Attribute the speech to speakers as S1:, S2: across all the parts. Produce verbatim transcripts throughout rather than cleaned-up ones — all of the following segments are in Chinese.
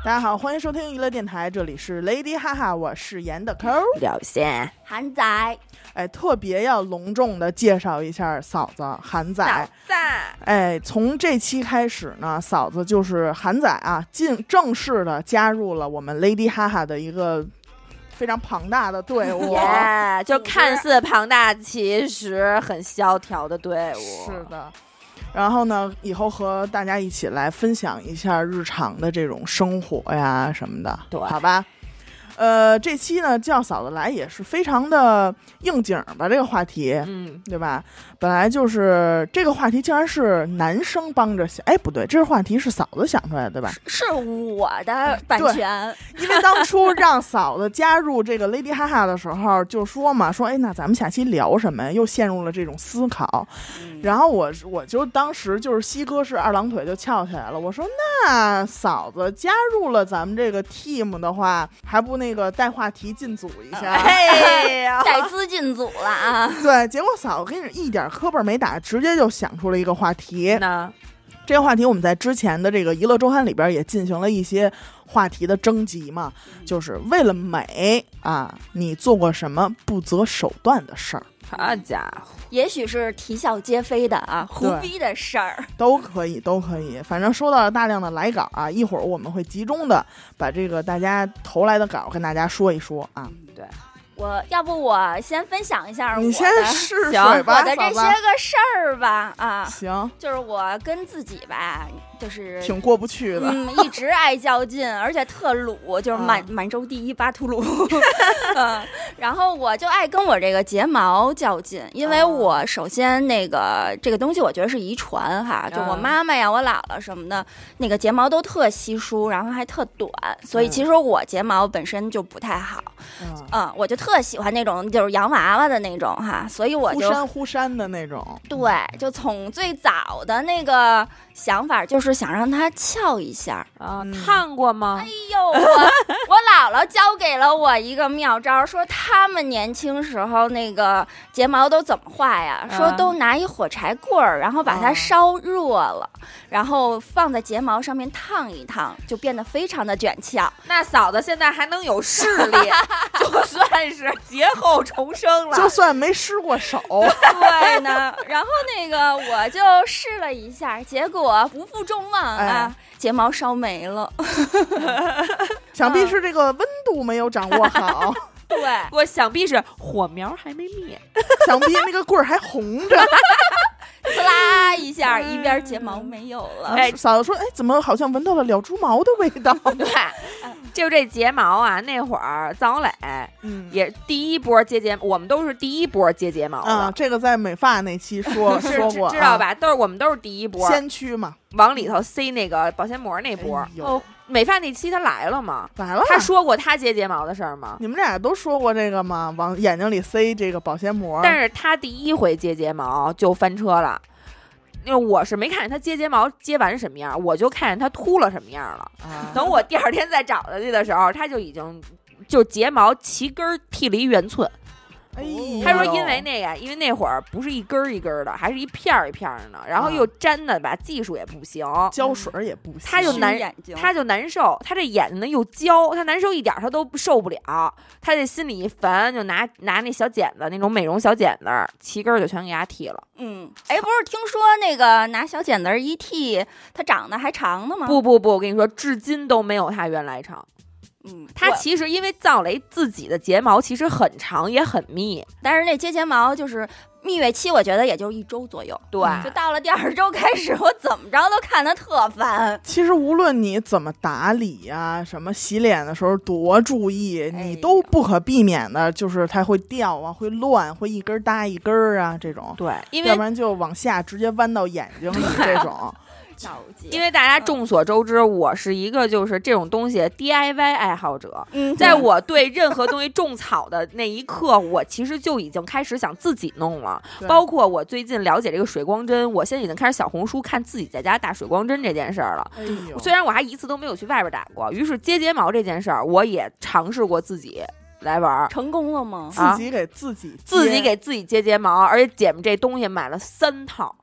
S1: 大家好，欢迎收听娱乐电台，这里是 Lady 哈哈，我是严的抠
S2: 表现
S3: 韩仔。
S1: 哎，特别要隆重的介绍一下嫂子韩仔。
S2: 嫂子，
S1: 哎，从这期开始呢，嫂子就是韩仔啊，进正式的加入了我们 Lady 哈哈的一个非常庞大的队伍，
S2: yeah, 就看似庞大，其实很萧条的队伍。
S1: 是的。然后呢，以后和大家一起来分享一下日常的这种生活呀什么的，
S2: 对，
S1: 好吧？呃，这期呢叫嫂子来也是非常的应景吧，这个话题，
S2: 嗯，
S1: 对吧？本来就是这个话题，竟然是男生帮着想，哎，不对，这个话题是嫂子想出来的，对吧？
S3: 是我的版权，
S1: 因为当初让嫂子加入这个 Lady 哈哈的时候，就说嘛，说哎，那咱们下期聊什么呀？又陷入了这种思考。嗯、然后我我就当时就是西哥是二郎腿就翘起来了，我说那嫂子加入了咱们这个 team 的话，还不那个带话题进组一下，
S2: 哎呀，
S3: 带资进组了啊！
S1: 对，结果嫂子跟你一点磕巴没打，直接就想出了一个话题。
S2: 那
S1: 这个话题我们在之前的这个娱乐周刊里边也进行了一些话题的征集嘛，就是为了美啊，你做过什么不择手段的事儿？
S2: 好家伙，
S3: 也许是啼笑皆非的啊，胡逼的事儿
S1: 都可以，都可以。反正收到了大量的来稿啊，一会儿我们会集中的把这个大家投来的稿跟大家说一说啊。
S2: 嗯、对。
S3: 我要不我先分享一下我的，
S1: 你先试水吧，
S3: 我的这些个事儿吧啊，
S1: 行，
S3: 就是我跟自己吧，就是
S1: 挺过不去的，
S3: 嗯，一直爱较劲，而且特鲁，就是满、嗯、满洲第一巴图鲁，嗯，然后我就爱跟我这个睫毛较劲，因为我首先那个这个东西我觉得是遗传哈，就我妈妈呀、我姥姥什么的，那个睫毛都特稀疏，然后还特短，所以其实我睫毛本身就不太好，嗯，嗯我就特喜欢那种就是洋娃娃的那种哈，所以我就
S1: 忽闪忽闪的那种，
S3: 对，就从最早的那个想法就是想让它翘一下
S2: 啊、嗯，烫过吗？
S3: 哎呦，我我姥姥教给了我一个妙招，说他们年轻时候那个睫毛都怎么画呀？
S2: 嗯、
S3: 说都拿一火柴棍儿，然后把它烧热了，嗯、然后放在睫毛上面烫一烫，就变得非常的卷翘。
S2: 那嫂子现在还能有视力，就算是劫后重生了，
S1: 就算没失过手。
S3: 对呢，然后那个我就试了一下，结果不负众望啊，哎、睫毛烧没了。
S1: 想必是这个温度没有掌握好。
S3: 对，
S2: 我想必是火苗还没灭，
S1: 想必那个棍儿还红着。
S3: 呲啦一下，一边睫毛没有了。
S1: 哎，嫂子说：“哎，怎么好像闻到了燎猪毛的味道？”
S2: 对，就这睫毛啊，那会儿藏磊，嗯，也第一波接睫，我们都是第一波接睫毛
S1: 啊。这个在美发那期说说过，
S2: 知道吧？都是我们都是第一波
S1: 先驱嘛，
S2: 往里头塞那个保鲜膜那波。
S1: 哎、
S2: 哦，美发那期他来了吗？
S1: 来了。
S2: 他说过他接睫毛的事儿吗？
S1: 你们俩都说过这个吗？往眼睛里塞这个保鲜膜。
S2: 但是他第一回接睫毛就翻车了。因为我是没看见他接睫毛接完什么样，我就看见他秃了什么样了。啊、等我第二天再找他去的时候，他就已经就睫毛齐根剃了一圆寸。
S1: 哎，
S2: 他说因为那个，因为那会儿不是一根一根的，还是一片一片的，然后又粘的吧，技术也不行，
S1: 胶水也不行，
S2: 他就难，他就难受，他这眼睛呢又焦，他难受一点他都受不了，他这心里一烦，就拿拿那小剪子，那种美容小剪子，齐根就全给他剃了。
S3: 嗯，哎，不是听说那个拿小剪子一剃，它长得还长的吗？
S2: 不不不，我跟你说，至今都没有他原来长。
S3: 嗯，
S2: 它其实因为藏雷自己的睫毛其实很长也很密，
S3: 但是那接睫毛就是蜜月期，我觉得也就一周左右。
S2: 对，
S3: 就到了第二周开始，我怎么着都看得特烦。
S1: 其实无论你怎么打理呀、啊，什么洗脸的时候多注意，你都不可避免的，就是它会掉啊，会乱，会一根搭一根啊，这种。
S2: 对，因为
S1: 要不然就往下直接弯到眼睛里这种。
S2: 因为大家众所周知，我是一个就是这种东西 D I Y 爱好者。
S3: 嗯，
S2: 在我对任何东西种草的那一刻，我其实就已经开始想自己弄了。包括我最近了解这个水光针，我现在已经开始小红书看自己在家打水光针这件事儿了。
S1: 哎呦，
S2: 虽然我还一次都没有去外边打过，于是接睫毛这件事儿，我也尝试过自己来玩。
S3: 成功了吗？
S1: 自己给自己、
S2: 啊、自己给自己接睫毛，而且姐们这东西买了三套。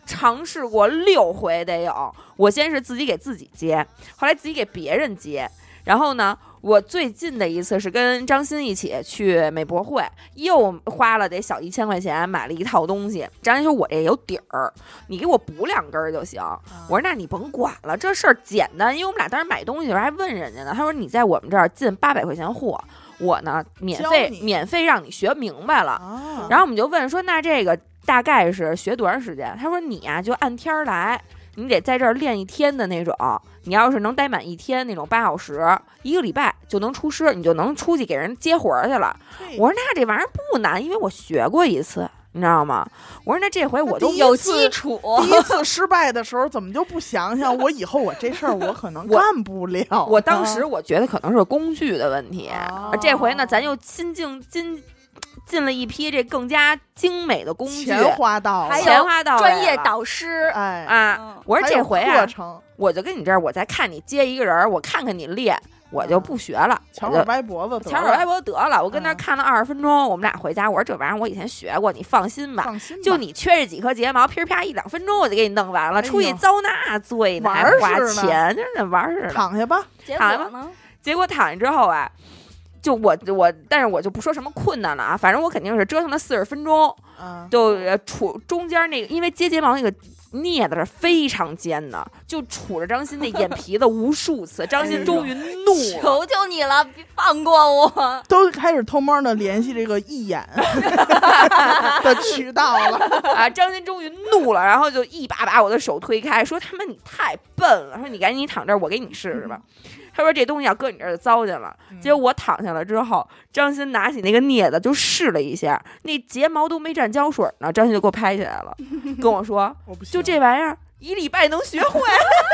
S2: 尝试过六回得有。我先是自己给自己接，后来自己给别人接，然后呢，我最近的一次是跟张欣一起去美博会，又花了得小一千块钱买了一套东西。张欣说：“我这有底儿，你给我补两根就行。”我说：“那你甭管了，这事儿简单。”因为我们俩当时买东西的时候还问人家呢，他说：“你在我们这儿进八百块钱货。”我呢，免费免费让你学明白了，
S1: 啊、
S2: 然后我们就问说，那这个大概是学多长时间？他说你啊就按天来，你得在这儿练一天的那种。你要是能待满一天那种八小时，一个礼拜就能出师，你就能出去给人接活去了。我说那这玩意儿不难，因为我学过一次。你知道吗？我说那这回我都
S3: 有基础。
S1: 第一次失败的时候，怎么就不想想我以后我这事儿我可能干不了？
S2: 我, 我当时我觉得可能是工具的问题。
S1: 哦、
S2: 这回呢，咱又新进进进了一批这更加精美的工具，
S1: 钱花到了，
S3: 还有
S2: 钱花到
S3: 专业导师。
S1: 哎
S2: 啊！
S3: 嗯、
S2: 我说这回啊，
S1: 我
S2: 就跟你这儿，我再看你接一个人，我看看你练。我就不学了，
S1: 翘着歪脖子，
S2: 翘着歪脖子得了。我跟那看了二十分钟，我们俩回家。我说这玩意儿我以前学过，你放心吧，
S1: 放心吧，
S2: 就你缺这几颗睫毛，噼啪一两分钟我就给你弄完了。哎、出去遭那罪呢，还花钱，真的玩似的。
S1: 躺下吧，
S2: 躺下吧。结果躺下之后啊，就我我，但是我就不说什么困难了啊，反正我肯定是折腾了四十分钟，
S1: 嗯、
S2: 就杵中间那个，因为接睫毛那个。镊子是非常尖的，就杵着张欣那眼皮子无数次，张欣终于怒了，
S3: 哎、求求你了，别放过我！
S1: 都开始偷摸的联系这个义眼的渠道了
S2: 啊！张欣终于怒了，然后就一把把我的手推开，说：“他妈你太笨了！说你赶紧躺这儿，我给你试试吧。嗯”他说：“这东西要搁你这儿就糟践了。”结果我躺下了之后，张欣拿起那个镊子就试了一下，那睫毛都没沾胶水呢，张欣就给我拍起来了，跟我说：“
S1: 我不行
S2: 就这玩意儿，一礼拜能学会。”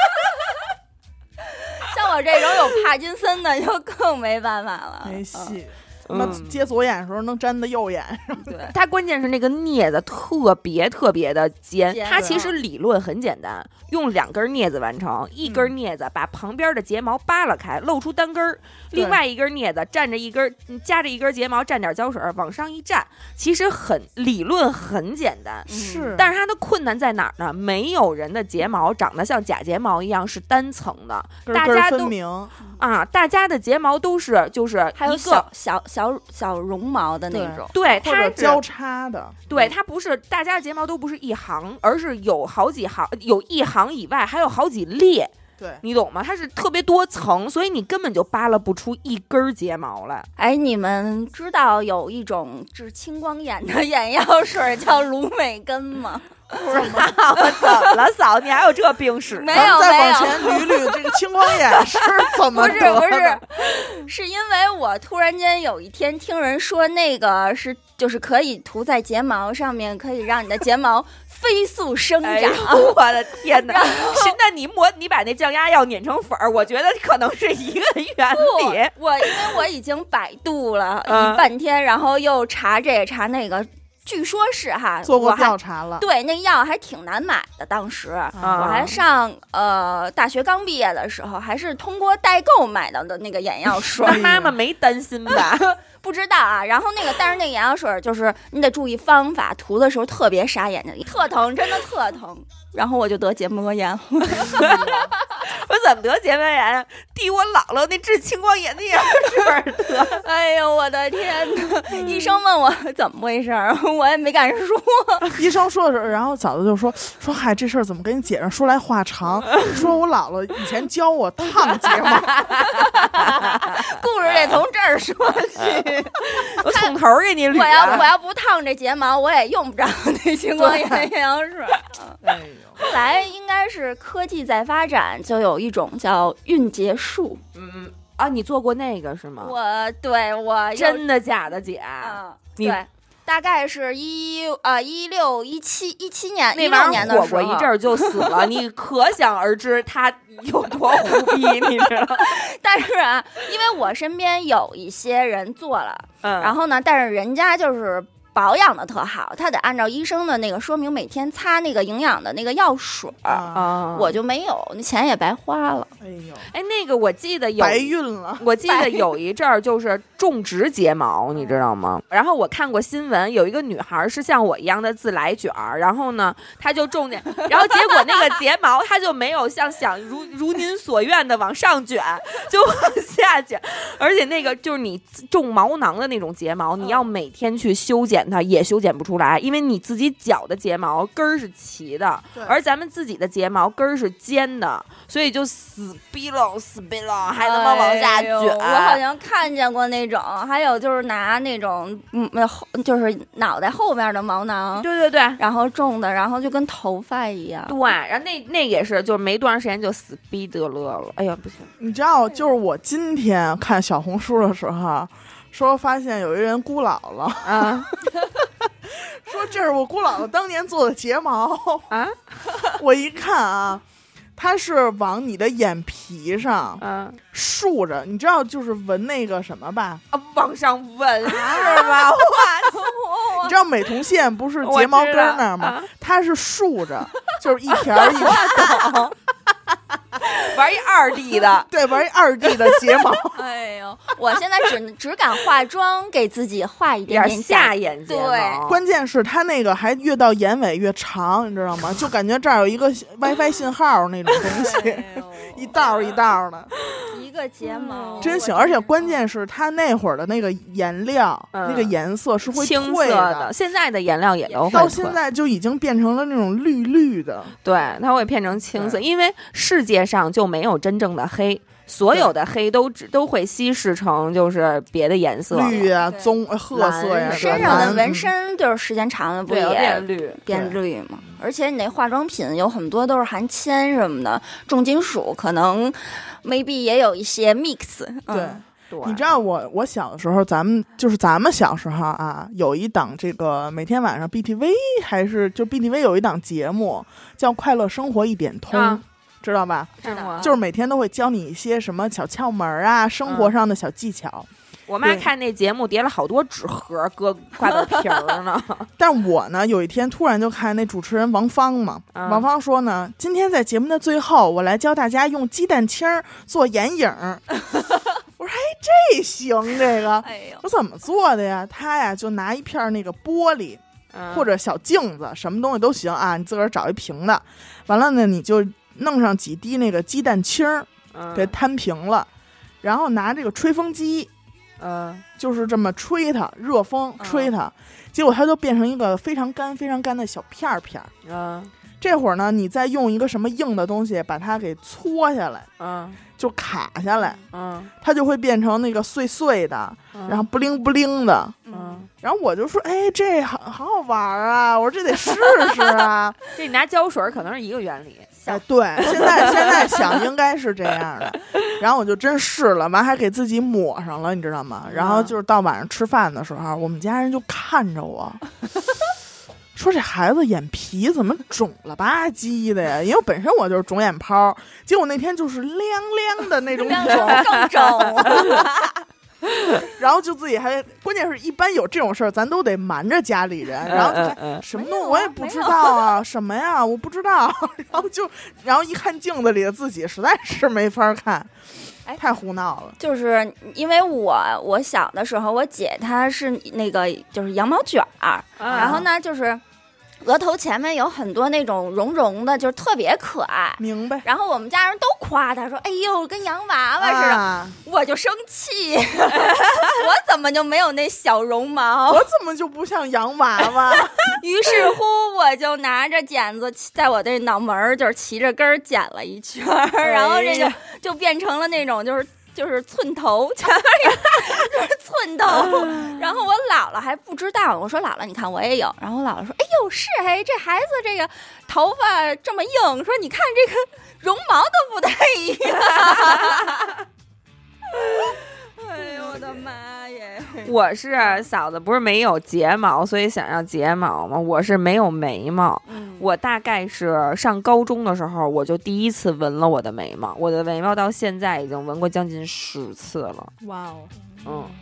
S3: 像我这种有帕金森的就更没办法了，
S1: 没戏。那、嗯、接左眼的时候能粘到右眼上，
S3: 对，
S2: 它关键是那个镊子特别特别的尖，它其实理论很简单，用两根镊子完成，一根镊子把旁边的睫毛扒拉开，露出单根儿，另外一根镊子蘸着一根夹着一根睫毛，蘸点胶水往上一蘸，其实很理论很简单，
S1: 是，
S2: 但是它的困难在哪儿呢？没有人的睫毛长得像假睫毛一样是单层的，
S1: 根
S2: 大家都
S1: 分明
S2: 啊，大家的睫毛都是就是
S3: 还有小小小小绒毛的那种，
S2: 对，它是
S1: 交叉的，
S2: 对，它不是大家的睫毛都不是一行，而是有好几行，有一行以外还有好几列，
S1: 对，
S2: 你懂吗？它是特别多层，所以你根本就扒拉不出一根睫毛来。
S3: 哎，你们知道有一种治青光眼的眼药水叫芦美根吗？
S2: 不知道怎么了，嫂，你还有这病史？
S3: 没有，
S1: 再往前捋捋，这个青光眼是怎么
S3: 不是不是，是因为我突然间有一天听人说那个是就是可以涂在睫毛上面，可以让你的睫毛飞速生长。哎、
S2: 我的天哪！是那你抹你把那降压药碾成粉儿，我觉得可能是一个原理。
S3: 我因为我已经百度了、嗯、一半天，然后又查这个查那个。据说是哈，
S1: 做过调查了。
S3: 对，那药还挺难买的。当时、啊、我还上呃大学刚毕业的时候，还是通过代购买到的那个眼药水。
S2: 妈妈没担心吧？
S3: 不知道啊。然后那个，但是那个眼药水就是你得注意方法，涂的时候特别杀眼睛，特疼，真的特疼。然后我就得结膜炎了。
S2: 我怎么得结膜炎啊？替我姥姥那治青光眼的眼水得。
S3: 哎呦我的天哪！嗯、医生问我怎么回事，我也没敢说。
S1: 医生说的时候，然后嫂子就说说嗨，这事儿怎么跟你姐上说来话长？说我姥姥以前教我烫睫毛。
S3: 故事得从这儿说起。
S2: 我从头给你捋、啊。
S3: 我要我要不烫这睫毛，我也用不着那青光眼眼药水。
S1: 哎呦。
S3: 后来应该是科技在发展，就有一种叫孕结术。
S2: 嗯啊，你做过那个是吗？
S3: 我对我
S2: 真的假的姐？
S3: 嗯，对，大概是一呃一六一七一七年
S2: 那
S3: 玩意儿
S2: 火过一阵儿就死了，你可想而知他有多胡逼，你知道？
S3: 但是啊，因为我身边有一些人做了，
S2: 嗯，
S3: 然后呢，但是人家就是。 保养的特好，他得按照医生的那个说明每天擦那个营养的那个药水儿、
S2: 啊，
S3: 我就没有，那钱也白花了。
S1: 哎呦，
S2: 哎，那个我记得有
S1: 白运了。
S2: 我记得有一阵儿就是种植睫毛，你知道吗？然后我看过新闻，有一个女孩是像我一样的自来卷儿，然后呢，她就种那，然后结果那个睫毛她就没有像想如如您所愿的往上卷，就往下卷，而且那个就是你种毛囊的那种睫毛，你要每天去修剪它，也修剪不出来，因为你自己绞的睫毛根儿是齐的，而咱们自己的睫毛根儿是尖的，所以就死逼了死逼了，还他妈往下卷。
S3: 哎、我好像看见过那种，还有就是拿那种嗯，就是脑袋后面的毛囊，
S2: 对对对，
S3: 然后种的，然后就跟头发一样。
S2: 对，然后那那也是，就没多长时间就死逼得乐了。哎呀，不行！
S1: 你知道，就是我今天看小红书的时候，说发现有一人姑姥姥
S2: 啊，
S1: 说这是我姑姥姥当年做的睫毛
S2: 啊，
S1: 我一看啊。它是往你的眼皮上竖着，你知道就是纹那个什么吧？
S2: 啊，往上纹是吧？哇
S1: 你知道美瞳线不是睫毛根那儿吗？啊、它是竖着，就是一条一条。
S2: 玩一二 D 的，
S1: 对，玩一二 D 的睫毛。
S3: 哎呦，我现在只只敢化妆，给自己画一点点
S2: 下眼睫毛。
S3: 对，
S1: 关键是它那个还越到眼尾越长，你知道吗？就感觉这儿有一个 WiFi 信号那种东西，哎、一道一道的。
S3: 一个睫毛
S1: 真行，而且关键是它那会儿的那个颜料，
S2: 嗯、
S1: 那个颜色是会
S2: 青
S1: 色
S2: 的，现在的颜料也都会
S1: 到现在就已经变成了那种绿绿的。
S2: 对，它会变成青色，因为世界上就没有真正的黑，所有的黑都只都会稀释成就是别的颜色，
S1: 绿啊、棕、褐色呀。
S3: 身上的纹身就是时间长了不也
S2: 变绿
S3: 变绿吗？而且你那化妆品有很多都是含铅什么的，重金属可能 maybe 也有一些 mix。
S1: 对。
S3: 嗯
S1: 对，你知道我我小的时候，咱们就是咱们小时候啊，有一档这个每天晚上 B T V 还是就 B T V 有一档节目叫《快乐生活一点通》，啊、知道吧？
S2: 知道，
S1: 就是每天都会教你一些什么小窍门啊，生活上的小技巧。
S2: 嗯、我妈看那节目叠了好多纸盒，搁挂豆皮儿呢。
S1: 但我呢，有一天突然就看那主持人王芳嘛，嗯、王芳说呢，今天在节目的最后，我来教大家用鸡蛋清做眼影。我说哎，这行这个，
S3: 哎呦，
S1: 我怎么做的呀？他呀就拿一片那个玻璃、嗯、或者小镜子，什么东西都行啊，你自个儿找一平的，完了呢你就弄上几滴那个鸡蛋清儿，给摊平了，然后拿这个吹风机，
S2: 嗯，
S1: 就是这么吹它，热风吹它，嗯、结果它就变成一个非常干、非常干的小片儿片儿，
S2: 嗯。
S1: 这会儿呢，你再用一个什么硬的东西把它给搓下来，
S2: 嗯，
S1: 就卡下来，
S2: 嗯，
S1: 它就会变成那个碎碎的，嗯、然后不灵不灵的，
S2: 嗯，
S1: 然后我就说，哎，这好好好玩啊！我说这得试试啊。
S2: 这你拿胶水可能是一个原理。
S1: 哎，对，现在现在想应该是这样的。然后我就真试了，完还给自己抹上了，你知道吗？然后就是到晚上吃饭的时候，我们家人就看着我。说这孩子眼皮怎么肿了吧唧的呀？因为本身我就是肿眼泡，结果那天就是亮亮的那种肿，
S3: 更肿。
S1: 然后就自己还，关键是一般有这种事儿，咱都得瞒着家里人。然后就看什么东西我也不知道啊，什么呀，我不知道。然后就，然后一看镜子里的自己，实在是没法看。太胡闹了，
S3: 就是因为我我小的时候，我姐她是那个就是羊毛卷儿，
S2: 啊、
S3: 然后呢就是额头前面有很多那种绒绒的，就是特别可爱。
S1: 明白。
S3: 然后我们家人都夸她说：“哎呦，跟洋娃娃似的。啊”我就生气，我怎么就没有那小绒毛？
S1: 我怎么就不像洋娃娃？
S3: 于是乎，我就拿着剪子，在我的脑门儿就是齐着根儿剪了一圈，哎、然后这个就变成了那种就是就是寸头，就是寸头。然后我姥姥还不知道，我说姥姥，你看我也有。然后我姥姥说：“哎呦，是哎，这孩子这个头发这么硬，说你看这个绒毛都不太一样。”哎呦我的妈耶！
S2: 我是嫂子，不是没有睫毛，所以想要睫毛吗？我是没有眉毛。
S3: 嗯、
S2: 我大概是上高中的时候，我就第一次纹了我的眉毛。我的眉毛到现在已经纹过将近十次了。
S1: 哇哦，
S2: 嗯，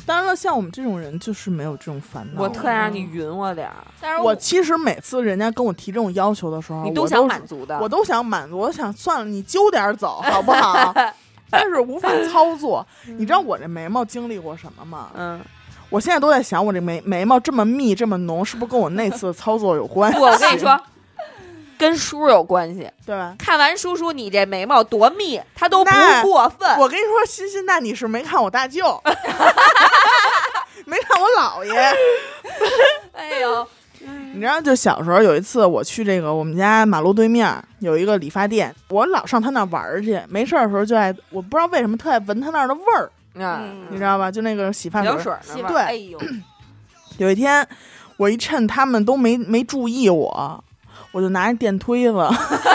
S1: 当然了，像我们这种人就是没有这种烦恼。
S2: 我特爱让你匀我点儿，
S3: 但是
S1: 我其实每次人家跟我提这种要求的时候，
S2: 你都想满足的，
S1: 我都想满足。我想算了，你揪点走好不好？但是无法操作。你知道我这眉毛经历过什么吗？
S2: 嗯，
S1: 我现在都在想，我这眉眉毛这么密这么浓，是不是跟我那次操作有关系？
S2: 不，我跟你说。跟叔有关系，
S1: 对吧？
S2: 看完叔叔你这眉毛多密，他都不过分。
S1: 我跟你说，欣欣，那你是没看我大舅，没看我姥爷。
S3: 哎呦，
S1: 你知道，就小时候有一次，我去这个我们家马路对面有一个理发店，我老上他那玩去，没事的时候就爱，我不知道为什么特爱闻他那儿的味儿，
S2: 嗯，
S1: 你知道吧？就那个洗发水，
S2: 水
S3: 洗
S1: 对，
S3: 哎呦，
S1: 有一天我一趁他们都没没注意我。我就拿着电推子，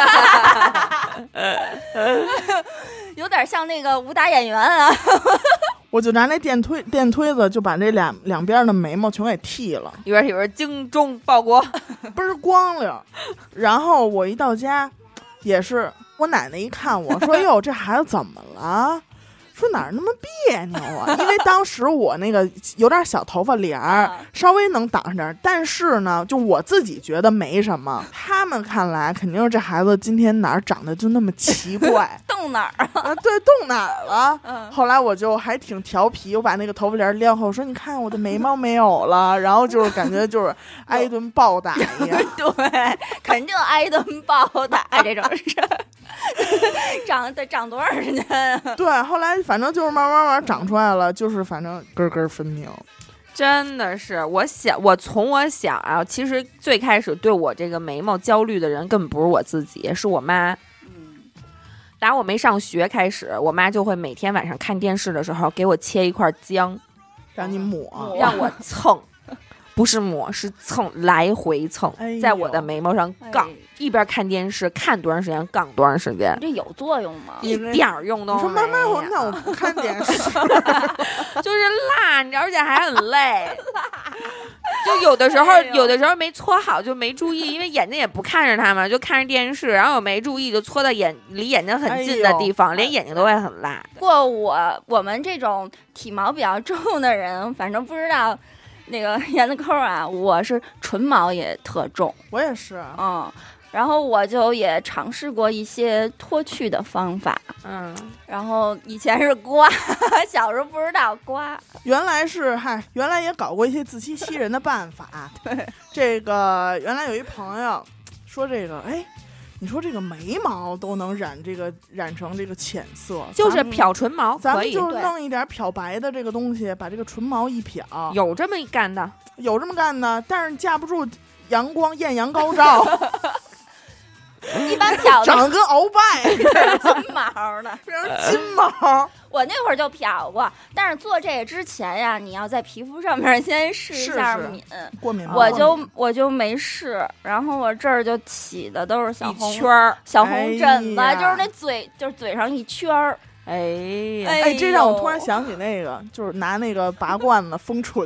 S3: 有点像那个武打演员啊。
S1: 我就拿那电推电推子就把这两两边的眉毛全给剃了，
S2: 一边一边精忠报国，
S1: 倍儿光溜。然后我一到家，也是我奶奶一看我说：“哟，这孩子怎么了？”说哪儿那么别扭啊？因为当时我那个有点小头发帘儿，稍微能挡上点，但是呢，就我自己觉得没什么，他们看来肯定是这孩子今天哪儿长得就那么奇怪，
S3: 动哪儿
S1: 啊？对，动哪儿了？
S3: 嗯、
S1: 后来我就还挺调皮，我把那个头发帘撩后，说你看我的眉毛没有了，然后就是感觉就是挨一顿暴打一样。
S3: 对，肯定挨顿暴打这种事。长得长多少时间啊？
S1: 对，后来反正就是慢慢慢慢长出来了，就是反正根根分明。
S2: 真的是，我想，我从我小啊，其实最开始对我这个眉毛焦虑的人根本不是我自己，是我妈。
S3: 嗯，
S2: 打我没上学开始，我妈就会每天晚上看电视的时候给我切一块姜，
S1: 让你抹，
S2: 让我蹭。不是抹，是蹭，来回蹭，
S1: 哎、
S2: 在我的眉毛上杠、哎，一边看电视看多长时间杠多长时间。
S3: 这有作用吗？
S2: 一点用都没有。
S1: 你说妈妈，我那我不看电视，
S2: 就是辣，你知道，而且还很累。就有的时候，有的时候没搓好就没注意，因为眼睛也不看着它嘛，就看着电视，然后我没注意就搓到眼离眼睛很近的地方，哎、连眼睛都会很辣。
S3: 不过我我们这种体毛比较重的人，反正不知道。那个严子扣啊，我是唇毛也特重，
S1: 我也是，
S3: 嗯，然后我就也尝试过一些脱去的方法，
S2: 嗯，
S3: 然后以前是刮，小时候不知道刮，
S1: 原来是嗨，原来也搞过一些自欺欺人的办法，
S3: 对，
S1: 这个原来有一朋友说这个，哎。你说这个眉毛都能染这个染成这个浅色，
S2: 就是漂唇毛，
S1: 咱们就弄一点漂白的这个东西，把这个唇毛一漂。
S2: 有这么一干的，
S1: 有这么干的，但是架不住阳光艳阳高照。
S3: 一般漂
S1: 长得跟鳌拜
S3: 金毛的，
S1: 变成金毛。
S3: 我那会儿就漂过，但是做这个之前呀，你要在皮肤上面先试一下敏，
S1: 过敏。
S3: 我就我就没试，然后我这儿就起的都是小红
S2: 圈儿、
S3: 小红疹子，
S1: 哎、
S3: 就是那嘴，就是嘴上一圈儿。
S2: 哎呀，
S1: 哎，这让我突然想起那个，就是拿那个拔罐子封唇。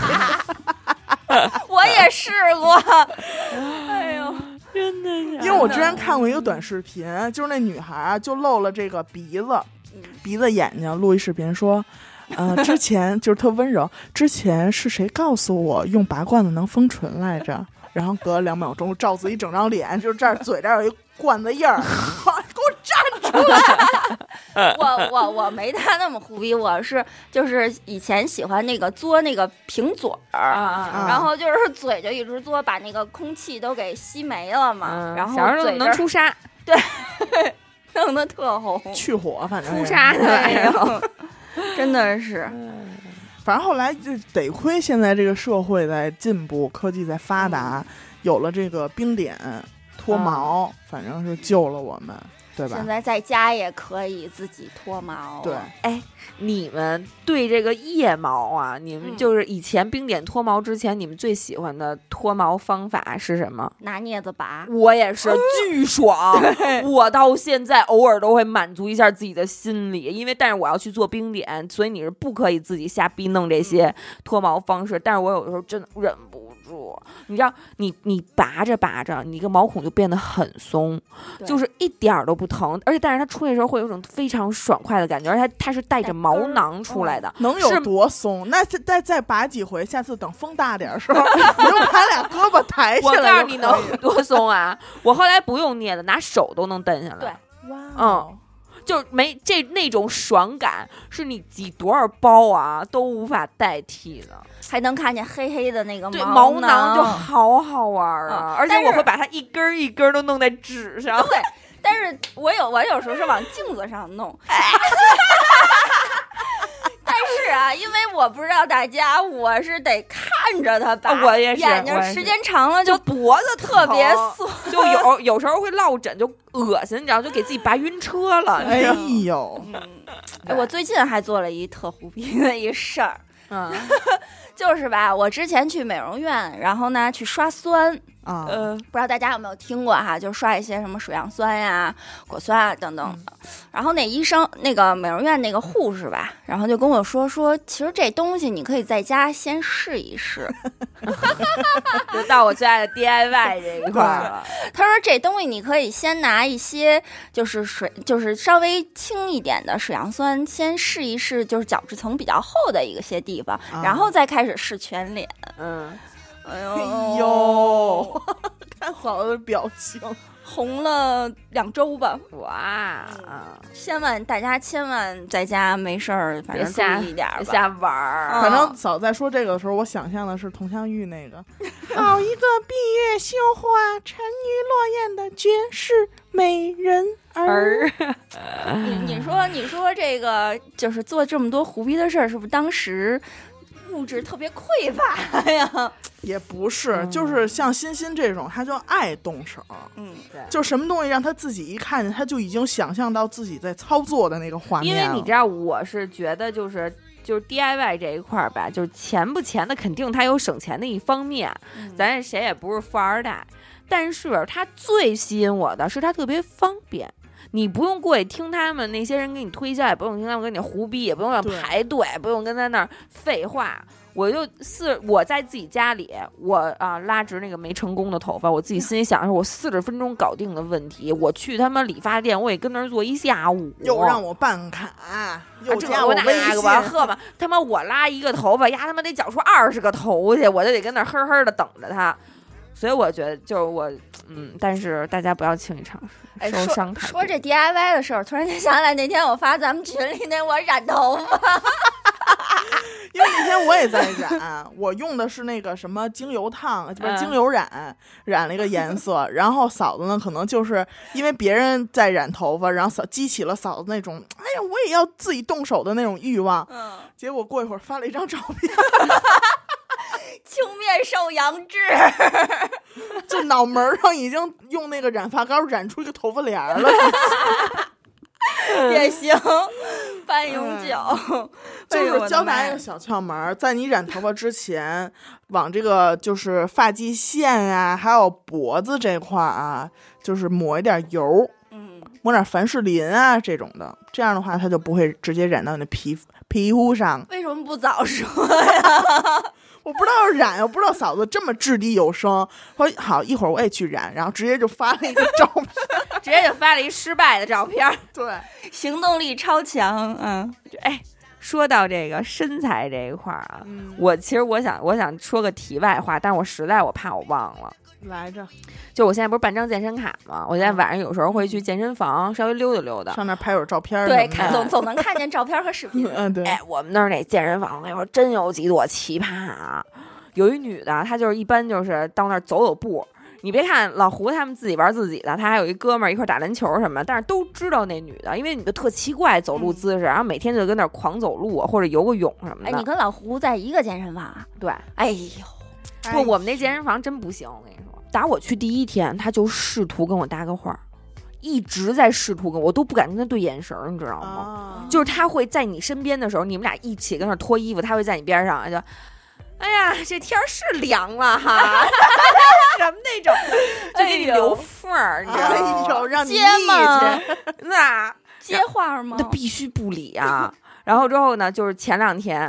S3: 我也试过。哎呦。
S2: 真的，
S1: 因为我之前看过一个短视频，就是那女孩啊，就露了这个鼻子、鼻子、眼睛，录一视频说，呃，之前就是特温柔，之前是谁告诉我用拔罐子能封唇来着？然后隔了两秒钟，照自己整张脸，就是这儿嘴这儿有一罐子印儿，给我站出来！
S3: 我我我没他那么胡逼，我是就是以前喜欢那个嘬那个瓶嘴儿、
S2: 啊，
S3: 然后就是嘴就一直嘬，把那个空气都给吸没了嘛。
S2: 嗯、
S3: 然后
S2: 小时候能出痧，
S3: 对，弄得特红，
S1: 去火，反正
S2: 出痧的玩意儿，
S3: 真的是。
S1: 反正后来就得亏现在这个社会在进步，科技在发达，有了这个冰点脱毛、嗯，反正是救了我们，对吧？
S3: 现在在家也可以自己脱毛。
S1: 对，
S2: 哎，你们对这个腋毛啊，你们就是以前冰点脱毛之前，你们最喜欢的脱毛方法是什么？
S3: 拿镊子拔。
S2: 我也是，巨爽。我到现在偶尔都会满足一下自己的心理，因为但是我要去做冰点，所以你是不可以自己瞎逼弄这些脱毛方式。嗯、但是我有的时候真的忍不住。 住。你知道，你你拔着拔着，你一个毛孔就变得很松，就是一点儿都不疼，而且但是它出来的时候会有一种非常爽快的感觉，而且它它是带着毛囊出来的，
S1: 哦、能有多松？那再再拔几回，下次等风大点的时候，你就把俩胳膊抬起来。
S2: 我告诉你能多松啊！我后来不用捏的，拿手都能蹬下来。
S3: 对，
S1: 哇，
S2: 嗯。就没这那种爽感，是你挤多少包啊都无法代替的，
S3: 还能看见黑黑的那个
S2: 毛
S3: 囊，
S2: 囊就好好玩啊！
S3: 嗯、
S2: 而且我会把它一根一根都弄在纸上。
S3: 对，但是我有我有时候是往镜子上弄。但是啊，因为我不知道大家，我是得看着它拔，
S2: 我也是，
S3: 眼睛时间长了就
S2: 脖子
S3: 特别酸，
S2: 就有有时候会落枕，就恶心，你知道，就给自己拔晕车了。
S1: 哎呦，
S3: 嗯，我最近还做了一特胡逼的一事儿，
S2: 嗯，
S3: 就是吧，我之前去美容院，然后呢去刷酸。
S1: 啊，
S2: 呃，
S3: 不知道大家有没有听过哈，就是刷一些什么水杨酸呀、果酸啊等等的。嗯、然后那医生、那个美容院那个护士吧，然后就跟我说说，其实这东西你可以在家先试一试。
S2: 就到我最爱的 D I Y 这一块了。
S3: 他说这东西你可以先拿一些就是水，就是稍微轻一点的水杨酸，先试一试，就是角质层比较厚的一个些地方，啊、然后再开始试全脸。
S2: 嗯。
S3: 哎呦，
S1: 哎呦看嫂子的表情，
S3: 红了两周吧。
S2: 哇！
S3: 千万大家千万在家没事儿，反正注意一点吧，
S2: 瞎玩儿。
S1: 反正嫂在说这个的时候，我想象的是佟湘玉那个好一个闭月羞花，沉鱼落雁的绝世美人儿。
S3: 你你说你说这个就是做这么多胡逼的事儿，是不是当时物质特别匮乏呀？
S1: 也不是，嗯、就是像欣欣这种，他就爱动手，
S3: 嗯，
S2: 对，
S1: 就什么东西让他自己一看见，他就已经想象到自己在操作的那个画面。
S2: 因为你知道，我是觉得就是就是 D I Y 这一块儿吧，就是钱不钱的，肯定他有省钱的一方面，嗯、咱谁也不是富二代，但是他最吸引我的是他特别方便。你不用过去听他们那些人给你推销，也不用听他们跟你胡逼，也不用要排队，不用跟在那儿废话。我就四我在自己家里，我啊拉直那个没成功的头发，我自己心里想的是，我四十分钟搞定的问题。我去他妈理发店，我也跟那儿坐一下午，
S1: 又让我办卡，又加
S2: 我
S1: 微信，
S2: 我喝吧，他妈我拉一个头发，呀他妈得绞出二十个头去，我就得跟那儿呵呵的等着他。所以我觉得就是我，嗯，但是大家不要轻易尝试，受伤太多。
S3: 说这 D I Y 的事儿，突然间想起来那天我发咱们群里那我染头发。
S1: 因为那天我也在染，我用的是那个什么精油烫，不是精油染，嗯、染了一个颜色。然后嫂子呢，可能就是因为别人在染头发，然后嫂激起了嫂子那种，哎呀，我也要自己动手的那种欲望。
S3: 嗯，
S1: 结果过一会儿发了一张照片，
S3: 青面兽杨志，
S1: 就脑门上已经用那个染发膏染出一个头发帘了。
S3: 也行，半永久。
S1: 嗯、就是教大家一个小窍门，在你染头发之前，往这个就是发际线啊，还有脖子这块啊，就是抹一点油，
S3: 嗯，
S1: 抹点凡士林啊这种的，这样的话它就不会直接染到你的皮肤皮肤上。
S3: 为什么不早说呀？
S1: 我不知道染，我不知道嫂子这么掷地有声。说好，一会儿我也去染，然后直接就发了一个照片，
S2: 直接就发了一失败的照片。
S1: 对，
S3: 行动力超强。嗯，
S2: 哎，说到这个身材这一块啊，
S1: 嗯、
S2: 我其实我想我想说个题外话，但是我实在我怕我忘了。
S1: 来着，
S2: 就我现在不是办张健身卡吗？我现在晚上有时候会去健身房稍微溜达溜达，
S1: 上那拍会儿照片。
S3: 对，看总总能看见照片和视频。
S1: 嗯，对。
S2: 哎，我们那儿那健身房，我跟你说，真有几朵奇葩啊！有一女的，她就是一般就是到那儿走走步。你别看老胡他们自己玩自己的，他还有一哥们儿一块打篮球什么，但是都知道那女的，因为女的特奇怪走路姿势，然后每天就跟那儿狂走路或者游个泳什么的。
S3: 哎，你跟老胡在一个健身房啊？
S2: 对。
S3: 哎呦，
S2: 不，我们那健身房真不行，我跟你说。打我去第一天，他就试图跟我搭个话，一直在试图跟我，我都不敢跟他对眼神，你知道吗？啊、就是他会在你身边的时候，你们俩一起跟那脱衣服，他会在你边上就，哎呀，这天是凉了哈，什么那种，就给你留缝儿，你知道吗？
S1: 哎呦，让你
S3: 接吗？
S2: 那
S3: 接话吗？
S2: 那必须不理啊。然后之后呢，就是前两天。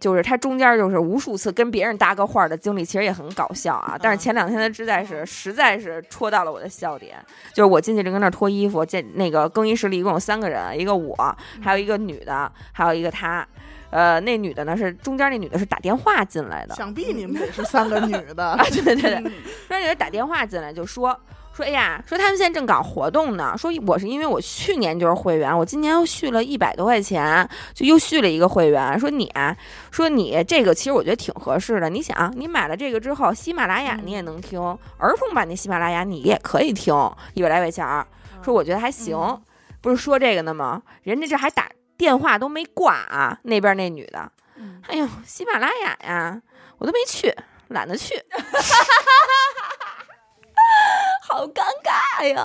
S2: 就是他中间就是无数次跟别人搭个话的经历，其实也很搞笑啊。但是前两天的实在是实在是戳到了我的笑点，就是我进去就跟那儿脱衣服，这那个更衣室里一共有三个人，一个我，还有一个女的，还有一个他。呃，那女的呢是中间那女的是打电话进来的，
S1: 想必你们得是三个女的
S2: 啊，对对对，那女的打电话进来就说。说哎呀，说他们现在正搞活动呢。说我是因为我去年就是会员，我今年又续了一百多块钱，就又续了一个会员。说你啊，说你这个其实我觉得挺合适的。你想，你买了这个之后，喜马拉雅你也能听，嗯、儿童版的喜马拉雅你也可以听，一百来块钱。说我觉得还行，嗯、不是说这个呢吗？人家这还打电话都没挂啊，那边那女的，嗯、哎呦，喜马拉雅呀，我都没去，懒得去。
S3: 好尴尬呀！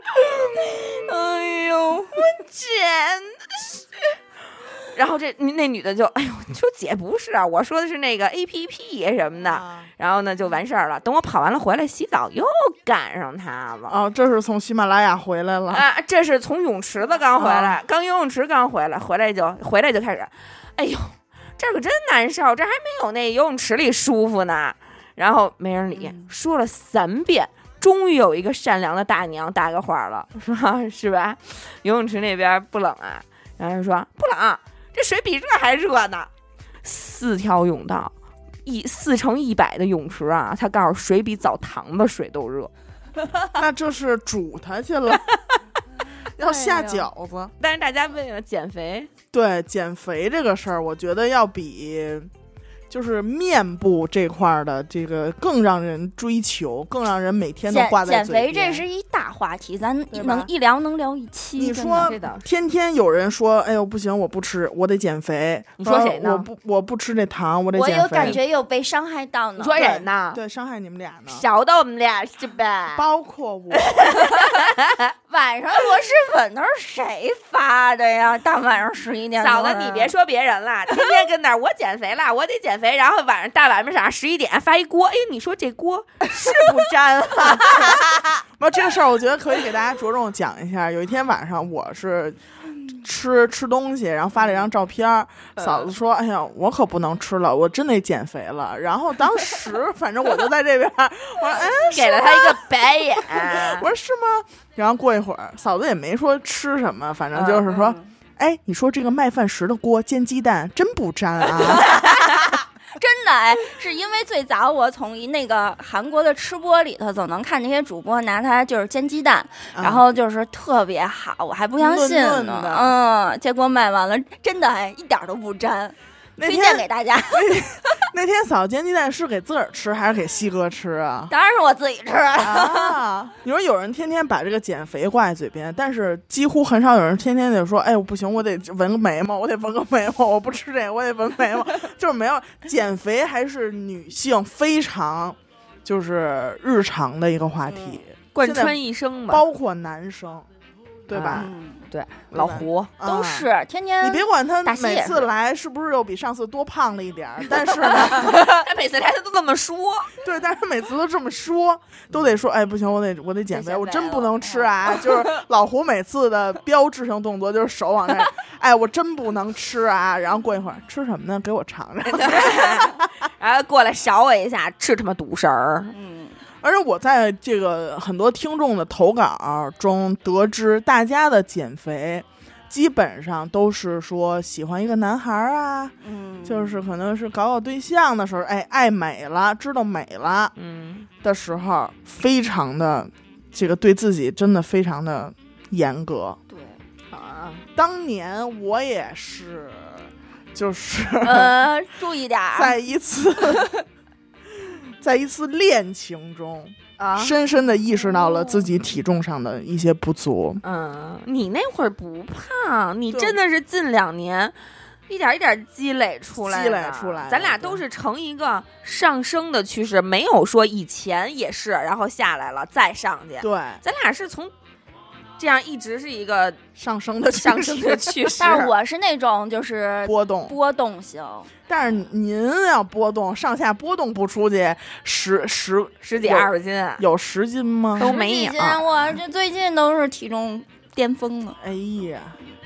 S2: 哎呦，我真的是。然后这那女的就哎呦，说姐不是啊，我说的是那个 A P P 什么的。啊、然后呢就完事儿了。等我跑完了回来洗澡，又赶上他了。
S1: 哦，这是从喜马拉雅回来了
S2: 啊！这是从泳池子刚回来，啊、刚游泳池刚回来，回来就回来就开始，哎呦，这可真难受，这还没有那游泳池里舒服呢。然后没人理，嗯、说了三遍。终于有一个善良的大娘搭个话了，说是吧？游泳池那边不冷啊？然后说不冷，这水比这还热呢。四条泳道，一四乘一百的泳池啊，他告诉水比澡堂的水都热。
S1: 那这是煮它去了，要下饺子。
S2: 但是大家为了减肥，
S1: 对减肥这个事儿，我觉得要比。就是面部这块的这个更让人追求，更让人每天都挂在嘴边。
S3: 减肥这是一大话题，咱能一聊能聊一期。
S1: 你说天天有人说，哎呦不行，我不吃，我得减肥。
S2: 你说谁呢？
S1: 我不我不吃这糖，我得减肥。
S3: 我有感觉有被伤害到呢。
S2: 你说人呢？
S1: 对，伤害你们俩呢。
S2: 少到我们俩是吧？
S1: 包括我。
S3: 晚上螺蛳粉都是谁发的呀？大晚上十一点。
S2: 嫂子，你别说别人了，天天跟那儿我减肥了，我得减肥。然后晚上大晚上上十一点发一锅，哎，你说这锅是不沾啊？
S1: 那这个事儿，我觉得可以给大家着重讲一下。有一天晚上，我是吃吃东西，然后发了一张照片，嫂子说：“哎呀，我可不能吃了，我真得减肥了。”然后当时，反正我就在这边，我说：“哎，
S2: 给了他一个白眼。”
S1: 我说：“是吗？”然后过一会儿，嫂子也没说吃什么，反正就是说：“嗯、哎，你说这个麦饭石的锅煎鸡蛋真不沾啊。”
S3: 真的哎，是因为最早我从那个韩国的吃播里头总能看那些主播拿它就是煎鸡蛋，嗯、然后就是特别好，我还不相信呢。
S1: 嫩嫩的
S3: 嗯，结果买完了，真的哎，一点都不沾。推荐给大家。
S1: 那天嫂子煎鸡蛋是给自个儿吃还是给西哥吃啊？
S3: 当然是我自己吃
S1: 啊！你说有人天天把这个减肥挂在嘴边，但是几乎很少有人天天得说：“哎，我不行，我得纹个眉毛，我得纹个眉毛，我不吃这个，我得纹眉毛。”就是没有减肥，还是女性非常就是日常的一个话题，
S2: 嗯、贯穿一生吧，
S1: 包括男生。对吧？
S2: 嗯、对，老胡
S3: 都是、嗯、天天。
S1: 你别管他每次来是不是又比上次多胖了一点儿，但是呢，
S2: 他每次来他都这么说。
S1: 对，但是每次都这么说，都得说，哎，不行，我得我得减肥，我真不能吃啊！就是老胡每次的标志性动作就是手往那，哎，我真不能吃啊！然后过一会儿吃什么呢？给我尝尝。
S2: 然后过来勺我一下，吃他妈独食儿。
S3: 嗯。
S1: 而且我在这个很多听众的投稿中得知，大家的减肥基本上都是说喜欢一个男孩啊，嗯，就是可能是搞搞对象的时候，哎，爱美了，知道美了，
S2: 嗯
S1: 的时候，非常的这个对自己真的非常的严格。
S3: 对
S2: 啊，
S1: 当年我也是，就是
S3: 呃，注意点，
S1: 在一次。在一次恋情中，
S2: 啊，
S1: 深深的意识到了自己体重上的一些不足。
S2: 嗯，你那会儿不胖，你真的是近两年一点一点积累出来的，
S1: 积累出来。
S2: 咱俩都是呈一个上升的趋势，没有说以前也是，然后下来了再上去。
S1: 对，
S2: 咱俩是从这样一直是一个
S1: 上升的
S2: 上升的趋势。
S3: 但是我是那种就是
S1: 波动
S3: 波动型。
S1: 但是您要波动上下波动不出去十十
S2: 十几二十斤，
S1: 有十斤吗？
S2: 都没有。
S3: 我这最近都是体重巅峰了。
S1: 哎呀，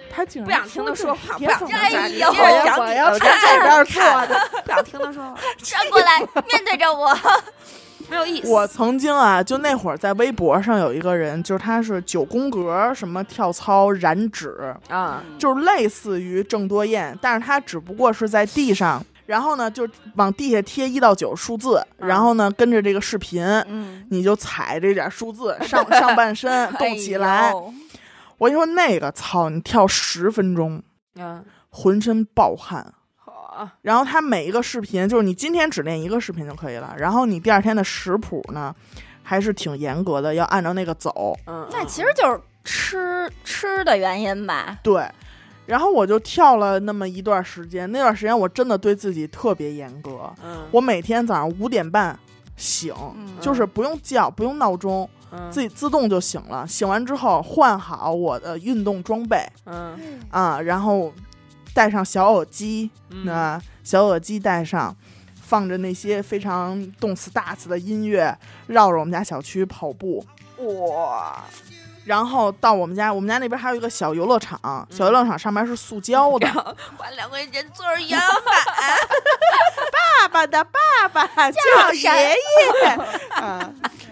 S1: 他竟然
S2: 不想听他说话，不
S1: 别
S2: 想听他
S3: 哎呦
S2: 接着讲
S1: 我
S2: 你的
S1: 要站这边坐
S2: 看
S1: 着。
S2: 不想听他说话，
S3: 转过来面对着我。
S2: 没有意思。
S1: 我曾经啊，就那会儿在微博上有一个人，就是他是九宫格什么跳操燃脂，
S2: 啊，
S1: 就是类似于郑多燕，但是他只不过是在地上，然后呢就往地下贴一到九数字，
S2: 嗯
S1: 然后呢跟着这个视频，
S3: 嗯，
S1: 你就踩这点数字上上半身动起来。
S3: 哎呦
S1: 我跟你说那个操，你跳十分钟，
S2: 嗯，
S1: 浑身暴汗。
S2: 好，
S1: 然后他每一个视频，就是你今天只练一个视频就可以了，然后你第二天的食谱呢，还是挺严格的，要按照那个走。
S2: 嗯，
S3: 那其实就是吃吃的原因吧。
S1: 对，然后我就跳了那么一段时间，那段时间我真的对自己特别严格。
S2: 嗯，
S1: 我每天早上五点半醒，
S3: 嗯
S1: 就是不用叫，不用闹钟，
S2: 嗯
S1: 自己自动就醒了。醒完之后换好我的运动装备
S2: 嗯
S1: 啊，然后戴上小耳机，
S2: 嗯
S1: 那小耳机戴上，放着那些非常动次打次的音乐，绕着我们家小区跑步。
S2: 哇，
S1: 然后到我们家，我们家那边还有一个小游乐场，小游乐场上面是塑胶的。
S2: 花两块钱坐着摇摇板，
S1: 爸爸的爸爸叫爷爷。啊，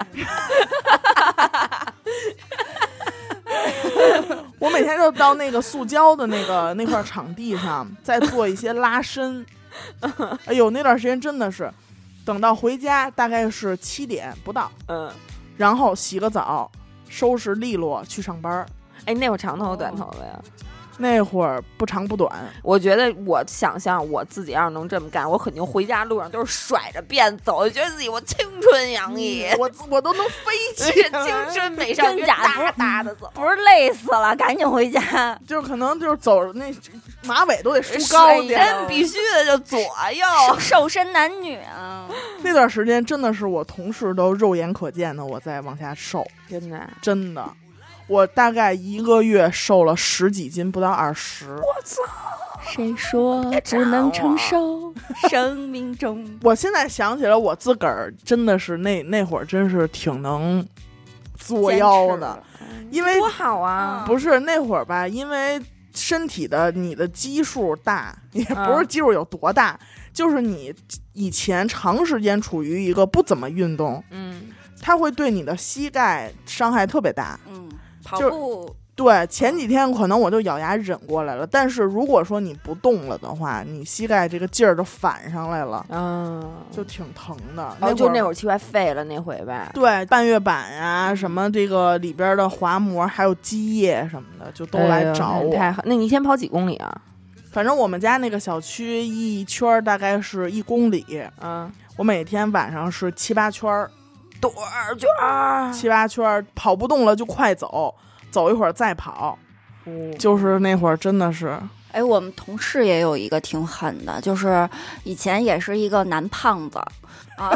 S1: 我每天就到那个塑胶的那个那块场地上，再做一些拉伸。哎呦，那段时间真的是，等到回家大概是七点不到，
S2: 嗯，
S1: 然后洗个澡，收拾利落去上班。
S2: 哎，那会儿长头发短头发呀？
S1: 那会儿不长不短，
S2: 我觉得我想象我自己要是能这么干，我肯定回家路上都是甩着辫走，我觉得自己我青春洋溢，
S1: 我我都能飞
S2: 是
S1: 起来。
S2: 青春美少女，
S3: 真假
S2: 哒哒的走。
S3: 不是累死了，赶紧回家。
S1: 就是可能就是走那马尾都得梳高点。
S2: 人必须的就左右，
S3: 瘦身男女啊，
S1: 那段时间真的是我同事都肉眼可见的我在往下瘦，
S2: 真的。
S1: 真的，我大概一个月瘦了十几斤，不到二十。
S2: 我操！
S3: 谁说只能承受生命中？
S1: 我现在想起来，我自个儿真的是那那会儿真是挺能作妖的，因为
S2: 多好啊！
S1: 不是那会儿吧，因为身体的你的基数大，也不是基数有多大，嗯、就是你以前长时间处于一个不怎么运动，
S2: 嗯，
S1: 它会对你的膝盖伤害特别大。
S3: 嗯，跑步。
S1: 对，前几天可能我就咬牙忍过来了，但是如果说你不动了的话，你膝盖这个劲儿就反上来了，
S2: 嗯，
S1: 就挺疼的。
S2: 哦，就那会儿气快废了那回吧。
S1: 对，半月板呀、啊，什么这个里边的滑膜，还有积液什么的，就都来找我。
S2: 哎、太好，那你一天跑几公里啊？
S1: 反正我们家那个小区一圈大概是一公里，
S2: 嗯，
S1: 我每天晚上是七八圈儿，
S2: 多少圈儿？
S1: 七八圈儿，跑不动了就快走。走一会儿再跑，嗯、就是那会儿真的是，
S3: 哎，我们同事也有一个挺狠的，就是以前也是一个男胖子啊。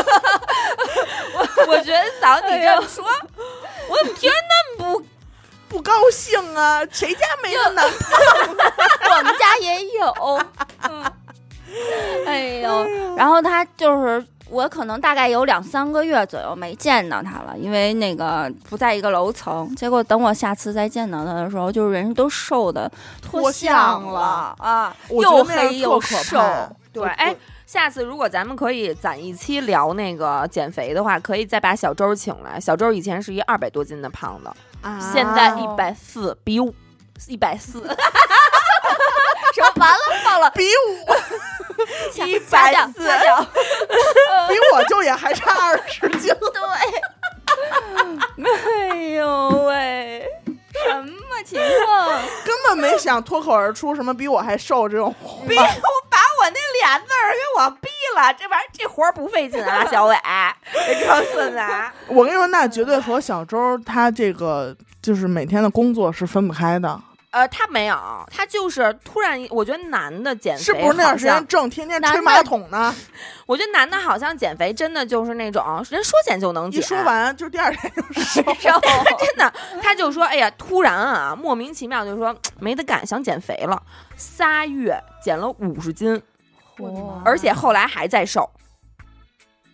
S2: 我我觉得嫂你这么说，哎、我怎么听着那么不
S1: 不高兴啊？谁家没个男胖子？
S3: 我们家也有。嗯、哎呦，然后他就是。我可能大概有两三个月左右没见到他了，因为那个不在一个楼层。结果等我下次再见到他的时候，就是人都瘦的脱相了啊，又黑又瘦。
S2: 对，哎，下次如果咱们可以攒一期聊那个减肥的话，可以再把小周请来。小周以前是一二百多斤的胖子，啊、现在一百四，比我一百四。
S3: 什么？完了，到了
S1: 比我
S2: 一百四，
S1: 比我就也还差二十斤了。
S3: 对，哎呦喂，什么情况？
S1: 根本没想脱口而出什么比我还瘦这种话。
S2: 比我把我那俩字儿给我逼了，这玩意儿这活儿不费劲啊，小伟，这装孙子啊！
S1: 我跟你说，那绝对和小周他这个就是每天的工作是分不开的。
S2: 呃，他没有，他就是突然，我觉得男的减肥
S1: 是不是那段时间正天天吹马桶呢？
S2: 我觉得男的好像减肥真的就是那种人说减就能减，
S1: 一说完就第二天就瘦。
S2: 真的，他就说，哎呀，突然啊，莫名其妙就说没得干，想减肥了，仨月减了五十斤，而且后来还在瘦。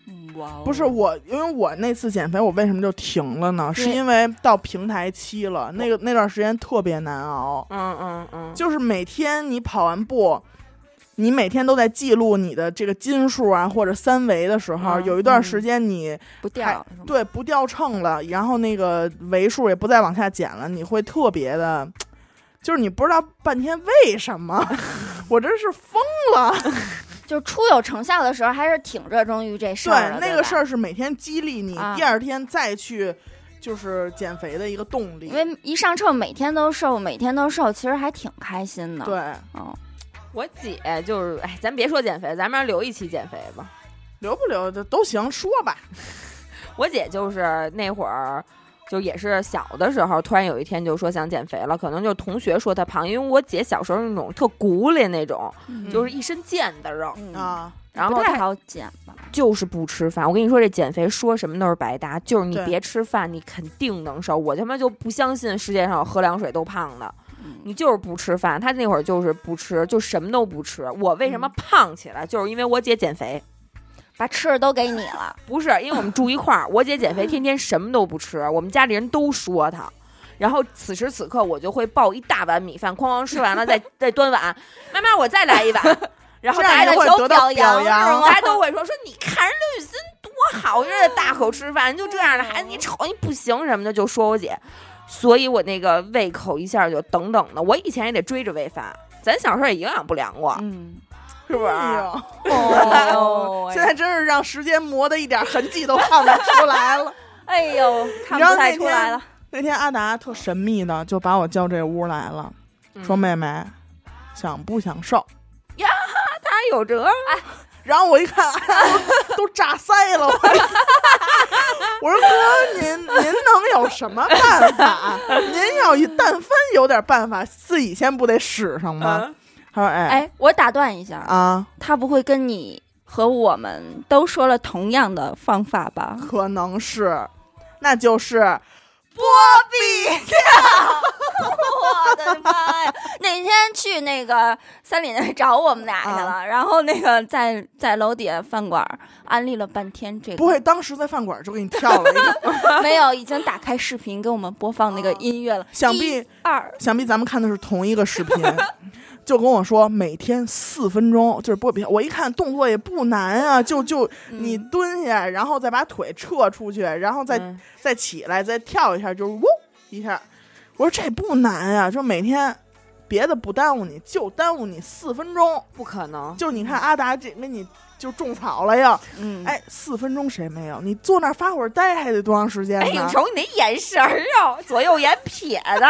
S3: 哇、哦，
S1: 不是我，因为我那次减肥，我为什么就停了呢？是因为到平台期了，那个那段时间特别难熬。
S2: 嗯嗯嗯，
S1: 就是每天你跑完步，你每天都在记录你的这个斤数啊或者三围的时候，
S2: 嗯、
S1: 有一段时间你
S3: 不掉，
S1: 对，不掉秤了，然后那个围数也不再往下减了，你会特别的，就是你不知道半天为什么，我真是疯了。
S3: 就初有成效的时候，还是挺热衷于这事儿的。
S1: 对，那个事儿是每天激励你，
S3: 啊、
S1: 第二天再去就是减肥的一个动力。
S3: 因为一上秤，每天都瘦，每天都瘦，其实还挺开心的。
S1: 对，
S3: 嗯，
S2: 我姐就是，哎，咱别说减肥，咱们留一期减肥吧，
S1: 留不留的都行，说吧。
S2: 我姐就是那会儿。就也是小的时候，突然有一天就说想减肥了，可能就同学说她胖，因为我姐小时候那种特骨力那种，嗯、就是一身腱子肉、
S1: 嗯、啊，
S2: 然后
S3: 不太好减吧，
S2: 就是不吃饭。我跟你说，这减肥说什么都是白搭，就是你别吃饭，你肯定能瘦。我他妈就不相信世界上有喝凉水都胖的，嗯、你就是不吃饭。她那会儿就是不吃，就什么都不吃。我为什么胖起来，嗯、就是因为我姐减肥。
S3: 把吃的都给你了，
S2: 不是因为我们住一块儿，我姐减肥天天什么都不吃，我们家里人都说她。然后此时此刻我就会抱一大碗米饭，哐哐吃完了再再端碗，妈妈我再来一碗，然后大家
S1: 会得到表扬，
S2: 大家都会说说你看人刘雨欣多好，人家大口吃饭，就这样的孩子你瞅你不行什么的，就说我姐，所以我那个胃口一下就等等的。我以前也得追着喂饭，咱小时候也营养不良过，
S3: 嗯。
S2: 是不是？
S1: 哎呦，现在真是让时间磨的一点痕迹都看不出来了。
S3: 哎呦，看不太出来了。
S1: 那天阿达特神秘的就把我叫这屋来了，嗯、说妹妹想不想瘦
S2: 呀？他有辙。哎，
S1: 然后我一看，哎、都, 都炸腮了。我说哥，您您能有什么办法？您要一但凡有点办法，自己先不得使上吗？嗯他说：“哎
S3: 哎，我打断一下
S1: 啊，
S3: 他不会跟你和我们都说了同样的方法吧？
S1: 可能是，那就是剥鼻涕。
S3: 我的妈呀！那天去那个三里那找我们俩去了，啊、然后那个在在楼底下饭馆安利了半天这个。
S1: 不会，当时在饭馆就给你跳了一个，
S3: 没有，已经打开视频给我们播放那个音乐了。啊、
S1: 想必
S3: 二，
S1: 想必咱们看的是同一个视频。”就跟我说每天四分钟就是剥鼻涕，我一看动作也不难啊，就就你蹲下，然后再把腿撤出去，然后再、嗯、再起来，再跳一下，就是呜一下。我说这不难啊，就每天别的不耽误你，就耽误你四分钟，
S2: 不可能。
S1: 就你看阿达这给你就种草了呀，
S3: 嗯，
S1: 哎，四分钟谁没有？你坐那儿发会儿呆还得多长时间呢？
S2: 哎，你瞅你那眼神儿啊，左右眼撇的。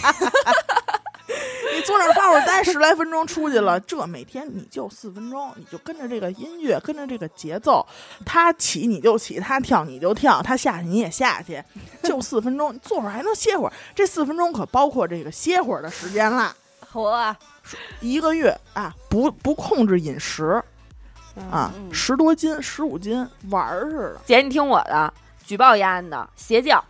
S1: 你坐那儿发会儿呆十来分钟出去了，这每天你就四分钟，你就跟着这个音乐，跟着这个节奏，他起你就起，他跳你就跳，他下去你也下去，就四分钟，坐会儿还能歇会儿。这四分钟可包括这个歇会儿的时间啦。
S3: 我
S1: 一个月啊，不不控制饮食啊，
S3: 嗯、
S1: 十多斤、十五斤，玩儿似的。
S2: 姐，你听我的，举报一案的邪教，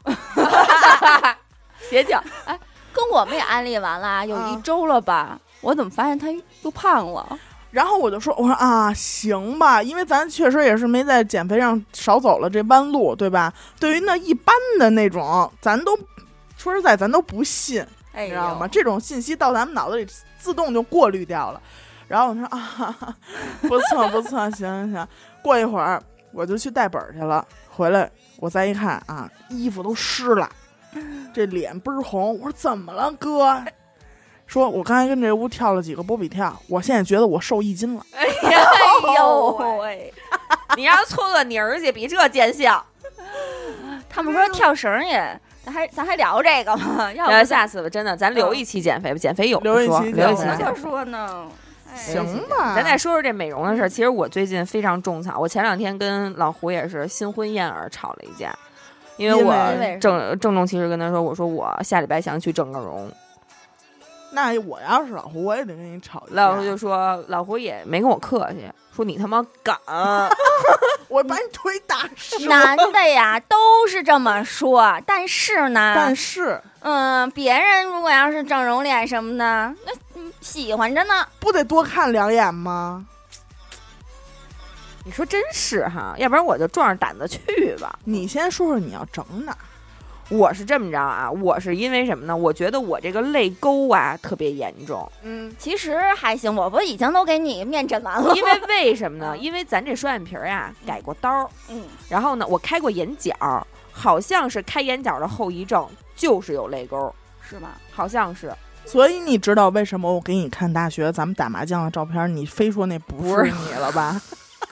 S2: 邪教，
S3: 哎。跟我们也安利完了，有一周了吧、啊、我怎么发现他又胖了？
S1: 然后我就说我说啊行吧，因为咱确实也是没在减肥上少走了这弯路，对吧？对于那一般的那种咱都说实在咱都不信、哎、你知道吗？这种信息到咱们脑子里自动就过滤掉了。然后我说啊不错不错行行行，过一会儿我就去带本去了，回来我再一看啊衣服都湿了，这脸倍儿红，我说怎么了哥？说我刚才跟这屋跳了几个波比跳，我现在觉得我瘦一斤了。
S2: 哎呦喂！你让搓个泥儿去，比这见效。
S3: 他们说跳绳也，咱还咱还聊这个吗？要
S2: 不下次吧，真的，咱留一期减肥吧，减肥有
S1: 留一期，
S2: 留一期
S3: 就说呢。
S1: 行吧，
S2: 咱再说说这美容的事儿。其实我最近非常种草，我前两天跟老胡也是新婚燕尔吵了一架。因为我郑郑重其事跟他说，我说我下礼拜想去整个容。
S1: 那我要是老胡，我也得跟你吵一架。
S2: 老胡就说，老胡也没跟我客气，说你他妈敢，
S1: 我把你腿打折。
S3: 男的呀都是这么说，但是呢，
S1: 但是
S3: 嗯，别人如果要是整容脸什么的，那喜欢着呢，
S1: 不得多看两眼吗？
S2: 你说真是哈，要不然我就壮着胆子去吧。
S1: 你先说说你要整哪？
S2: 我是这么着啊，我是因为什么呢？我觉得我这个泪沟啊特别严重。
S3: 嗯，其实还行，我不已经都给你面诊完了。
S2: 因为为什么呢？因为咱这双眼皮儿呀改过刀，
S3: 嗯，
S2: 然后呢，我开过眼角，好像是开眼角的后遗症就是有泪沟，
S3: 是吗？
S2: 好像是。
S1: 所以你知道为什么我给你看大学咱们打麻将的照片，你非说那不是你了吧？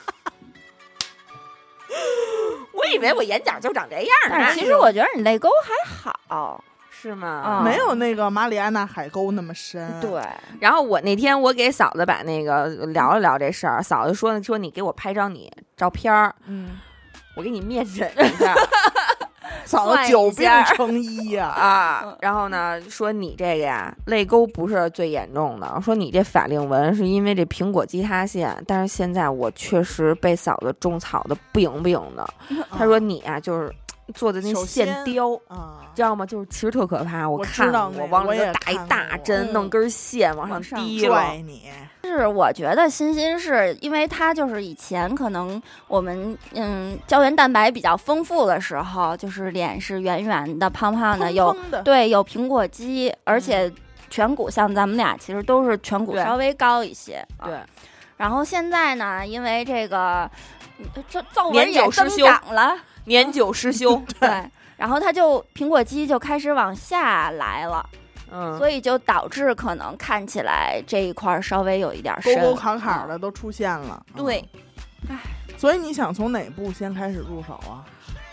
S2: 我以为我眼角就长这样，
S3: 但是其实我觉得你泪沟还好，
S2: 是吗？
S1: 没有那个马里亚纳海沟那么深。
S3: 对。
S2: 然后我那天我给嫂子把那个聊了聊这事儿，嫂子说说你给我拍张你照片儿，嗯，我给你面诊一下。
S1: 嫂子久病成医呀
S2: 啊！然后呢，说你这个呀，泪沟不是最严重的，说你这法令纹是因为这苹果肌塌陷，但是现在我确实被嫂子种草的不影不影的。他说你啊，就是做的那线雕啊，知道吗？就是其实特可怕。我看我往里头打一大针，弄根线往上滴
S1: 拽你。
S3: 是我觉得欣欣是因为她就是以前可能我们嗯胶原蛋白比较丰富的时候，就是脸是圆圆的、胖胖的，有对有苹果肌，而且颧骨像咱们俩其实都是颧骨稍微高一些。
S2: 对。
S3: 啊、然后现在呢，因为这个这皱纹也增长了，
S2: 年久失修，
S3: 对，然后它就苹果肌就开始往下来了。嗯，所以就导致可能看起来这一块稍微有一点深，
S1: 沟沟坎坎的都出现了。
S3: 对，
S1: 哎、嗯，所以你想从哪步先开始入手啊？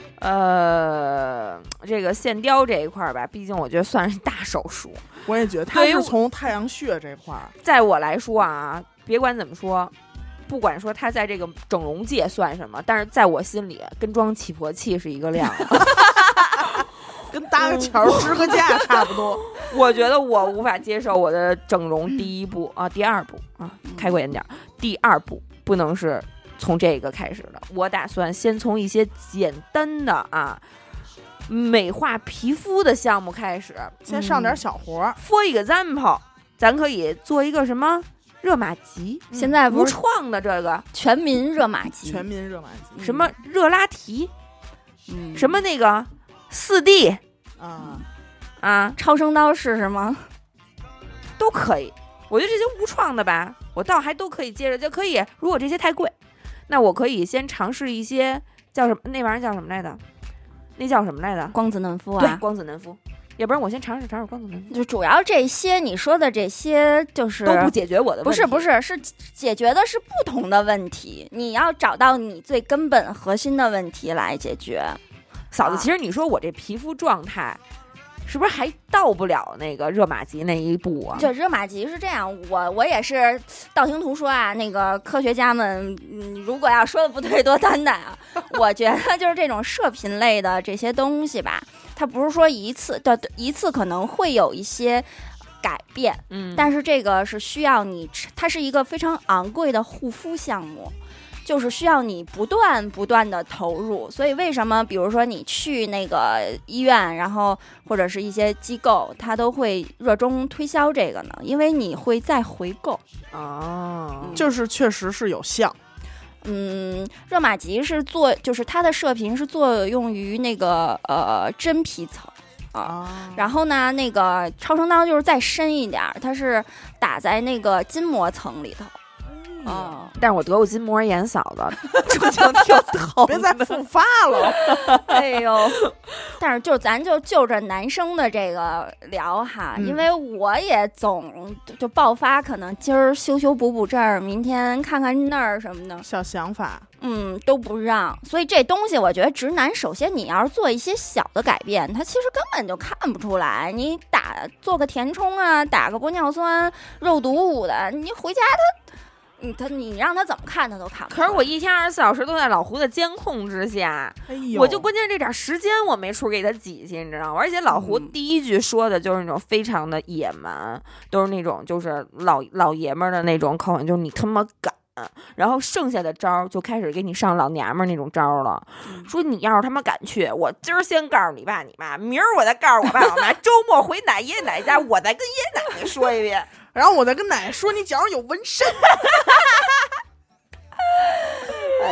S2: 呃，这个线雕这一块吧，毕竟我觉得算是大手术。
S1: 我也觉得它是从太阳穴这块，
S2: 在我来说啊，别管怎么说，不管说它在这个整容界算什么，但是在我心里，跟装起搏器是一个量。
S1: 跟搭个桥支个架差不多。
S2: 我觉得我无法接受我的整容第一步啊，第二步啊，开过眼角，第二步不能是从这个开始的。我打算先从一些简单的啊美化皮肤的项目开始，
S1: 先上点小活。
S2: 嗯、For example， 咱可以做一个什么热玛吉，
S3: 嗯、现在
S2: 无创的这个
S3: 全民热玛吉，
S1: 全民热玛吉，
S2: 什么热拉提，
S3: 嗯，
S2: 什么那个四 D
S1: 啊。
S2: 啊，
S3: 超声刀试试吗？
S2: 都可以，我觉得这些无创的吧，我倒还都可以接着就可以。如果这些太贵，那我可以先尝试一些叫什么那玩意儿叫什么来着？那叫什么来着？
S3: 光子嫩肤啊，
S2: 对，光子嫩肤。要不然我先尝试尝试光子嫩肤。
S3: 就主要这些你说的这些就是
S2: 都不解决我的问题，
S3: 不是不是是解决的是不同的问题，你要找到你最根本核心的问题来解决。
S2: 嫂子，其实你说我这皮肤状态。是不是还到不了那个热玛吉那一步啊？
S3: 就热玛吉是这样，我我也是道听途说啊。那个科学家们，嗯，如果要说的不对，多担待啊。我觉得就是这种射频类的这些东西吧，它不是说一次的一次可能会有一些改变，嗯，但是这个是需要你，它是一个非常昂贵的护肤项目。就是需要你不断不断的投入，所以为什么比如说你去那个医院，然后或者是一些机构，它都会热衷推销这个呢？因为你会再回购
S2: 哦、
S1: 嗯，就是确实是有效。
S3: 嗯，热玛吉是做，就是它的射频是作用于那个呃真皮层啊，然后呢，那个超声刀就是再深一点，它是打在那个筋膜层里头。
S2: 哦，但是我得过筋膜炎，嫂子，这就挺疼，
S1: 别再复发了。
S3: 哎呦，但是就咱就就着男生的这个聊哈，嗯、因为我也总就爆发，可能今儿修修补补这儿，明天看看那儿什么的
S1: 小想法，
S3: 嗯，都不让。所以这东西，我觉得直男首先你要是做一些小的改变，他其实根本就看不出来。你打做个填充啊，打个玻尿酸、肉毒物的，你回家他。你他你让他怎么看他都看不出来。
S2: 可是我一天二十四小时都在老胡的监控之下，
S1: 哎呦，
S2: 我就关键这点时间我没处给他挤去，你知道吗？而且老胡第一句说的就是那种非常的野蛮，嗯、都是那种就是老老爷们儿的那种口吻，就是你他妈敢。然后剩下的招就开始给你上老娘们儿那种招了，嗯、说你要是他妈敢去，我今儿先告诉你爸你妈，明儿我再告诉我爸我妈，周末回奶爷奶家，我再跟爷爷奶奶说一遍，
S1: 然后我再跟奶奶说你脚上有纹身。
S3: 哎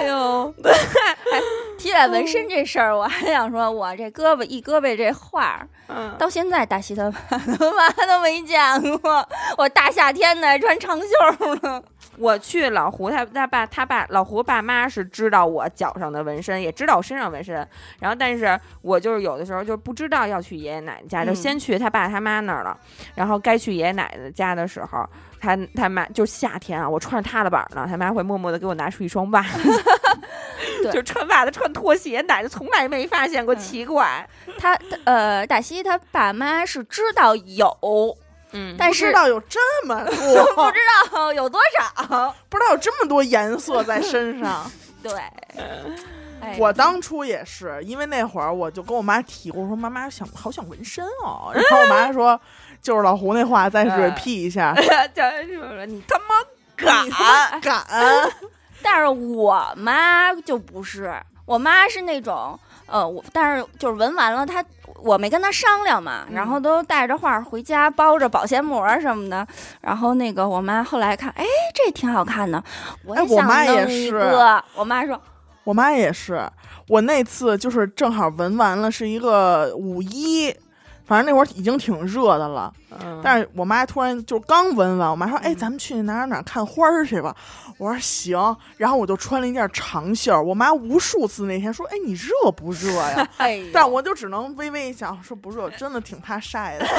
S2: 呦，
S3: 提起来纹身这事儿，我还想说，我这胳膊一胳膊这画，嗯，到现在大西他爸他妈都没见过。我大夏天的穿长袖呢。
S2: 我去老胡他他爸他爸老胡爸妈是知道我脚上的纹身，也知道我身上纹身，然后但是我就是有的时候就不知道要去爷爷奶奶家，就先去他爸他妈那儿了，然后该去爷爷奶奶家的时候，他他妈就夏天啊，我穿着他的板呢，他妈会默默的给我拿出一双袜子，就穿袜子穿拖鞋，奶奶从来没发现过奇怪。
S3: 嗯、他呃大西他爸妈是知道有。嗯，但是
S1: 不知道有这么多，
S3: 不知道有多少，
S1: 不知道有这么多颜色在身上。
S3: 对，哎、
S1: 我当初也是，因为那会儿我就跟我妈提过，我说妈妈想好想纹身哦，然后我妈说就是老胡那话再 repeat 一下，
S2: 就是你他妈敢
S1: 敢，
S3: 但是我妈就不是，我妈是那种呃，我但是就是纹完了她。我没跟他商量嘛，然后都带着画回家，包着保鲜膜什么的。然后那个我妈后来看，哎，这挺好看的，我也想弄一个。
S1: 哎、
S3: 我妈说，
S1: 我妈也是。我那次就是正好纹完了，是一个五一，反正那会儿已经挺热的了。嗯、但是我妈突然就刚纹完，我妈说：“哎，咱们去哪哪哪看花儿去吧。”我说行，然后我就穿了一件长袖。我妈无数次那天说：“哎，你热不热呀？”
S3: 哎，
S1: 但我就只能微微一想，说不热，真的挺怕晒的。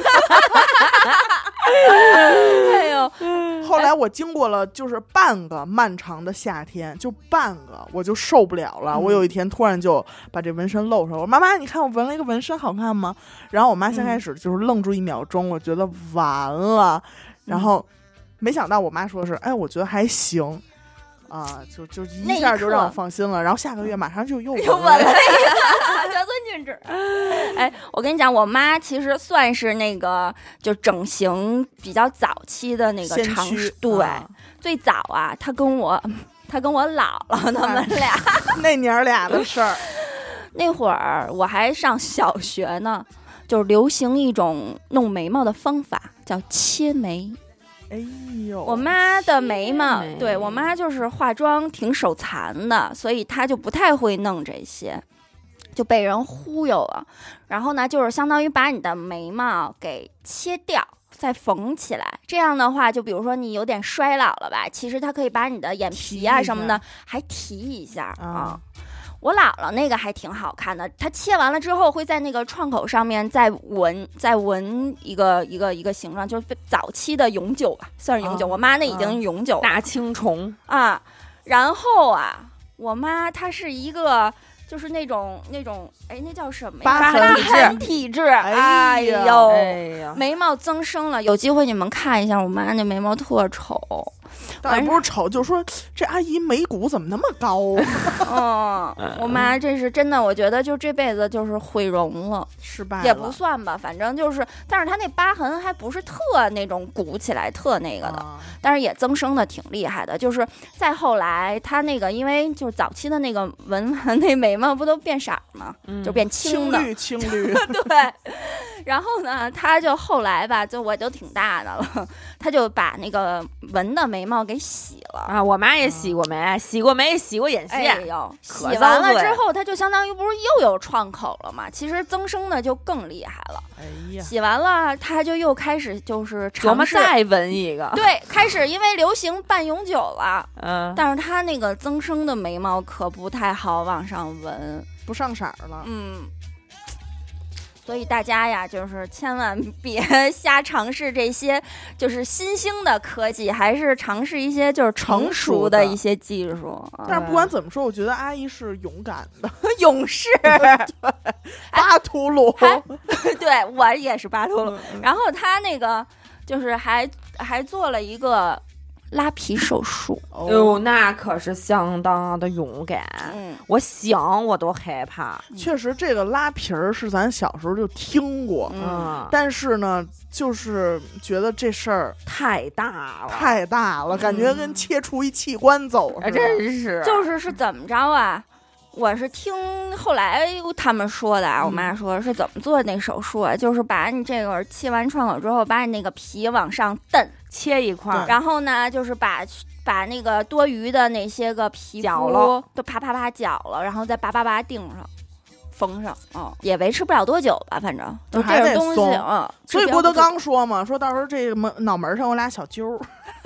S3: 哎呦，
S1: 后来我经过了就是半个漫长的夏天，就半个，我就受不了了。嗯、我有一天突然就把这纹身露出来，我说：“妈妈，你看我纹了一个纹身，好看吗？”然后我妈先开始就是愣住一秒钟，我觉得完了，然后。没想到我妈说是，哎，我觉得还行，啊，就就一下就让我放心了。然后下个月马上就又
S3: 又纹了一个娇孙俊志。哎，我跟你讲，我妈其实算是那个就整形比较早期的那个尝试，对，啊、最早啊，她跟我她跟我姥姥他们俩
S1: 那娘俩的事儿。
S3: 那会儿我还上小学呢，就是流行一种弄眉毛的方法，叫切眉。
S1: 哎呦，
S3: 我妈的眉毛，对我妈就是化妆挺手残的，所以她就不太会弄这些，就被人忽悠了。然后呢，就是相当于把你的眉毛给切掉，再缝起来。这样的话，就比如说你有点衰老了吧，其实它可以把你的眼皮啊什么的还提一下啊。我姥姥那个还挺好看的，她切完了之后会在那个创口上面再纹再纹一个一个一个形状，就是早期的永久吧，算是永久。哦、我妈那已经永久了，
S2: 大青虫
S3: 啊。然后啊，我妈她是一个就是那种那种哎，那叫什么呀？
S1: 疤
S3: 痕体质。哎呦，
S2: 哎呦，
S3: 眉毛增生了。有机会你们看一下，我妈那眉毛特丑。
S1: 但不是丑，就说这阿姨眉骨怎么那么高？
S3: 嗯，我妈这是真的，我觉得就这辈子就是毁容了，
S1: 失败了
S3: 也不算吧，反正就是，但是她那疤痕还不是特那种鼓起来特那个的，啊、但是也增生的挺厉害的。就是再后来，她那个因为就是早期的那个纹完那眉毛不都变色吗？嗯、就变青的，
S1: 青绿青绿。
S3: 对。然后呢，她就后来吧，就我就挺大的了，她就把那个纹的眉毛给洗了
S2: 啊。我妈也洗过眉，嗯、洗过眉，洗过眼线。
S3: 哎呦，洗完了之后，它就相当于不是又有创口了嘛？其实增生的就更厉害了。
S1: 哎呀，
S3: 洗完了，她就又开始就是尝试
S2: 再纹一个。
S3: 对，开始因为流行半永久了，嗯，但是她那个增生的眉毛可不太好往上纹，
S1: 不上色了。
S3: 嗯。所以大家呀，就是千万别瞎尝试这些就是新兴的科技，还是尝试一些就是成熟的一些技术。
S1: 但是不管怎么说，我觉得阿姨是勇敢的
S3: 勇士，
S1: 巴图鲁。
S3: 对，我也是巴图鲁。然后他那个就是还还做了一个拉皮手术。
S2: 哦，那可是相当的勇敢。嗯，我想我都害怕。
S1: 确实，这个拉皮儿是咱小时候就听过，嗯，但是呢，就是觉得这事儿
S2: 太大了，
S1: 太大了，感觉跟切除一器官走似的。
S2: 真是，
S3: 就是是怎么着啊？ 我是听后来他们说的啊，我妈说是怎么做那手术啊，就是把你这个切完创口之后，把你那个皮往上蹬，
S2: 切一块，
S3: 然后呢，就是把把那个多余的那些个皮肤都啪啪啪绞了，然后再叭叭叭钉上。缝上，嗯，也维持不了多久吧，反正都这种东西，嗯。
S1: 所以郭德纲说嘛，说到时候这个门脑门上有俩小揪。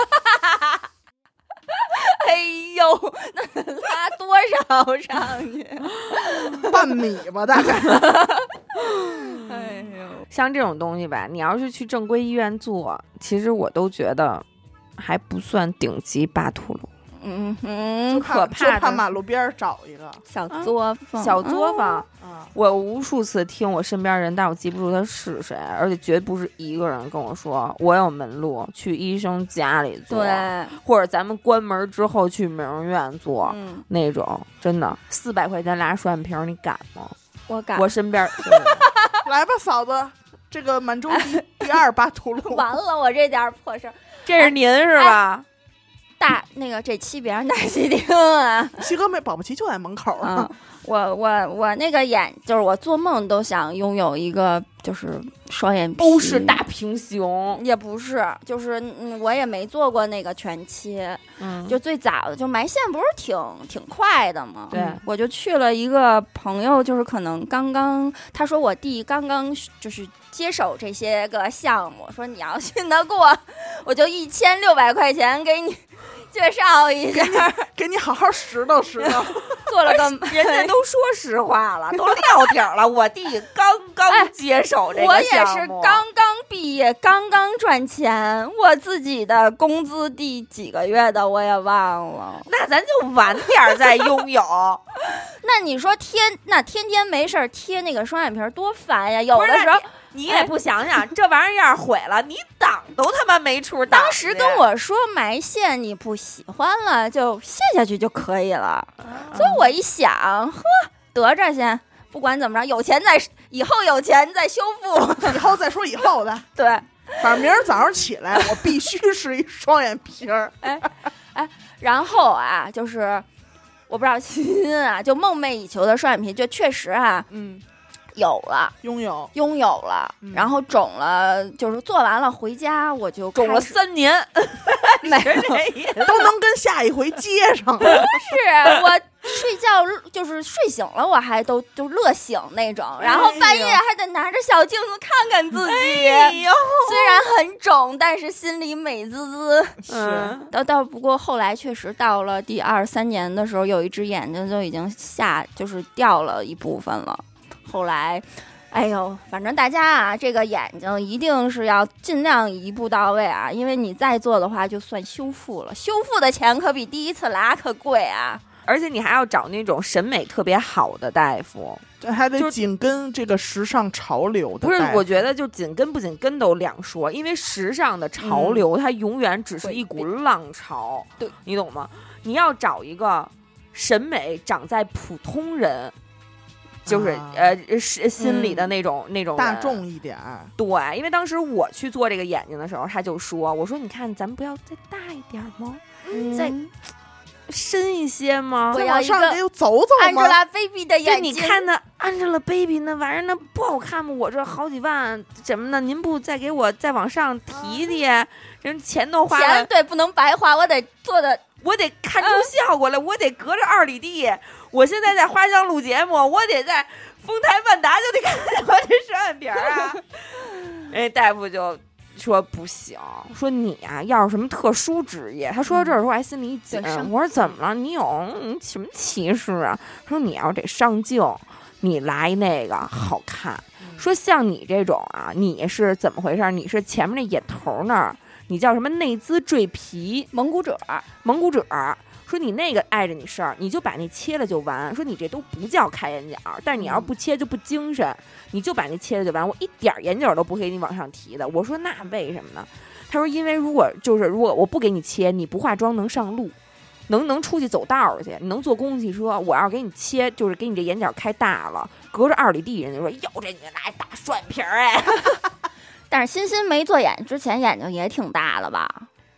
S3: 哎呦，那拉多少上去？
S1: 半米吧，大概。
S3: 哎呦，
S2: 像这种东西吧，你要是去正规医院做，其实我都觉得还不算顶级巴图鲁。
S3: 嗯嗯，
S2: 可怕，
S1: 就怕马路边找一个
S3: 小作坊，
S2: 啊、小作坊。
S1: 啊，
S2: 我无数次听我身边人，但我记不住他是谁，而且绝不是一个人跟我说我有门路去医生家里做，
S3: 对，
S2: 或者咱们关门之后去美容院做，
S3: 嗯、
S2: 那种真的四百块钱俩双眼皮，你敢吗？
S3: 我敢。
S2: 我身边
S1: 来吧，嫂子，这个满洲第第二巴图鲁。
S3: 完了，我这点破事儿，
S2: 这是您是吧？
S3: 哎大那个这期别让大西听啊！
S1: 西哥没保不齐就在门口
S3: 啊！我我我那个眼就是我做梦都想拥有一个就是双眼皮，
S2: 欧式大平行
S3: 也不是，就是嗯我也没做过那个全切，
S2: 嗯，
S3: 就最早的就埋线不是挺挺快的吗？
S2: 对，
S3: 我就去了一个朋友，就是可能刚刚他说我弟刚刚就是接手这些个项目，说你要信得过，我就一千六百块钱给你。介绍一下，
S1: 给你好好拾掇拾掇。
S3: 做了个，
S2: 人家都说实话了，都撂底了。我弟刚刚接手这个项目、
S3: 哎，我也是刚刚毕业，刚刚赚钱，我自己的工资第几个月的我也忘了。
S2: 那咱就晚点再拥有。
S3: 那你说天，那天天没事贴那个双眼皮多烦呀！有的时候。
S2: 你也不想想，哎、这玩意儿要是毁了，你挡都他妈没处挡。
S3: 当时跟我说埋线你不喜欢了，就卸下去就可以了。啊、所以我一想，呵，得着先，不管怎么着，有钱再以后有钱再修复，
S1: 以后再说以后的。
S3: 对，
S1: 反正明儿早上起来，我必须是一双眼皮儿。
S3: 哎哎，然后啊，就是我不知道欣啊，就梦寐以求的双眼皮，就确实啊，
S1: 嗯。
S3: 有了，
S1: 拥有
S3: 拥有了、嗯，然后肿了，就是做完了回家我就
S2: 肿了三年，
S3: 没
S1: 都能跟下一回接上。
S3: 不是我睡觉就是睡醒了，我还都就乐醒那种，然后半夜还得拿着小镜子看看自己。
S2: 哎呦，
S3: 虽然很肿，但是心里美滋滋。
S1: 是，
S3: 到到不过后来确实到了第二三年的时候，有一只眼睛就已经下就是掉了一部分了。后来，哎呦，反正大家啊，这个眼睛一定是要尽量一步到位啊，因为你再做的话，就算修复了，修复的钱可比第一次拉可贵啊。
S2: 而且你还要找那种审美特别好的大夫，
S1: 这还得紧跟这个时尚潮流的。
S2: 不是，我觉得就紧跟不紧跟都两说，因为时尚的潮流、嗯、它永远只是一股浪潮，
S3: 对，
S2: 你懂吗？你要找一个审美长在普通人。就是、啊、呃，是心里的那种、嗯、那种
S1: 大众一点儿。
S2: 对，因为当时我去做这个眼睛的时候，他就说：“我说你看，咱们不要再大一点吗？嗯、再深一些吗？
S1: 再往上得又走走吗
S3: ？”Angelababy 的眼睛，
S2: 你看那 Angelababy 那玩意儿，那不好看吗？我这好几万什么的，您不再给我再往上提提？啊、人钱都花了，
S3: 钱对不能白花，我得做的。
S2: 我得看出效果来，我得隔着二里地。我现在在花乡录节目，我得在丰台万达就得看见我这双眼皮啊。哎，大夫就说不行，说你啊，要是什么特殊职业。他说到这儿的时候，我还心里一紧、嗯。我说怎么了？你有你什么歧视啊？说你要得上镜，你来那个好看。说像你这种啊，你是怎么回事？你是前面那眼头那儿。你叫什么内眦赘皮
S3: 蒙古褶，
S2: 蒙古褶，说你那个碍着你事儿，你就把那切了就完。说你这都不叫开眼角，但是你要不切就不精神，嗯、你就把那切了就完。我一点眼角都不给你往上提的。我说那为什么呢？他说因为如果就是如果我不给你切，你不化妆能上路，能能出去走道去，你能坐公共汽车。我要给你切，就是给你这眼角开大了，隔着二里地，人家说哟这女来大双眼皮儿哎。
S3: 但是欣欣没做眼之前眼睛也挺大的吧？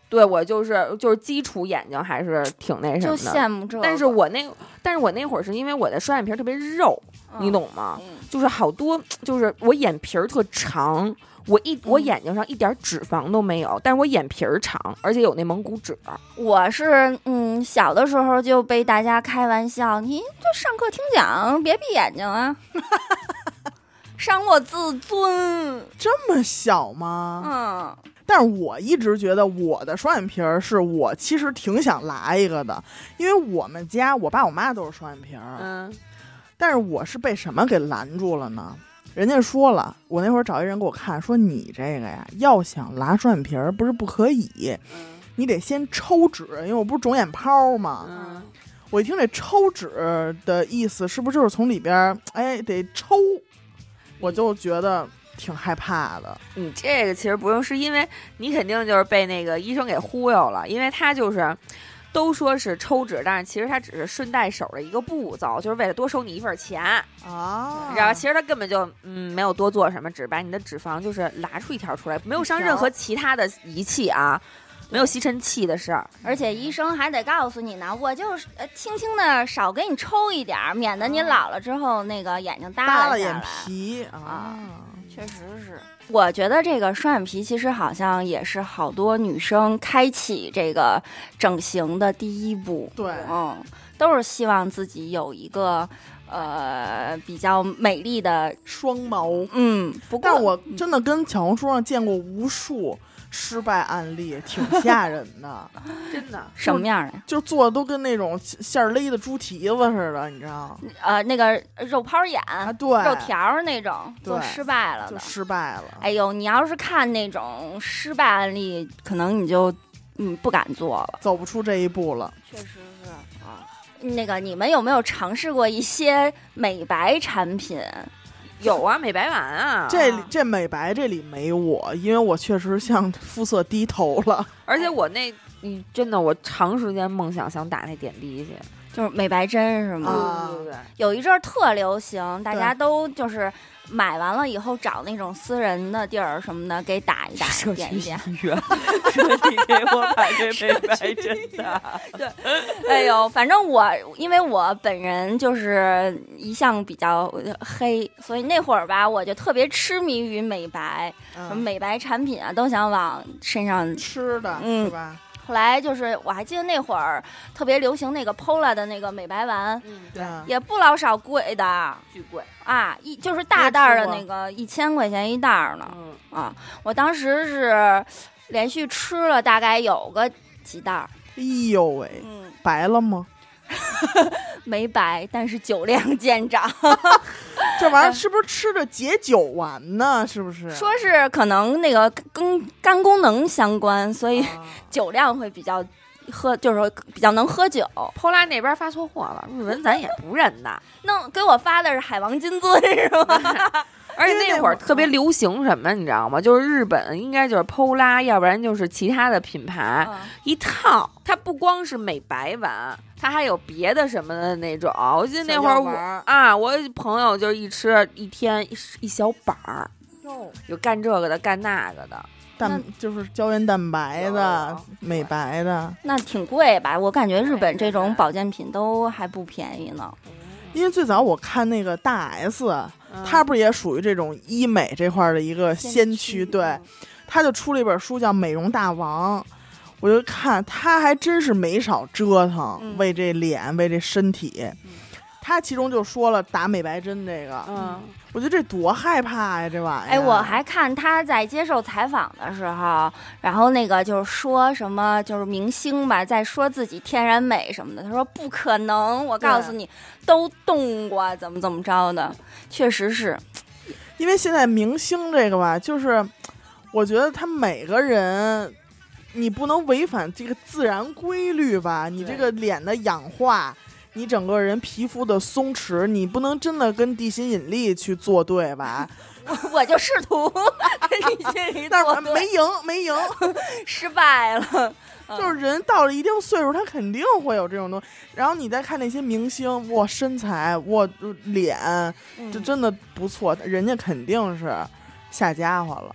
S2: 对我就是就是基础眼睛还是挺那什么的，
S3: 就羡慕这个。
S2: 但是我那但是我那会儿是因为我的双眼皮特别肉，嗯、你懂吗？
S3: 嗯、
S2: 就是好多就是我眼皮儿特长。我一我眼睛上一点脂肪都没有，但是我眼皮儿长，而且有那蒙古褶。
S3: 我是嗯，小的时候就被大家开玩笑，你就上课听讲别闭眼睛啊，伤我自尊。
S1: 这么小吗？
S3: 嗯。
S1: 但是我一直觉得我的双眼皮儿是我其实挺想拉一个的，因为我们家我爸我妈都是双眼皮儿。
S2: 嗯。
S1: 但是我是被什么给拦住了呢？人家说了，我那会儿找一人给我看，说你这个呀，要想拉双眼皮儿不是不可以，
S2: 嗯、
S1: 你得先抽脂，因为我不是肿眼泡嘛。
S2: 嗯、
S1: 我一听这抽脂的意思，是不是就是从里边哎得抽？我就觉得挺害怕的。
S2: 你这个其实不用，是因为你肯定就是被那个医生给忽悠了，因为他就是。都说是抽脂，但是其实它只是顺带手的一个步骤，就是为了多收你一份钱
S1: 啊。
S2: 然后其实它根本就嗯没有多做什么，只是把你的脂肪就是拉出一条出来，没有上任何其他的仪器啊，没有吸尘器的事儿。
S3: 而且医生还得告诉你呢，我就是呃轻轻的少给你抽一点，免得你老了之后那个眼睛耷
S1: 拉
S3: 了下来。
S1: 眼皮啊，
S3: 啊确实是。我觉得这个双眼皮其实好像也是好多女生开启这个整形的第一步。
S1: 对，
S3: 嗯，都是希望自己有一个呃比较美丽的
S1: 双眸。
S3: 嗯，不过
S1: 但我真的跟小红书上见过无数失败案例，挺吓人的。
S2: 真的。
S3: 什么样的？
S1: 就做的都跟那种馅儿勒的猪蹄子似的，你知道？
S3: 呃，那个肉泡眼
S1: 啊，对，
S3: 肉条那种做失败了的，
S1: 就失败了。
S3: 哎呦，你要是看那种失败案例，可能你就嗯不敢做了，
S1: 走不出这一步了。
S3: 确实是啊。那个，你们有没有尝试过一些美白产品？
S2: 有啊，美白丸啊，
S1: 这这美白这里没我，因为我确实向肤色低头了。
S2: 而且我那，你真的，我长时间梦想想打那点滴去，
S3: 就是美白针是吗？
S1: 啊、
S2: 对对对。
S3: 有一阵儿特流行，大家都就是买完了以后找那种私人的地儿什么的给打一打，点一点。
S2: 医院说你给我买这美白针的。
S3: 对，哎呦，反正我因为我本人就是一向比较黑，所以那会儿吧，我就特别痴迷于美白，
S1: 嗯、
S3: 美白产品啊都想往身上
S1: 吃的，
S3: 嗯，
S1: 是吧？
S3: 后来就是我还记得那会儿特别流行那个 Pola 的那个美白丸，
S2: 嗯，对，
S3: 也不老少贵的，
S2: 巨贵
S3: 啊，一就是大袋的那个一千块钱一袋呢，
S2: 嗯
S3: 啊，我当时是连续吃了大概有个几袋。
S1: 哎呦喂，
S3: 嗯，
S1: 白了吗？
S3: 没白，但是酒量见长。
S1: 这玩意儿是不是吃的解酒丸呢？是不是？
S3: 说是可能那个跟肝功能相关，所以酒量会比较喝，就是说比较能喝酒。
S2: POLA那边发错货了，日文咱也不认的。
S3: 弄给我发的是海王金樽是吗？
S2: 而且那会儿特别流行什么，你知道吗？就是日本应该就是 POLA， 要不然就是其他的品牌、嗯、一套。它不光是美白丸，它还有别的什么的那种。我记得那会儿我啊，我朋友就一吃一天一一小板儿，有干这个的，干那个的。
S1: 蛋就是胶原蛋白的、美白的，
S3: 那挺贵吧？我感觉日本这种保健品都还不便宜呢。
S1: 因为最早我看那个大 S，、嗯、他不是也属于这种医美这块的一个先驱，对，他就出了一本书叫《美容大王》，我就看他还真是没少折腾，嗯、为这脸，为这身体。嗯、他其中就说了打美白针这个，
S2: 嗯，
S1: 我觉得这多害怕呀，这玩意儿。
S3: 哎，我还看他在接受采访的时候，然后那个就是说什么，就是明星吧，在说自己天然美什么的，他说不可能，我告诉你，都动过，怎么怎么着的，确实是。
S1: 因为现在明星这个吧，就是我觉得他每个人，你不能违反这个自然规律吧，你这个脸的氧化。你整个人皮肤的松弛，你不能真的跟地心引力去作对吧？
S3: 我就试图跟地心引力作对，
S1: 但是没赢，没赢，
S3: 失败了。
S1: 就是人到了一定岁数，他肯定会有这种东西。然后你再看那些明星，哇，身材，哇，脸，这真的不错，人家肯定是下家伙了。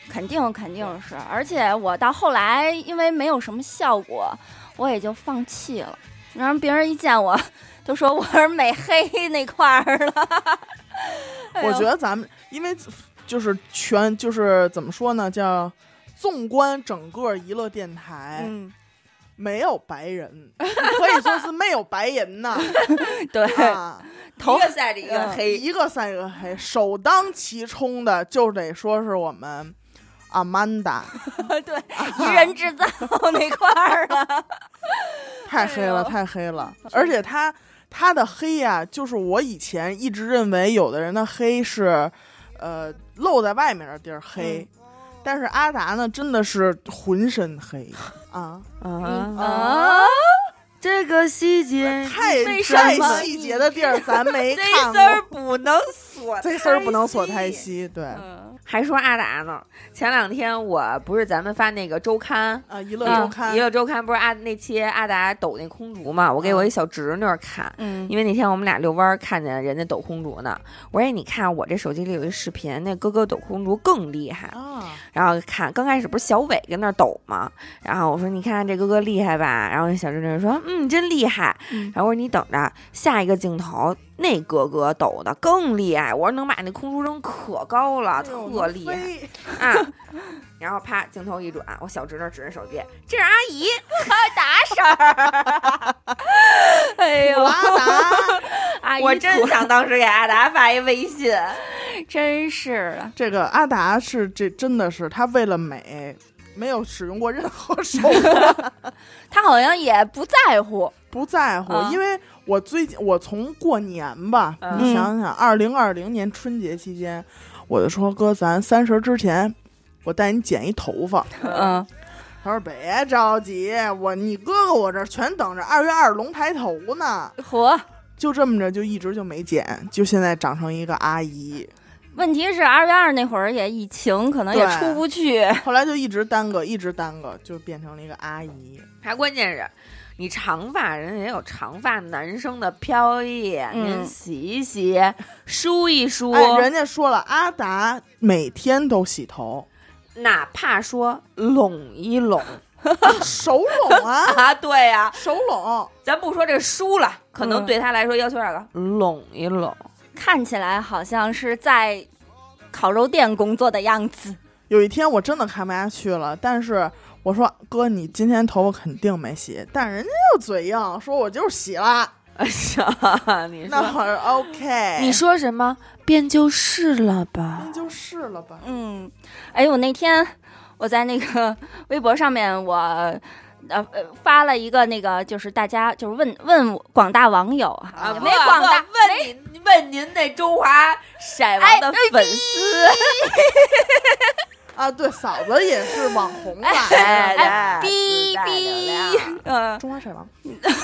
S3: 肯定肯定是，而且我到后来因为没有什么效果，我也就放弃了。然后别人一见我，就说我是美黑那块儿了。
S1: 我觉得咱们因为就是全就是怎么说呢，叫纵观整个娱乐电台。
S3: 嗯，
S1: 没有白人，可以说是没有白人呐。
S3: 对，
S1: 啊，
S2: 一个赛着一个黑，
S1: 一个赛一个黑，首当其冲的就得说是我们阿曼达。
S3: 对，一人制造那块儿了，
S1: 太黑了，太黑了，而且他他的黑呀、啊，就是我以前一直认为有的人的黑是，呃，露在外面的地儿黑。嗯，但是阿达呢，真的是浑身黑啊
S2: 啊
S3: 啊！
S2: 这个细节
S1: 太太细节的地儿咱没看过，
S2: 这丝儿不能锁，
S1: 这丝儿不能锁太细。对，
S2: 嗯，还说阿达呢。前两天我不是咱们发那个周刊
S1: 啊，娱乐周刊，
S2: 娱乐周刊不是阿那期阿达抖那空竹嘛？我给我一小侄女看，嗯，因为那天我们俩遛弯看见人家抖空竹呢，我说你看我这手机里有一视频，那哥哥抖空竹更厉害啊。然后看刚开始不是小伟跟那抖吗？然后我说你看这哥哥厉害吧？然后那小侄女说嗯真厉害。嗯，然后我说你等着下一个镜头。那哥哥抖的更厉害，我说能把那空竹扔可高了，哎、特厉害啊！然后啪，镜头一转，我小侄女指着手机，这是阿姨，
S3: 打婶儿。哎呦，
S1: 阿达，
S3: 阿姨，
S2: 我真想当时给阿达发一微信，
S3: 真是的。
S1: 这个阿达是这真的是他为了美，没有使用过任何手段，
S3: 他好像也不在乎，
S1: 不在乎，嗯、因为。我最近我从过年吧，
S2: 嗯、
S1: 你想想，二零二零年春节期间，我就说哥，咱三十之前，我带你剪一头发。
S3: 嗯，
S1: 他说别着急，我你哥哥我这全等着二月二龙抬头呢。
S3: 嚯，
S1: 就这么着，就一直就没剪，就现在长成一个阿姨。
S3: 问题是二月二那会儿也疫情，可能也出不去，
S1: 后来就一直耽搁，一直耽搁，就变成了一个阿姨。
S2: 还关键是。你长发人也有长发男生的飘逸，
S3: 嗯、
S2: 您洗一洗，梳一梳。
S1: 哎，人家说了，阿达每天都洗头，
S2: 哪怕说拢一拢，
S1: 手拢啊
S2: 啊，对呀、啊，
S1: 手拢。
S2: 咱不说这梳了，可能对他来说要求有点高，拢一拢，
S3: 看起来好像是在烤肉店工作的样子。
S1: 有一天我真的看不下去了，但是。我说哥，你今天头发肯定没洗，但人家又嘴硬，说我就是洗了。
S2: 哎呀，你说
S1: 那会儿 OK？
S2: 你说什么？便就是了吧，
S1: 便就是了吧。
S3: 嗯，哎，我那天我在那个微博上面我，我呃发了一个那个，就是大家就是问问广大网友哈，
S2: 啊、
S3: 没广大
S2: 问您问您那中华骰王的粉丝。哎
S1: 啊，对，嫂子也是网红吧？
S2: 哎，
S3: 哎哔哔，
S1: 嗯，中华骰王，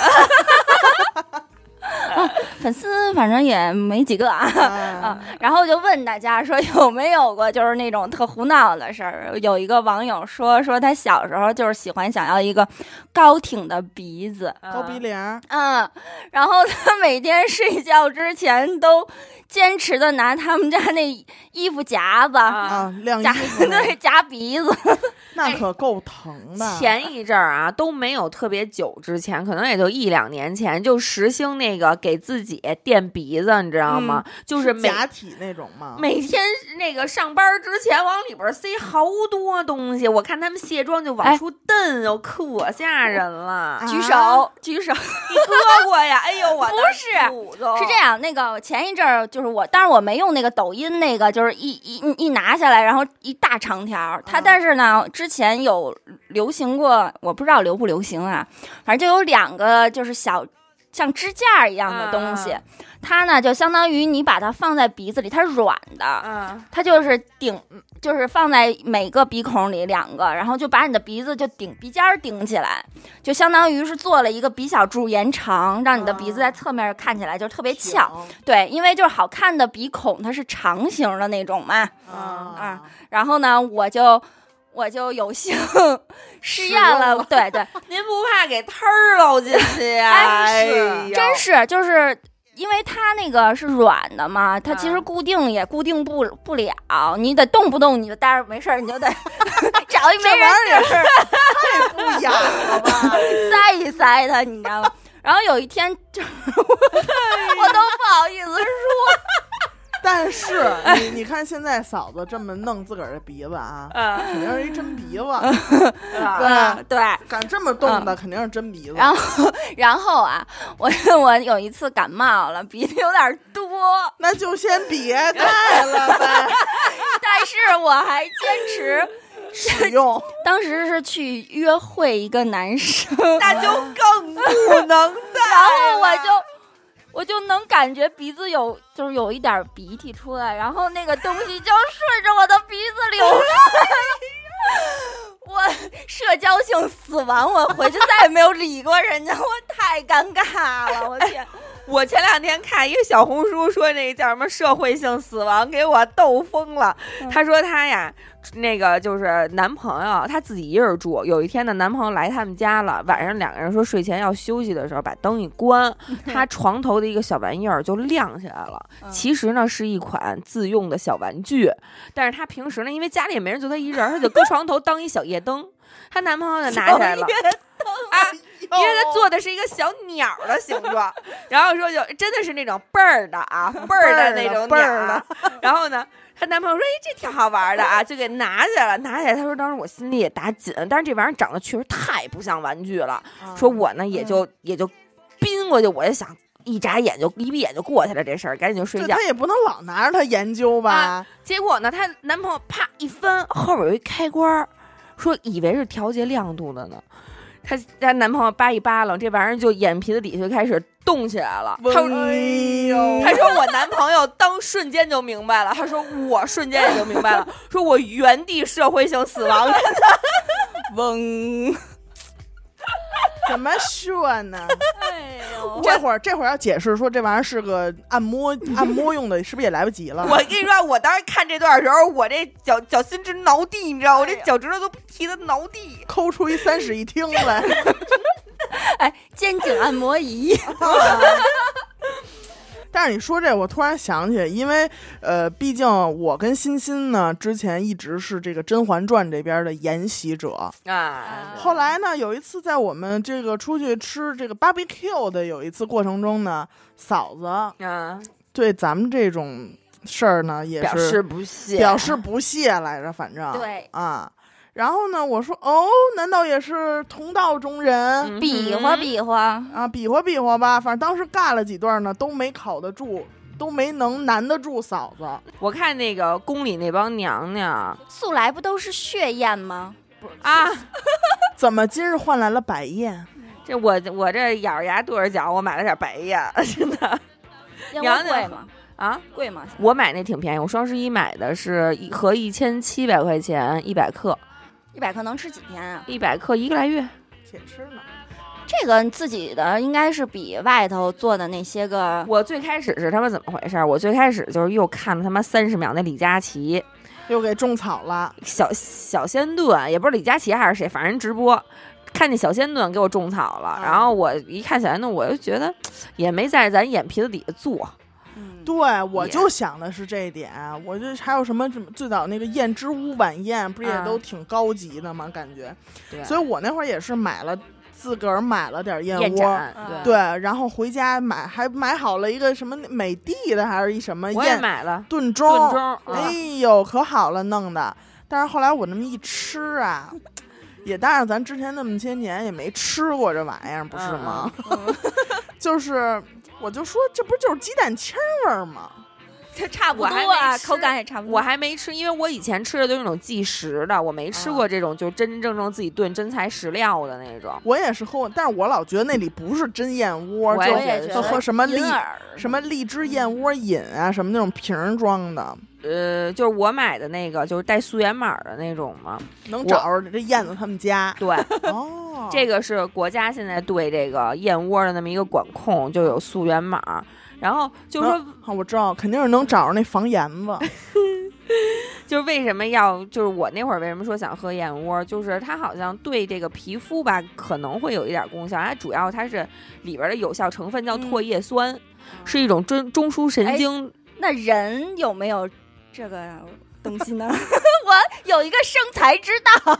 S3: 啊，粉丝反正也没几个啊。啊，然后就问大家说有没有过就是那种特胡闹的事儿？有一个网友说说他小时候就是喜欢想要一个高挺的鼻子，
S1: 高鼻梁，
S3: 嗯，然后他每天睡觉之前都。坚持的拿他们家那衣服夹子
S1: 啊，晾衣服
S3: 对夹鼻子，
S1: 那可够疼的。
S2: 前一阵儿啊都没有特别久之前，可能也就一两年前就实行那个给自己垫鼻子，你知道吗？
S1: 嗯、
S2: 就是每
S1: 假体那种吗？
S2: 每天那个上班之前往里边塞好多东西，我看他们卸妆就往出蹬，哟、哎，可吓人了！
S3: 举手，举手，
S2: 你喝过呀？哎呦，我
S3: 不是，是这样，那个前一阵儿。就是我，当然我没用那个抖音那个，就是一一一拿下来，然后一大长条。它但是呢，之前有流行过，我不知道流不流行啊，反正就有两个，就是小像支架一样的东西。它呢，就相当于你把它放在鼻子里，它是软的，它就是顶，就是放在每个鼻孔里两个，然后就把你的鼻子就顶鼻尖顶起来，就相当于是做了一个鼻小柱延长，让你的鼻子在侧面看起来就特别翘。对，因为就是好看的鼻孔它是长形的那种嘛，啊，然后呢，我就我就有幸试验了，对对，
S2: 您不怕给摊儿漏进去呀？
S3: 哎，是，真是就是。 因为它那个是软的嘛，它其实固定也固定不不了，你得动不动你就待着没事儿，你就得找一没人地儿，
S1: 太不雅了吧，
S3: 塞一塞它，你知道吗？然后有一天就我都不好意思说。
S1: 但是你你看现在嫂子这么弄自个儿的鼻子啊，
S2: 嗯
S1: 肯定是一真鼻子，
S3: 对对，
S1: 敢这么动的肯定是真鼻子。
S3: 然后然后啊，我我有一次感冒了，鼻涕有点多，
S1: 那就先别戴了呗。
S3: 但是我还坚持
S1: 使用。
S3: 当时是去约会一个男生，
S2: 那就更不能戴。
S3: 然后我就。我就能感觉鼻子有，就是有一点鼻涕出来，然后那个东西就顺着我的鼻子流出来。我社交性死亡，我回去再也没有理过人家，我太尴尬了，我天！
S2: 我前两天看一个小红书说那个叫什么社会性死亡，给我逗疯了。他说他呀，那个就是男朋友他自己一人住，有一天呢，男朋友来他们家了，晚上两个人说睡前要休息的时候，把灯一关，他床头的一个小玩意儿就亮起来了。其实呢是一款自用的小玩具，但是他平时呢，因为家里也没人，就他一人，他就搁床头当一小夜灯。她男朋友就拿起来了啊，因为他做的是一个小鸟的形状，然后说就真的是那种倍儿的啊，倍儿的那种鸟的。然后呢，她男朋友说：“哎，这挺好玩的啊！”就给拿起来了，拿起来。他说：“当时我心里也打紧，但是这玩意儿长得确实太不像玩具了。嗯”说我呢也就、嗯、也就斌过去，我就想一眨眼就一闭眼就过去了这事儿，赶紧就睡觉。
S1: 他也不能老拿着它研究吧、
S2: 啊？结果呢，她男朋友啪一翻，后边有一开关，说以为是调节亮度的呢。她她男朋友扒一扒拉，这玩意儿就眼皮子底下就开始动起来了。他说：“
S1: 哎呦，
S2: 他说我男朋友当瞬间就明白了。他说我瞬间也就明白了，说我原地社会性死亡。”
S3: 嗡，
S1: 怎么说呢？
S3: 哎呦，
S1: 这会儿这会儿要解释说这玩意儿是个按摩按摩用的，是不是也来不及了？
S2: 我跟你说，我当时看这段的时候，我这脚脚心直挠地，你知道，我这脚趾头都提的挠地，
S1: 抠出一三室一厅来。
S3: 哎，肩颈按摩仪。
S1: 但是你说这，我突然想起，因为呃，毕竟我跟欣欣呢，之前一直是这个《甄嬛传》这边的研习者
S2: 啊。
S1: 后来呢，有一次在我们这个出去吃这个 barbecue 的有一次过程中呢，嫂子
S2: 啊，
S1: 对咱们这种事儿呢，也是
S2: 表示不屑，
S1: 表示不屑来着，反正
S3: 对
S1: 啊。然后呢，我说哦，难道也是同道中人？
S3: 嗯、比划比划
S1: 啊，比划比划吧。反正当时干了几段呢，都没考得住，都没能难得住嫂子。
S2: 我看那个宫里那帮娘娘，
S3: 素来不都是血宴吗？
S2: 啊，
S1: 怎么今日换来了白宴？
S2: 这我我这咬着牙跺着脚，我买了点白宴，真的。
S3: 娘娘贵吗？
S2: 啊，
S3: 贵吗？
S2: 我买那挺便宜，我双十一买的是一盒一千七百块钱，一百克。
S3: 一百克能吃几天啊？
S2: 一百克一个来月，
S1: 且吃呢。
S3: 这个自己的应该是比外头做的那些个。
S2: 我最开始是他妈怎么回事？我最开始就是又看了他妈三十秒那李佳琦，
S1: 又给种草了。
S2: 小小仙炖也不知道李佳琦还是谁，反正直播看见小仙炖给我种草了。嗯、然后我一看小仙炖，我就觉得也没在咱眼皮子底下做。
S1: 对，我就想的是这一点。我就还有什么最早那个燕之屋晚宴，不是也都挺高级的吗？嗯、感觉，所以我那会儿也是买了，自个儿买了点燕窝，
S2: 对,
S1: 对，然后回家买，还买好了一个什么美的的，还是一什么燕，
S2: 我也买了
S1: 炖盅，
S2: 炖盅，
S1: 哎呦，可好了弄的。但是后来我那么一吃啊，也当然咱之前那么些年也没吃过这玩意儿，不是吗？嗯嗯、就是。我就说这不就是鸡蛋清味儿吗？
S3: 这差不多啊，口感也差不多。
S2: 我还没吃，因为我以前吃的都是那种即食的，我没吃过这种就真真正正自己炖真材实料的那种。
S1: 我也是喝，但是我老觉得那里不是真燕窝，
S3: 我也
S1: 就喝什么荔什么荔枝燕窝饮啊，什么那种瓶装的。
S2: 呃，就是我买的那个，就是带溯源码的那种嘛，
S1: 能找着这燕子他们家。
S2: 对，
S1: 哦，
S2: 这个是国家现在对这个燕窝的那么一个管控，就有溯源码。然后就说、
S1: 啊，我知道，肯定是能找着那防盐子。
S2: 就是为什么要就是我那会儿为什么说想喝燕窝，就是它好像对这个皮肤吧可能会有一点功效，它主要它是里边的有效成分叫唾液酸，嗯、是一种中中枢神经。
S3: 哎、那人有没有这个东西呢？我有一个生财之道，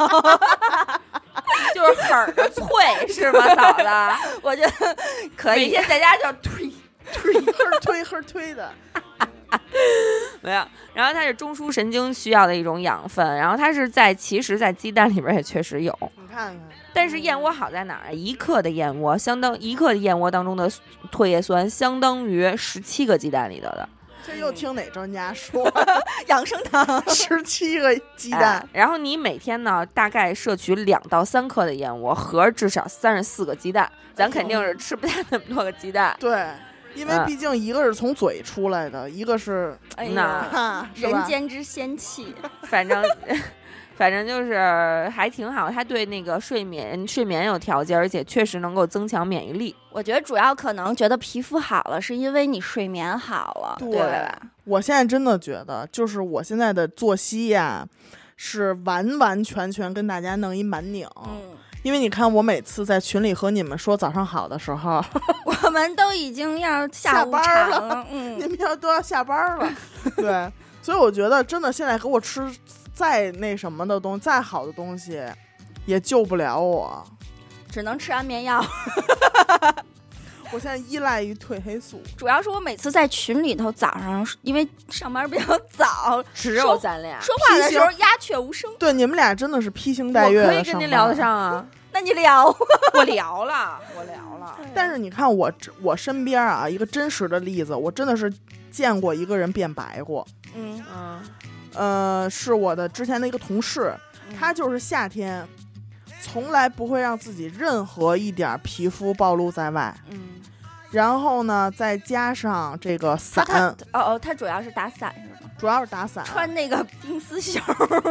S2: 就是狠的脆是吗，嫂子？
S3: 我觉得可以，
S2: 每天在家就推
S1: 推呵推呵推的。
S2: 没有，然后它是中枢神经需要的一种养分，然后它是在其实，在鸡蛋里边也确实有。
S1: 你看看，
S2: 但是燕窝好在哪儿？一克的燕窝相当一克的燕窝当中的唾液酸相当于十七个鸡蛋里头的。
S1: 这又听哪专家说？
S3: 养生堂
S1: 十七个鸡蛋、
S2: 哎，然后你每天呢大概摄取两到三克的燕窝，和至少三十四个鸡蛋，咱肯定是吃不下那么多个鸡蛋。
S1: 对。因为毕竟一个是从嘴出来的，嗯、一个是
S3: 哎
S1: 呀，
S3: 人间之仙气。
S2: 反正，反正就是还挺好。它对那个睡眠睡眠有调节，而且确实能够增强免疫力。
S3: 我觉得主要可能觉得皮肤好了，是因为你睡眠好了，
S1: 对,
S3: 对吧？
S1: 我现在真的觉得，就是我现在的作息呀，是完完全全跟大家弄一蛮拧。
S3: 嗯。
S1: 因为你看，我每次在群里和你们说早上好的时候，
S3: 我们都已经要
S1: 下班
S3: 了，嗯，
S1: 你们要都要下班了，对，所以我觉得真的现在给我吃再那什么的东西，再好的东西，也救不了我，
S3: 只能吃安眠药。
S1: 我现在依赖于褪黑素，
S3: 主要是我每次在群里头早上，因为上班比较早，
S2: 只有咱俩
S3: 说话的时候鸦雀无声。
S1: 对，你们俩真的是披星戴月的。
S2: 我可以跟您聊得上啊。
S3: 那你聊，
S2: 我聊了，我聊了。
S1: 但是你看我我身边啊，一个真实的例子，我真的是见过一个人变白过。
S3: 嗯
S2: 嗯，
S1: 呃，是我的之前的一个同事，
S3: 嗯、
S1: 他就是夏天从来不会让自己任何一点皮肤暴露在外。
S3: 嗯。
S1: 然后呢，再加上这个伞，
S3: 哦哦，他主要是打伞是吗？
S1: 主要是打伞，
S3: 穿那个冰丝袖，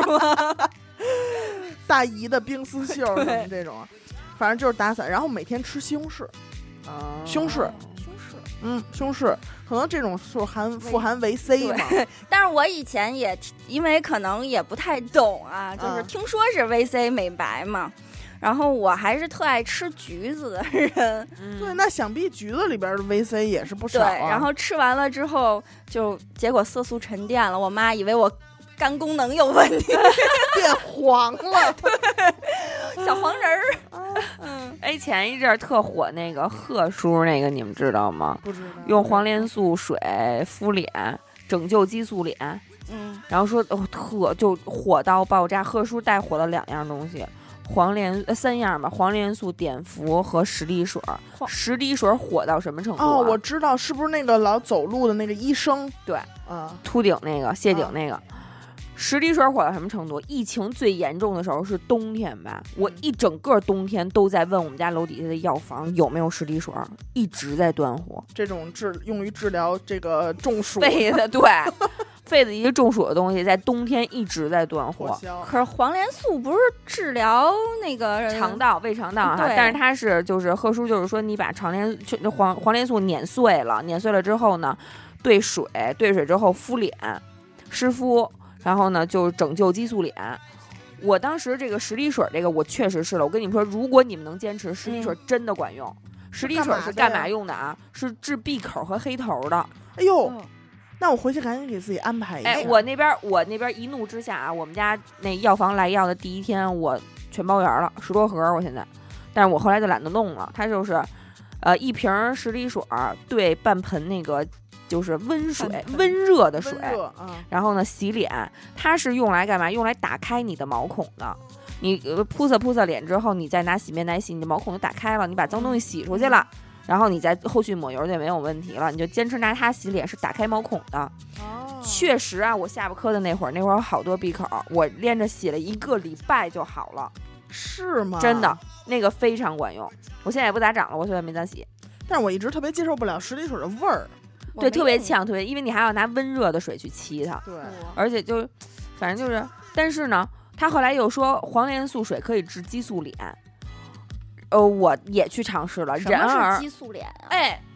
S1: 大姨的冰丝袖什么这种，反正就是打伞。然后每天吃西红柿，
S2: 啊，
S1: 西红柿，
S3: 西红柿，
S1: 嗯，西红柿，可能这种是含富含维 C 嘛。
S3: 但是我以前也因为可能也不太懂啊，就是听说是维 C 美白嘛。然后我还是特爱吃橘子的人，
S1: 嗯、对，那想必橘子里边的维 C 也是不少、啊。
S3: 对，然后吃完了之后，就结果色素沉淀了，我妈以为我肝功能有问题，
S1: 变黄了，
S3: 小黄人儿。
S2: 嗯，哎，前一阵特火那个贺叔，那个你们知道吗？
S1: 不知道。
S2: 用黄连素水敷脸，拯救激素脸。
S3: 嗯，
S2: 然后说哦，特就火到爆炸。贺叔带火了两样东西。黄连呃三样吧，黄连素、碘伏和十滴水。十滴水火到什么程度、啊？
S1: 哦，我知道，是不是那个老走路的那个医生？
S2: 对，
S1: 嗯，
S2: 秃顶那个、谢顶那个。十滴水火到什么程度？疫情最严重的时候是冬天吧，我一整个冬天都在问我们家楼底下的药房有没有十滴水，一直在断货。
S1: 这种治用于治疗这个中暑
S2: 肺的，对。肺子一个中暑的东西，在冬天一直在断货。
S3: 可是黄连素不是治疗那个
S2: 肠道、胃肠道哈，但是它是就是贺叔就是说，你把长连黄黄连素碾碎了，碾碎了之后呢，兑水，兑水之后敷脸，湿敷，然后呢就拯救激素脸。我当时这个十滴水这个我确实试了，我跟你们说，如果你们能坚持，十滴水真的管用。嗯、十滴水是干嘛用的啊？是治闭口和黑头的。
S1: 哎呦。哦，那我回去赶紧给自己安排一下。
S2: 哎，我那边我那边一怒之下啊，我们家那药房来药的第一天，我全包圆了，十多盒我现在，但是我后来就懒得弄了。它就是，呃，一瓶十滴水兑半盆那个就是温水，温热的水，
S1: 嗯、
S2: 然后呢洗脸。它是用来干嘛？用来打开你的毛孔的。你扑擦扑擦脸之后，你再拿洗面奶洗，你的毛孔就打开了，你把脏东西洗出去了。嗯，然后你再后续抹油就没有问题了，你就坚持拿它洗脸，是打开毛孔的。
S1: 哦，
S2: 确实啊，我下巴磕的那会儿，那会儿有好多闭口，我连着洗了一个礼拜就好了。
S1: 是吗？
S2: 真的，那个非常管用。我现在也不咋长了，我现在没咋洗。
S1: 但是我一直特别接受不了十滴水的味儿，
S2: 对，特别呛，特别，因为你还要拿温热的水去沏它。
S1: 对，
S2: 而且就，反正就是，但是呢，他后来又说黄连素水可以治激素脸。呃，我也去尝试了，然而
S3: 激素脸、啊，
S2: 哎，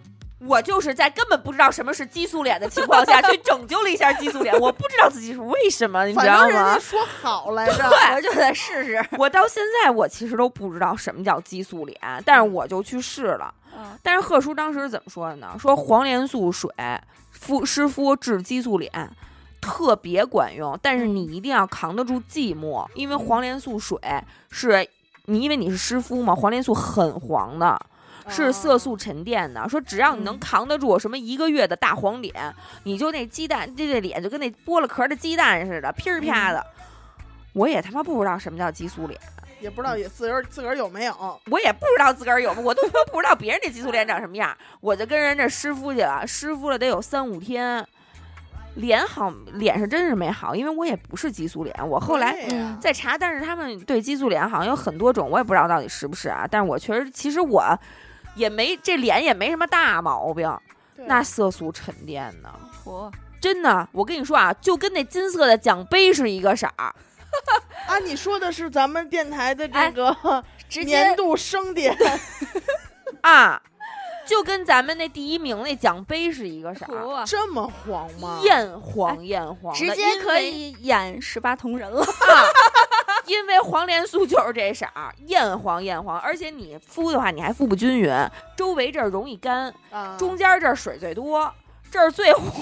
S2: 我就是在根本不知道什么是激素脸的情况下去拯救了一下激素脸，我不知道自己是为什么，你知道吗？
S1: 反正人家说好来着，
S3: 我就得试试。
S2: 我到现在我其实都不知道什么叫激素脸，但是我就去试了。
S3: 嗯，
S2: 但是贺叔当时怎么说的呢？说黄连素水敷湿敷治激素脸特别管用，但是你一定要扛得住寂寞，因为黄连素水是你因为你是湿敷嘛，黄连素很黄的。是色素沉淀的，说只要你能扛得住什么一个月的大黄脸，嗯、你就那鸡蛋这这脸就跟那剥了壳的鸡蛋似的，噼儿啪的。嗯、我也他妈不知道什么叫激素脸，
S1: 也不知道也自个儿自个儿有没有，
S2: 我也不知道自个儿有，我都不知道别人这激素脸长什么样，我就跟人这湿敷去了，湿敷了得有三五天。脸好，脸是真是没好，因为我也不是激素脸。我后来在查，但是他们对激素脸好像有很多种，我也不知道到底是不是啊。但是我确实，其实我也没这脸也没什么大毛病，那色素沉淀呢，
S3: 我
S2: 真的，我跟你说啊，就跟那金色的奖杯是一个色儿。
S1: 啊，你说的是咱们电台的这个、
S3: 哎、
S1: 年度盛典
S2: 啊。就跟咱们那第一名那奖杯是一个色儿，
S1: 这么黄吗？
S2: 艳黄艳黄，
S3: 直接可以演十八铜人了
S2: 啊！因为黄连素就是这色儿，艳黄艳黄，而且你敷的话，你还敷不均匀，周围这儿容易干，
S1: 啊、
S2: 中间这儿水最多，这儿最黄，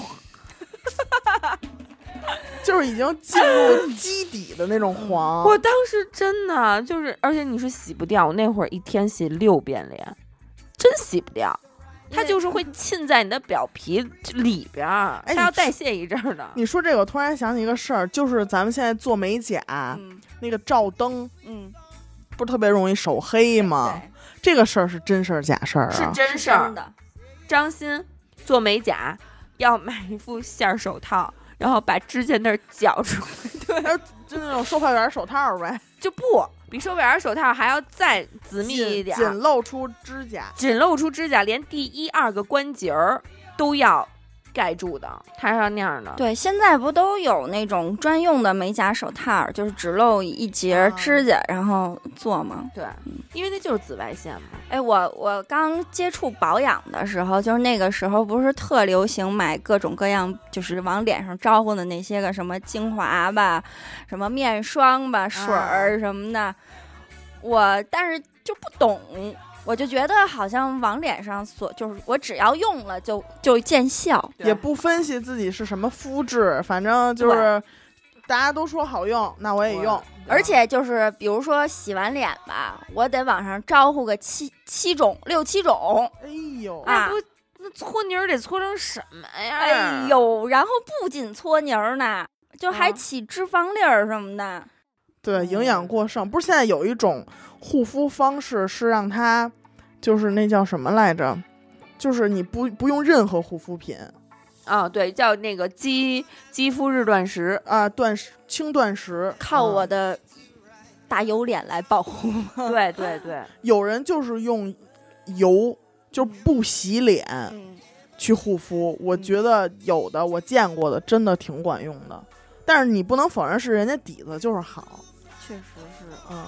S1: 就是已经进入基底的那种黄。
S2: 我当时真的就是，而且你是洗不掉，我那会儿一天洗六遍脸。真洗不掉，它就是会沁在你的表皮里边儿，它要代谢一阵儿的。
S1: 你说这个，我突然想起一个事儿，就是咱们现在做美甲，嗯、那个照灯，
S3: 嗯，
S1: 不是特别容易手黑吗？这个事儿是真事儿假事儿啊？
S2: 是真事儿的。张鑫做美甲要买一副线手套，然后把指甲那儿绞出来，
S1: 对，就那种售票员手套呗，
S2: 就不。比售票员手套还要再紧密一点，
S1: 仅露出指甲，
S2: 仅露出指甲，连第一二个关节儿都要盖住的，它是要那样的。
S3: 对，现在不都有那种专用的美甲手套，就是只露一节指甲，啊、然后做吗？
S2: 对，因为那就是紫外线嘛。
S3: 哎，我我刚接触保养的时候，就是那个时候不是特流行买各种各样，就是往脸上招呼的那些个什么精华吧，什么面霜吧，水儿什么的。啊、我但是就不懂，我就觉得好像往脸上所就是我只要用了就就见效，
S1: 也不分析自己是什么肤质，反正就是大家都说好用，那我也用。
S3: 而且就是比如说洗完脸吧，我得往上招呼个七七种六七种。
S1: 哎呦，
S3: 啊，
S2: 不那搓泥儿得搓成什么呀？
S3: 哎呦，然后不仅搓泥儿呢，就还起脂肪粒儿什么的。啊、
S1: 对，营养过剩。不是现在有一种护肤方式是让它，就是那叫什么来着？就是你不不用任何护肤品。
S2: 啊、哦，对，叫那个肌肌肤日断食
S1: 啊，断食轻断食，
S3: 靠我的大油脸来保护吗？
S2: 对对对，
S1: 有人就是用油，就不洗脸、
S3: 嗯、
S1: 去护肤，我觉得有的我见过的真的挺管用的，但是你不能否认是人家底子就是好，
S3: 确实是，
S1: 嗯。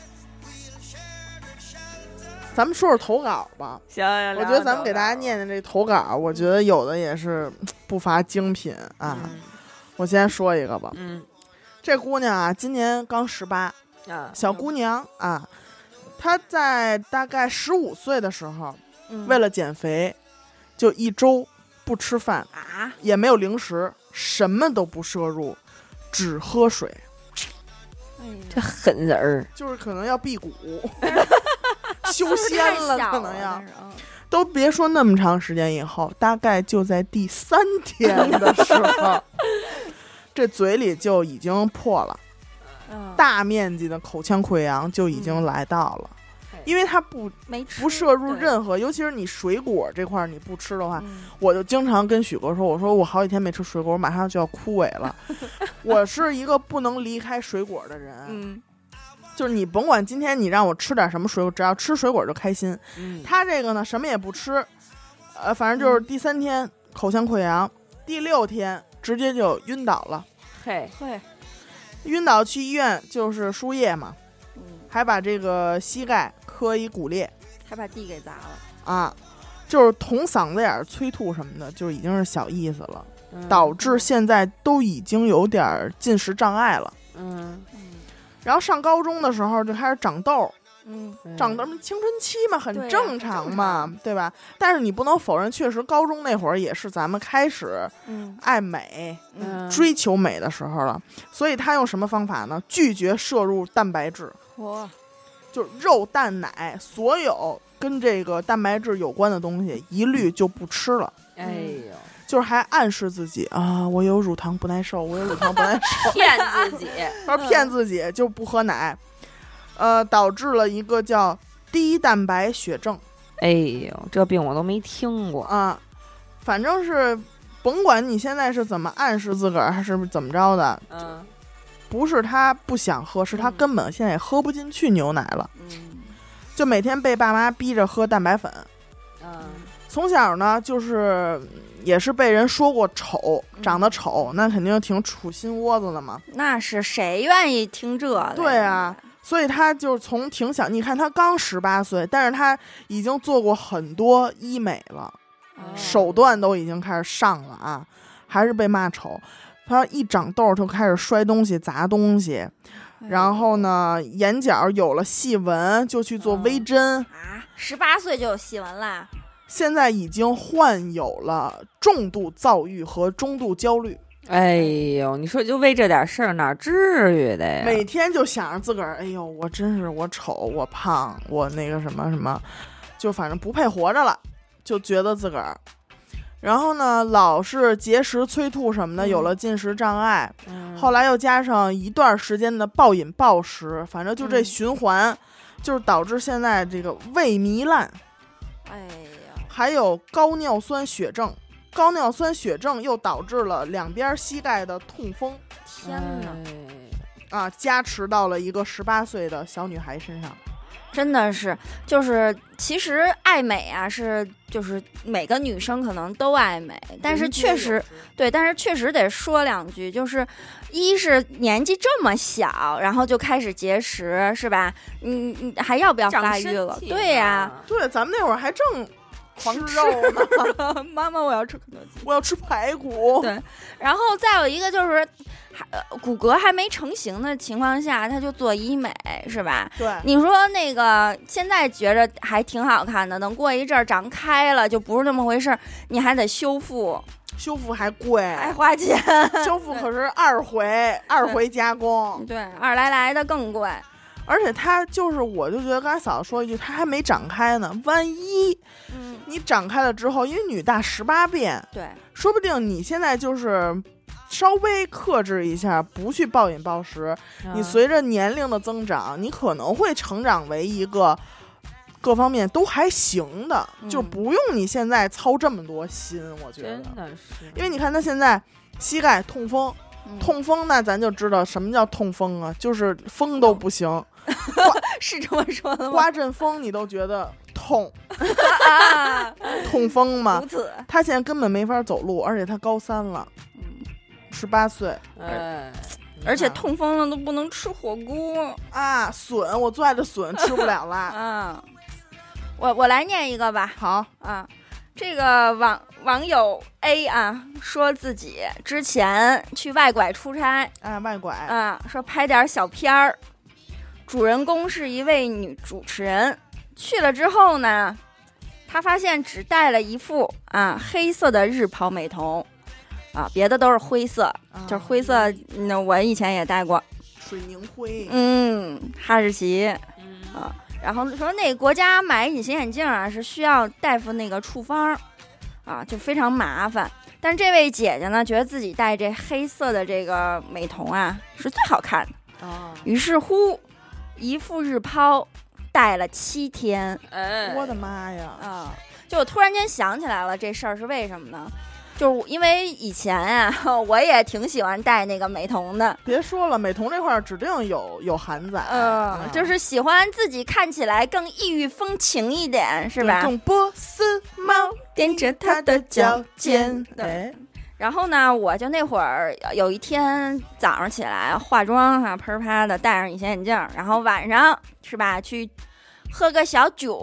S1: 咱们说说投稿吧，
S2: 行，
S1: 我觉得咱们给大家念念这投稿，我觉得有的也是不乏精品啊。嗯、我先说一个吧，
S2: 嗯，
S1: 这姑娘啊，今年刚十八，
S2: 啊，
S1: 小姑娘啊，她在大概十五岁的时候、
S2: 嗯，
S1: 为了减肥，就一周不吃饭
S2: 啊，
S1: 也没有零食，什么都不摄入，只喝水。
S2: 这狠人儿，
S1: 就是可能要辟谷。修仙了，可能要都别说那么长时间以后，大概就在第三天的时候，这嘴里就已经破了，
S2: 嗯、
S1: 大面积的口腔溃疡就已经来到了，嗯、因为它不
S3: 没
S1: 不摄入任何，尤其是你水果这块你不吃的话，嗯、我就经常跟许哥说，我说我好几天没吃水果，我马上就要枯萎了。我是一个不能离开水果的人。
S3: 嗯。
S1: 就是你甭管今天你让我吃点什么水果，只要吃水果就开心。
S2: 嗯，
S1: 他这个呢什么也不吃，呃，反正就是第三天、嗯、口腔溃疡，第六天直接就晕倒了。
S2: 嘿，
S3: 嘿，
S1: 晕倒去医院就是输液嘛，
S3: 嗯，
S1: 还把这个膝盖磕一骨裂，
S3: 还把地给砸了
S1: 啊。 就是捅嗓子眼、催吐什么的，就已经是小意思了，
S2: 嗯、
S1: 导致现在都已经有点进食障碍了。
S2: 嗯，
S1: 然后上高中的时候就开始长痘。
S3: 嗯，
S1: 长得青春期嘛，很正常嘛， 对,、啊、对吧？但是你不能否认，确实高中那会儿也是咱们开始爱美、
S2: 嗯、
S1: 追求美的时候了。所以他用什么方法呢？拒绝摄入蛋白质，
S3: 哇，
S1: 就是肉、蛋、奶，所有跟这个蛋白质有关的东西，一律就不吃了。
S2: 哎呦，
S1: 就是还暗示自己啊，我有乳糖不耐受，我有乳糖不耐受，
S2: 骗自己，
S1: 他说骗自己就不喝奶。呃，导致了一个叫低蛋白血症。
S2: 哎呦，这病我都没听过
S1: 啊！反正是，甭管你现在是怎么暗示自个儿，还是怎么着的，
S2: 嗯，
S1: 不是他不想喝，是他根本现在也喝不进去牛奶了。
S2: 嗯，
S1: 就每天被爸妈逼着喝蛋白粉。
S2: 嗯，
S1: 从小呢，就是也是被人说过丑，长得丑，那肯定挺杵心窝子的嘛。
S3: 那是谁愿意听这个？
S1: 对啊。所以他就从挺小，你看他刚十八岁，但是他已经做过很多医美了，
S3: 哦、
S1: 手段都已经开始上了啊，还是被骂丑。他一长痘就开始摔东西、砸东西，
S3: 哎、
S1: 然后呢，眼角有了细纹就去做微针、
S3: 哦、啊，十八岁就有细纹啦。
S1: 现在已经患有了重度躁郁和中度焦虑。
S2: 哎呦，你说就为这点事儿，哪至于的呀？
S1: 每天就想着自个儿，哎呦，我真是我丑，我胖，我那个什么什么，就反正不配活着了，就觉得自个儿。然后呢，老是节食、催吐什么的，有了进食障碍。嗯、后来又加上一段时间的暴饮暴食，反正就这循环，嗯、就是导致现在这个胃糜烂。
S3: 哎呀，
S1: 还有高尿酸血症。高尿酸血症又导致了两边膝盖的痛风，
S3: 天
S1: 哪！啊，加持到了一个十八岁的小女孩身上，
S3: 真的是，就是其实爱美啊，是就是每个女生可能都爱美，但是确实对，但是确实得说两句，就是一是年纪这么小，然后就开始节食，是吧？嗯嗯，还要不要发育了？对呀、啊，
S1: 对，咱们那会儿还正。狂吃肉呢，
S3: 妈妈，我要吃肯德基，
S1: 我要吃排骨。
S3: 对，然后再有一个就是，还、呃、骨骼还没成型的情况下，他就做医美，是吧？
S1: 对，
S3: 你说那个现在觉着还挺好看的，等过一阵儿长开了就不是那么回事儿，你还得修复，
S1: 修复还贵，
S3: 还花钱，
S1: 修复可是二回二回加工，
S3: 对，二来来的更贵。
S1: 而且它就是，我就觉得刚才嫂子说一句，它还没长开呢。万一，
S3: 嗯，
S1: 你长开了之后，因为女大十八变，
S3: 对，
S1: 说不定你现在就是稍微克制一下，不去暴饮暴食，嗯、你随着年龄的增长，你可能会成长为一个各方面都还行的，
S3: 嗯、
S1: 就不用你现在操这么多心。我觉得，
S2: 真的是，
S1: 因为你看他现在膝盖痛风。痛风那咱就知道什么叫痛风啊，就是风都不行，
S3: 是这么说的吗？
S1: 刮阵风你都觉得痛，
S3: 啊、
S1: 痛风嘛。
S3: 如此，
S1: 他现在根本没法走路，而且他高三了，十八岁，
S2: 哎，
S3: 而且痛风了都不能吃火锅
S1: 啊，笋我最爱的笋吃不了了
S3: 啊。我我来念一个吧，
S1: 好
S3: 啊。这个网网友 A 啊，说自己之前去外拐出差，
S1: 啊，外拐
S3: 啊，说拍点小片儿，主人公是一位女主持人。去了之后呢，他发现只带了一副啊黑色的日抛美瞳，啊，别的都是灰色，啊、就是灰色。那我以前也戴过，
S1: 水凝灰，
S3: 嗯，哈士奇，嗯、啊。然后说那个国家买隐形眼镜啊是需要大夫那个处方，啊，就非常麻烦。但这位姐姐呢，觉得自己戴这黑色的这个美瞳啊是最好看的，
S1: 哦、
S3: 于是乎一副日抛戴了七天。
S2: 哎，
S1: 我的妈呀！
S3: 啊，就我突然间想起来了，这事儿是为什么呢？就是因为以前啊，我也挺喜欢戴那个美瞳的。
S1: 别说了，美瞳这块指定有有韩仔，
S3: 嗯，嗯就是喜欢自己看起来更异域风情一点，是吧？
S1: 用波斯猫
S3: 踮着它的脚尖。
S1: 哎，
S3: 然后呢，我就那会儿有一天早上起来化妆啊，喷啪的戴上隐形眼镜，然后晚上是吧去喝个小酒，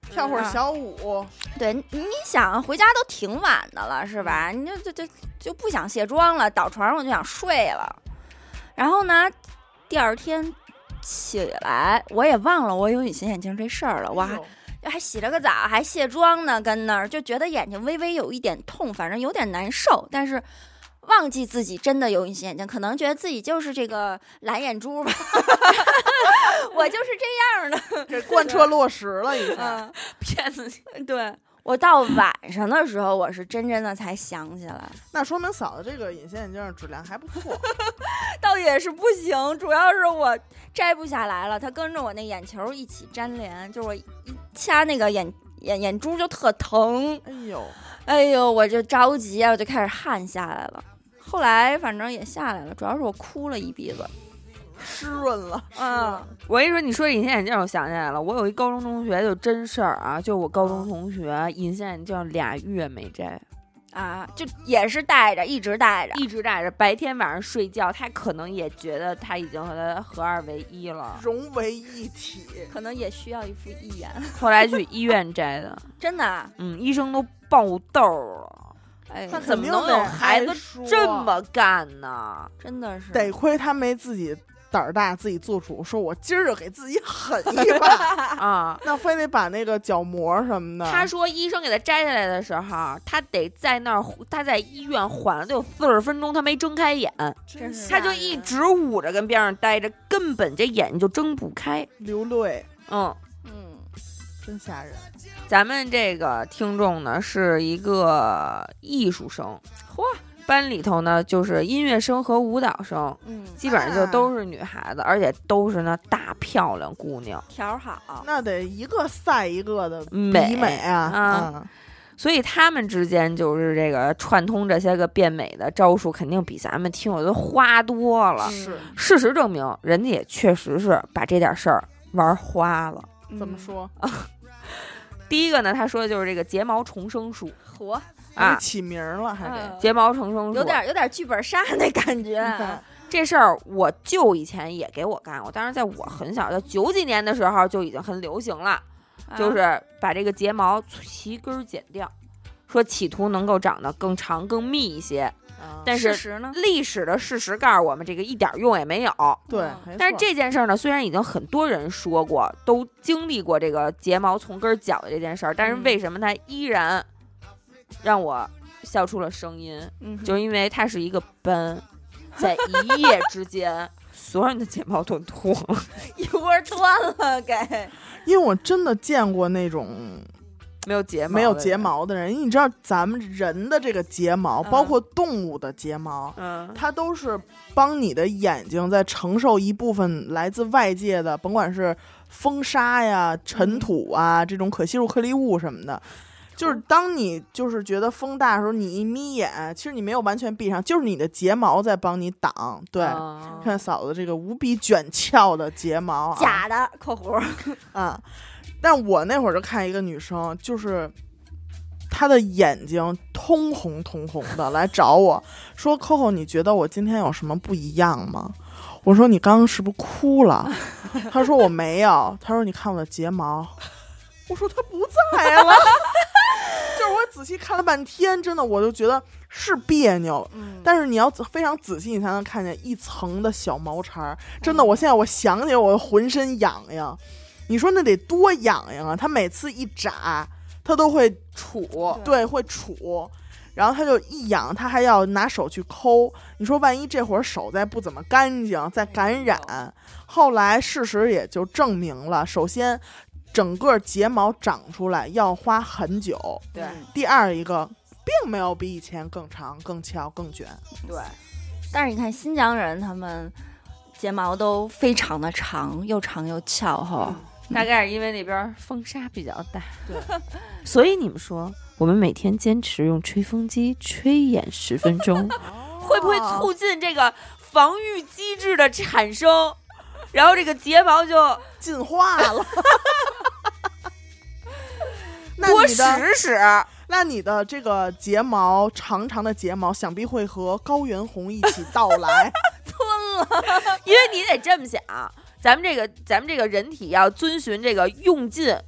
S1: 跳会儿小舞。
S3: 对，你想回家都挺晚的了，是吧？你就就就就不想卸妆了，倒床上我就想睡了。然后呢，第二天起来，我也忘了我有隐形眼镜这事儿了，我还。还洗了个澡，还卸妆呢，跟那儿就觉得眼睛微微有一点痛，反正有点难受，但是忘记自己真的有隐形眼镜，可能觉得自己就是这个蓝眼珠吧，我就是这样的，
S1: 这贯彻落实了一下，
S2: 骗自己。
S3: 对，我到晚上的时候，我是真真的才想起来，
S1: 那说明嫂子这个隐形眼镜质量还不错，
S3: 倒也是不行，主要是我摘不下来了，它跟着我那眼球一起粘连，就是我一掐那个眼眼眼珠就特疼，
S1: 哎呦，
S3: 哎呦，我就着急啊，我就开始汗下来了。后来反正也下来了，主要是我哭了一鼻子，
S1: 湿润了。
S3: 啊！
S2: 我一说你说隐形眼镜，我想起来了，我有一高中同学就真事儿啊，就我高中同学隐形眼镜俩月没摘。
S3: 啊，就也是戴着，一直戴着，
S2: 一直戴着，白天晚上睡觉，他可能也觉得他已经和他合二为一了，
S1: 融为一体，
S3: 可能也需要一副义眼。
S2: 后来去医院摘的，
S3: 真的、啊，
S2: 嗯，医生都爆痘了。
S3: 哎，
S2: 他怎么能有孩子这么干呢？
S3: 真的是，
S1: 得亏他没自己胆儿大，自己做主，说我今儿就给自己狠一把
S2: 啊！
S1: 那非得把那个角膜什么的。
S2: 他说医生给他摘下来的时候，他得在那儿，他在医院缓了得有四十分钟，他没睁开眼，
S3: 真是
S2: 他就一直捂着跟边上待着，根本这眼睛就睁不开，
S1: 流泪。
S2: 嗯
S3: 嗯，
S1: 真吓人。
S2: 咱们这个听众呢是一个艺术生，嚯！班里头呢，就是音乐生和舞蹈生，
S3: 嗯，
S2: 基本上就都是女孩子，啊、而且都是那大漂亮姑娘，
S3: 条好，
S1: 那得一个赛一个的
S2: 美
S1: 美啊
S2: 啊！嗯、所以他们之间就是这个串通这些个变美的招数，肯定比咱们听友都花多了。
S1: 是，
S2: 事实证明，人家也确实是把这点事儿玩花了。
S1: 怎么说？
S2: 嗯、第一个呢，他说的就是这个睫毛重生术，
S3: 嚯！
S2: 啊，
S1: 起名了还得、
S2: 睫毛重生术，
S3: 有点有点剧本杀那感觉。
S2: 这事儿我舅以前也给我干过，当然在我很小的九几年的时候就已经很流行了，啊、就是把这个睫毛齐根剪掉，说企图能够长得更长更密一些。
S1: 啊、
S2: 但是历史的事实告诉我们，这个一点用也没有。
S1: 对，
S2: 但是这件事儿呢，虽然已经很多人说过，都经历过这个睫毛从根绞的这件事儿，但是为什么它依然让我笑出了声音？
S3: 嗯，
S2: 就是因为它是一个斑，在一夜之间，所有人的睫毛都脱了，
S3: 一窝断了，给。
S1: 因为我真的见过那种
S2: 没有睫毛
S1: 没有睫毛的人，因为你知道咱们人的这个睫毛，嗯、包括动物的睫毛，
S2: 嗯，
S1: 它都是帮你的眼睛在承受一部分来自外界的，甭管是风沙呀、尘土啊、嗯、这种可吸入颗粒物什么的。就是当你就是觉得风大的时候，你一眯眼，其实你没有完全闭上，就是你的睫毛在帮你挡。对，哦、看嫂子这个无比卷翘的睫毛，
S3: 假的（括弧）
S1: 啊。但我那会儿就看一个女生，就是她的眼睛通红通红的来找我说 ：“Coco， 你觉得我今天有什么不一样吗？”我说：“你刚刚是不是哭了？”她说：“我没有。”她说：“你看我的睫毛。”我说：“她不在了。”就是我仔细看了半天，真的我就觉得是别扭，嗯、但是你要非常仔细，你才能看见一层的小毛茬。真的，我现在我想起来，我浑身痒痒。你说那得多痒痒啊！他每次一眨，他都会
S2: 杵，
S1: 对，会杵，然后他就一痒，他还要拿手去抠。你说万一这会儿手再不怎么干净，再感染，后来事实也就证明了，首先整个睫毛长出来要花很久，
S2: 对。
S1: 第二一个，并没有比以前更长、更翘、更卷，
S2: 对。
S3: 但是你看新疆人，他们睫毛都非常的长，又长又翘哈。
S2: 嗯大概是因为那边风沙比较大，
S1: 对，
S2: 所以你们说，我们每天坚持用吹风机吹眼十分钟，会不会促进这个防御机制的产生？然后这个睫毛就
S1: 进化了。
S2: 多使使。
S1: 那你的这个睫毛长长的睫毛，想必会和高原红一起到来。
S3: 吞了，
S2: 因为你得这么想。咱们这个，咱们这个人体要遵循这个用进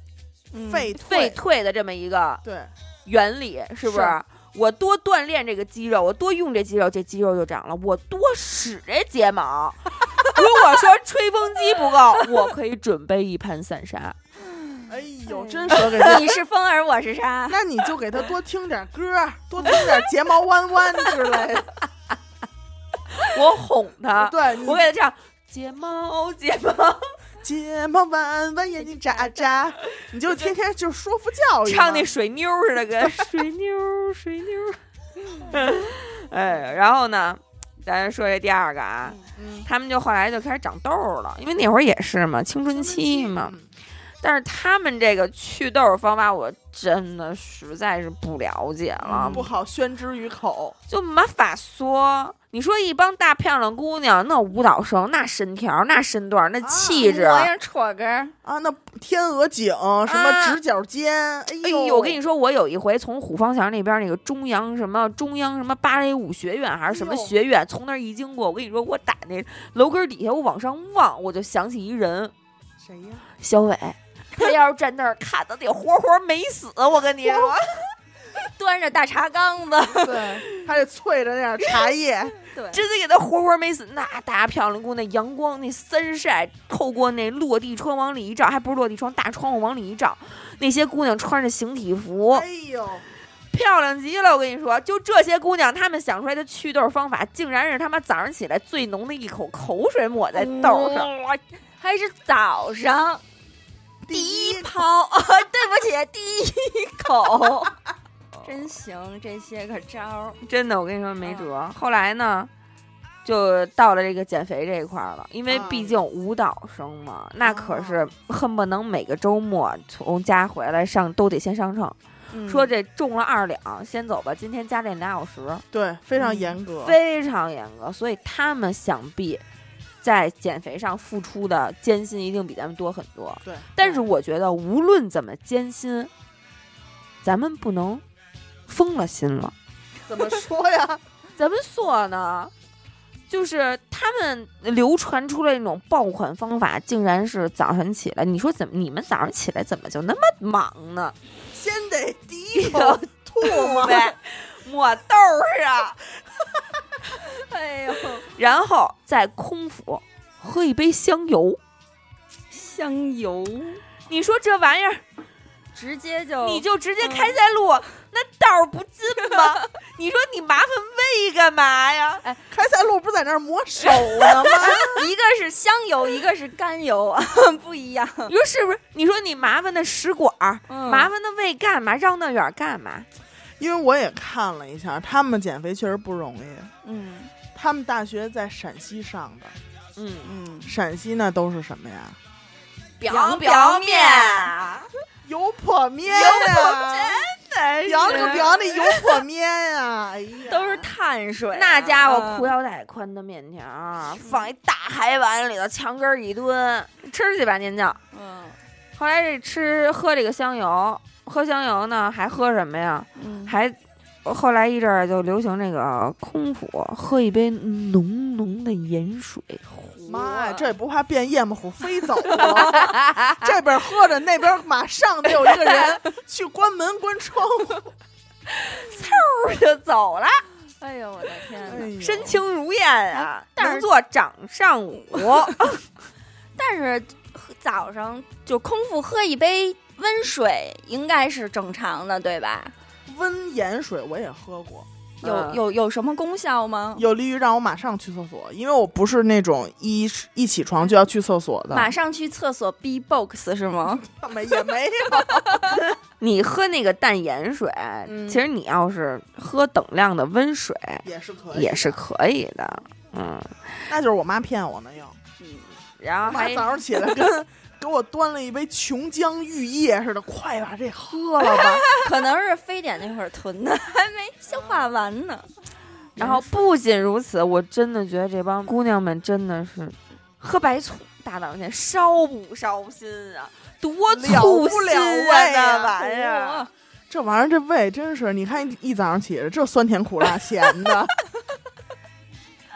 S1: 废
S2: 废退的这么一个
S1: 对
S2: 原理，是不是？
S1: 是
S2: 我多锻炼这个肌肉，我多用这肌肉，这肌肉就长了。我多使这睫毛，如果说吹风机不够，我可以准备一盘散沙。
S1: 哎呦，真说给他，
S3: 你是风儿，我是沙。
S1: 那你就给他多听点歌，多听点睫毛弯弯之类的。
S2: 我哄他，
S1: 对，
S2: 我给他唱睫毛睫毛。
S1: 睫毛弯弯，眼睛眨眨，你就天天就说服教育，
S2: 唱那水妞似的，跟水妞水妞。哎，然后呢，咱说这第二个啊，
S1: 嗯、
S2: 他们就后来就开始长痘了，因为那会儿也是嘛，青春期嘛。
S1: 嗯、
S2: 但是他们这个祛痘方法，我真的实在是不了解了，
S1: 嗯、不好宣之于口，
S2: 就没法说。你说一帮大漂亮姑娘，那舞蹈生，那身条，那身段，那气质，
S3: 模样戳根
S1: 啊，那天鹅颈，什么直角肩，啊、哎呦！
S2: 哎呦，我跟你说，我有一回从虎坊桥那边那个中央什么中央什么芭蕾舞学院还是什么学院，从那儿一经过，我跟你说，我打那楼根底下，我往上望，我就想起一人，
S1: 谁呀？
S2: 小伟，他要是站那儿看的得活活没死，我跟你说。
S3: 端着大茶缸子，
S1: 对，还得啐着那点茶叶，
S3: 对，
S2: 真的给他活活没死。那大漂亮姑那阳光那三晒，透过那落地窗往里一照，还不是落地窗，大窗户往里一照，那些姑娘穿着形体服，
S1: 哎呦，
S2: 漂亮极了！我跟你说，就这些姑娘，她们想出来的祛痘方法，竟然是他妈早上起来最浓的一口口水抹在痘上，
S3: 哦、还是早上第一泡，哦、对不起，第一口。真行，这些个招儿
S2: 真的，我跟你说没辙。嗯、后来呢，就到了这个减肥这一块了，因为毕竟舞蹈生嘛，嗯、那可是恨不能每个周末从家回来上都得先上秤，嗯、说这重了二两，先走吧，今天加练俩小时，
S1: 对，非常严格，
S2: 嗯，非常严格，所以他们想必在减肥上付出的艰辛一定比咱们多很多。
S1: 对，
S2: 但是我觉得无论怎么艰辛，咱们不能疯了心了。
S1: 怎么说呀？
S2: 咱们说呢，就是他们流传出来那种爆款方法，竟然是早上起来，你说怎么你们早上起来怎么就那么忙呢？
S1: 先得第一口吐呗，
S2: 抹豆啊，
S3: 哎呦，
S2: 然后再空腹喝一杯香油，
S3: 香油，
S2: 你说这玩意儿。
S3: 直接就
S2: 你就直接开塞露，嗯、那道不进吗？你说你麻烦胃干嘛呀？
S1: 哎，开塞露不是在那儿抹手呢吗？
S3: 一个是香油，一个是甘油，不一样。
S2: 你说是不是？你说你麻烦那食管，嗯、麻烦那胃干嘛？绕那远干嘛？
S1: 因为我也看了一下，他们减肥确实不容易。
S3: 嗯，
S1: 他们大学在陕西上的。
S2: 嗯
S1: 嗯，陕西那都是什么呀？
S2: 表表面。
S1: 油泼面呀，
S2: 真的
S1: 表个表那油泼面呀，哎呀，
S3: 都是碳水、啊，
S2: 那家伙裤腰带宽的面条，嗯、放一大海碗里头，墙根一蹲，吃去吧您就。
S3: 嗯，
S2: 后来这吃喝这个香油，喝香油呢还喝什么呀？
S3: 嗯、
S2: 还后来一阵儿就流行这个空腹，喝一杯浓浓的盐水。
S1: 妈呀，这也不怕变夜幕虎飞走了？这边喝着，那边马上得有一个人去关门关窗户，
S2: 嗖就走了。
S3: 哎呦我的天哪，
S1: 哎、
S2: 身轻如燕啊，能做掌上舞。
S3: 但是早上就空腹喝一杯温水，应该是正常的，对吧？
S1: 温盐水我也喝过。
S3: 有有有什么功效吗？
S1: 有利于让我马上去厕所，因为我不是那种一一起床就要去厕所的。
S3: 马上去厕所 B box 是吗？
S1: 没也没有。
S2: 你喝那个淡盐水，嗯、其实你要是喝等量的温水
S1: 也是可以，
S2: 也是可以的。嗯，
S1: 那就是我妈骗我呢又。
S2: 嗯，然后还
S1: 我妈早上起来跟。给我端了一杯琼浆玉液似的，快把这喝了吧！
S3: 可能是非典那会儿囤的，还没消化完呢。
S2: 然后不仅如此，我真的觉得这帮姑娘们真的是喝白醋，大早上烧不烧心啊？多粗心啊！这玩意儿，
S1: 这玩意儿这胃真是，你看一早上起来，这酸甜苦辣咸的。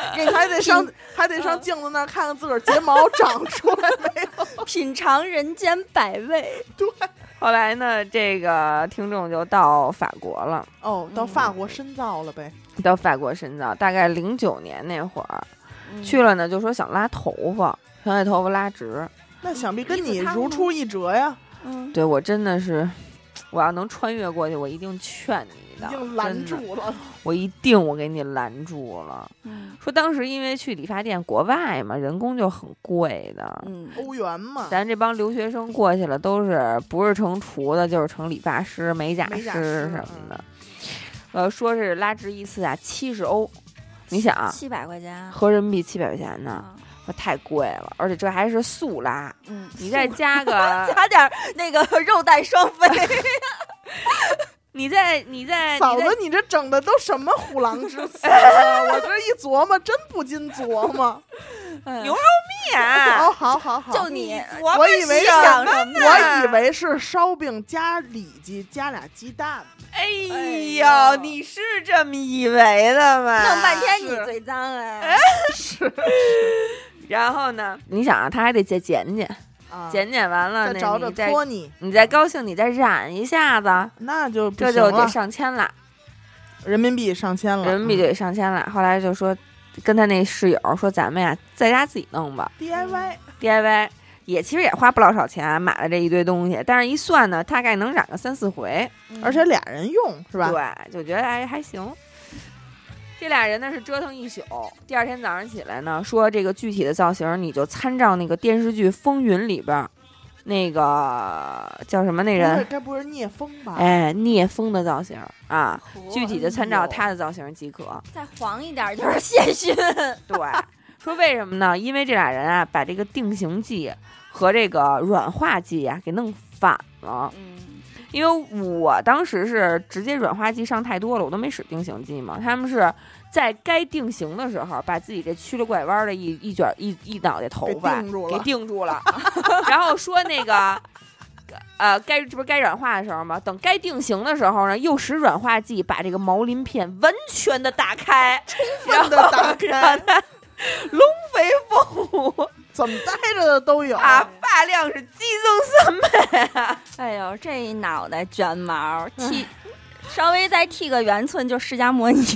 S1: 你还得上还得上镜子那儿看看自个儿睫毛长出来没有，
S3: 品尝人间百味。
S1: 对。
S2: 后来呢，这个听众就到法国了。
S1: 哦，到法国深造了呗。
S2: 嗯、到法国深造，大概零九年那会儿、嗯、去了呢，就说想拉头发，想把头发拉直。
S1: 那想必跟你如出一辙呀。
S2: 嗯，对我真的是，我要能穿越过去，我一定劝你的，
S1: 一定拦住了。
S2: 我一定我给你拦住了。
S3: 嗯，
S2: 说当时因为去理发店，国外嘛，人工就很贵的。
S3: 嗯，
S1: 欧元嘛。
S2: 咱这帮留学生过去了，都是不是成厨的，就是成理发师、美甲师什么的。嗯、呃，说是拉直一次啊，七十欧。你想啊，
S3: 七百块钱，
S2: 合人民币七百块钱呢。嗯，太贵了，而且这还是速拉，
S3: 嗯，
S2: 你再加个
S3: 加点那个肉蛋双飞，
S2: 你再你再
S1: 嫂子，你这整的都什么虎狼之词啊？我这一琢磨，真不禁琢磨。
S2: 牛肉面，
S1: 好好好好，
S3: 就你，
S1: 我以为
S3: 想什
S1: 么？我以为是烧饼加里脊加俩鸡蛋。
S2: 哎呦，你是这么以为的吗？
S3: 弄半天你最脏哎，
S1: 是。
S2: 然后呢？你想啊，他还得再剪剪，
S1: 啊、
S2: 剪剪完了，
S1: 再找找托尼，
S2: 你再高兴，你再染一下子，
S1: 那就
S2: 这就得上千了，
S1: 人民币上千了，
S2: 人民币得上千了。嗯、后来就说跟他那室友说，咱们呀在家自己弄吧
S1: ，D I Y
S2: D I Y 也其实也花不老少钱，买了这一堆东西，但是一算呢，大概能染个三四回，
S1: 嗯、而且俩人用是吧？
S2: 对，就觉得还还行。这俩人呢是折腾一宿，第二天早上起来呢，说这个具体的造型你就参照那个电视剧《风云》里边，那个叫什么那人？
S1: 该不是聂风吧？
S2: 哎，聂风的造型啊，具体的参照他的造型即可。
S3: 再黄一点就是谢逊。
S2: 对，说为什么呢？因为这俩人啊，把这个定型剂和这个软化剂啊给弄反了。
S3: 嗯。
S2: 因为我当时是直接软化剂上太多了，我都没使定型剂嘛。他们是在该定型的时候，把自己这曲了拐弯的一一卷一一脑袋头发给定住了，然后说那个呃，该这不是该软化的时候吗？等该定型的时候呢，又使软化剂把这个毛鳞片完全的打开，
S1: 然后打开，
S2: 龙飞凤舞。
S1: 怎么待着的都有
S2: 啊，发量是激增三倍啊！
S3: 哎呦，这一脑袋卷毛，剃稍微再剃个圆寸就释迦摩尼。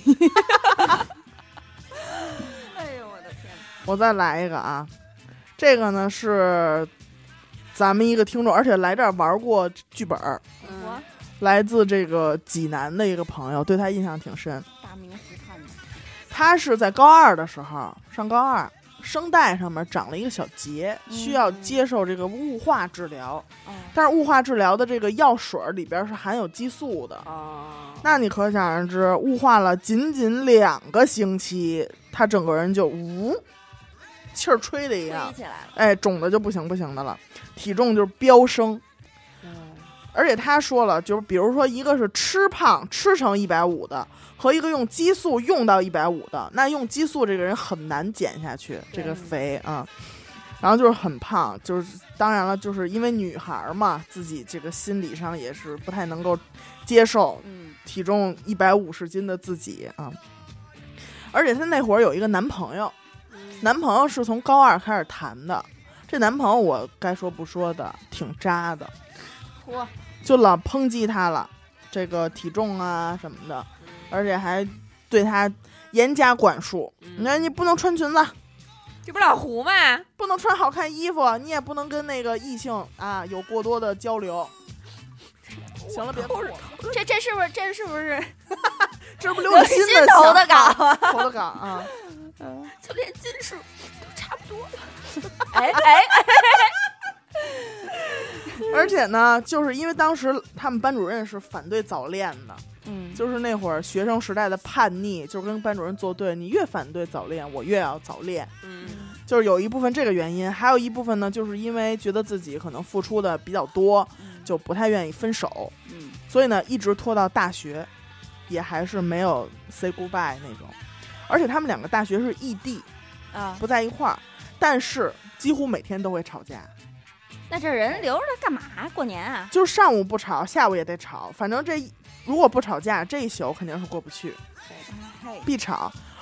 S3: 哎呦我的天！
S1: 我再来一个啊，这个呢是咱们一个听众，而且来这儿玩过剧本，
S3: 嗯，
S1: 来自这个济南的一个朋友，对他印象挺深。
S3: 大名实看的，
S1: 他是在高二的时候上高二。声带上面长了一个小结，需要接受这个雾化治疗，
S3: 嗯、
S1: 但是雾化治疗的这个药水里边是含有激素的，
S2: 哦、
S1: 那你可想而知，雾化了仅仅两个星期，他整个人就呜，气儿吹的一样，
S3: 起来了，
S1: 哎，肿的就不行不行的了，体重就是飙升。
S2: 嗯、
S1: 而且他说了，就是比如说一个是吃胖吃成一百五的。和一个用激素用到一百五的，那用激素这个人很难减下去这个肥啊、嗯，然后就是很胖，就是当然了，就是因为女孩嘛，自己这个心理上也是不太能够接受，
S3: 嗯，
S1: 体重一百五十斤的自己啊。而且她那会儿有一个男朋友，男朋友是从高二开始谈的，这男朋友我该说不说的，挺渣的，
S3: 嚯，
S1: 就老抨击她了，这个体重啊什么的。而且还对他严加管束，你看、嗯、你不能穿裙子，
S2: 这不老胡吗？
S1: 不能穿好看衣服，你也不能跟那个异性啊有过多的交流。行了，别哭了。
S3: 这这是不是这是不是
S1: 这不刘雨欣的
S3: 投的稿啊？
S1: 投的稿啊，
S3: 嗯，就连斤数都差不多。
S2: 哎哎哎！
S1: 而且呢，就是因为当时他们班主任是反对早恋的。
S3: 嗯，
S1: 就是那会儿学生时代的叛逆，就是跟班主任作对，你越反对早恋，我越要早恋。
S2: 嗯，
S1: 就是有一部分这个原因，还有一部分呢，就是因为觉得自己可能付出的比较多，
S3: 嗯、
S1: 就不太愿意分手。
S3: 嗯，
S1: 所以呢，一直拖到大学，也还是没有 say goodbye 那种。而且他们两个大学是异地，
S3: 啊，
S1: 不在一块儿，但是几乎每天都会吵架。
S3: 那这人留着他干嘛？过年啊？
S1: 就是上午不吵，下午也得吵，反正这。如果不吵架，这一宿肯定是过不去，必吵。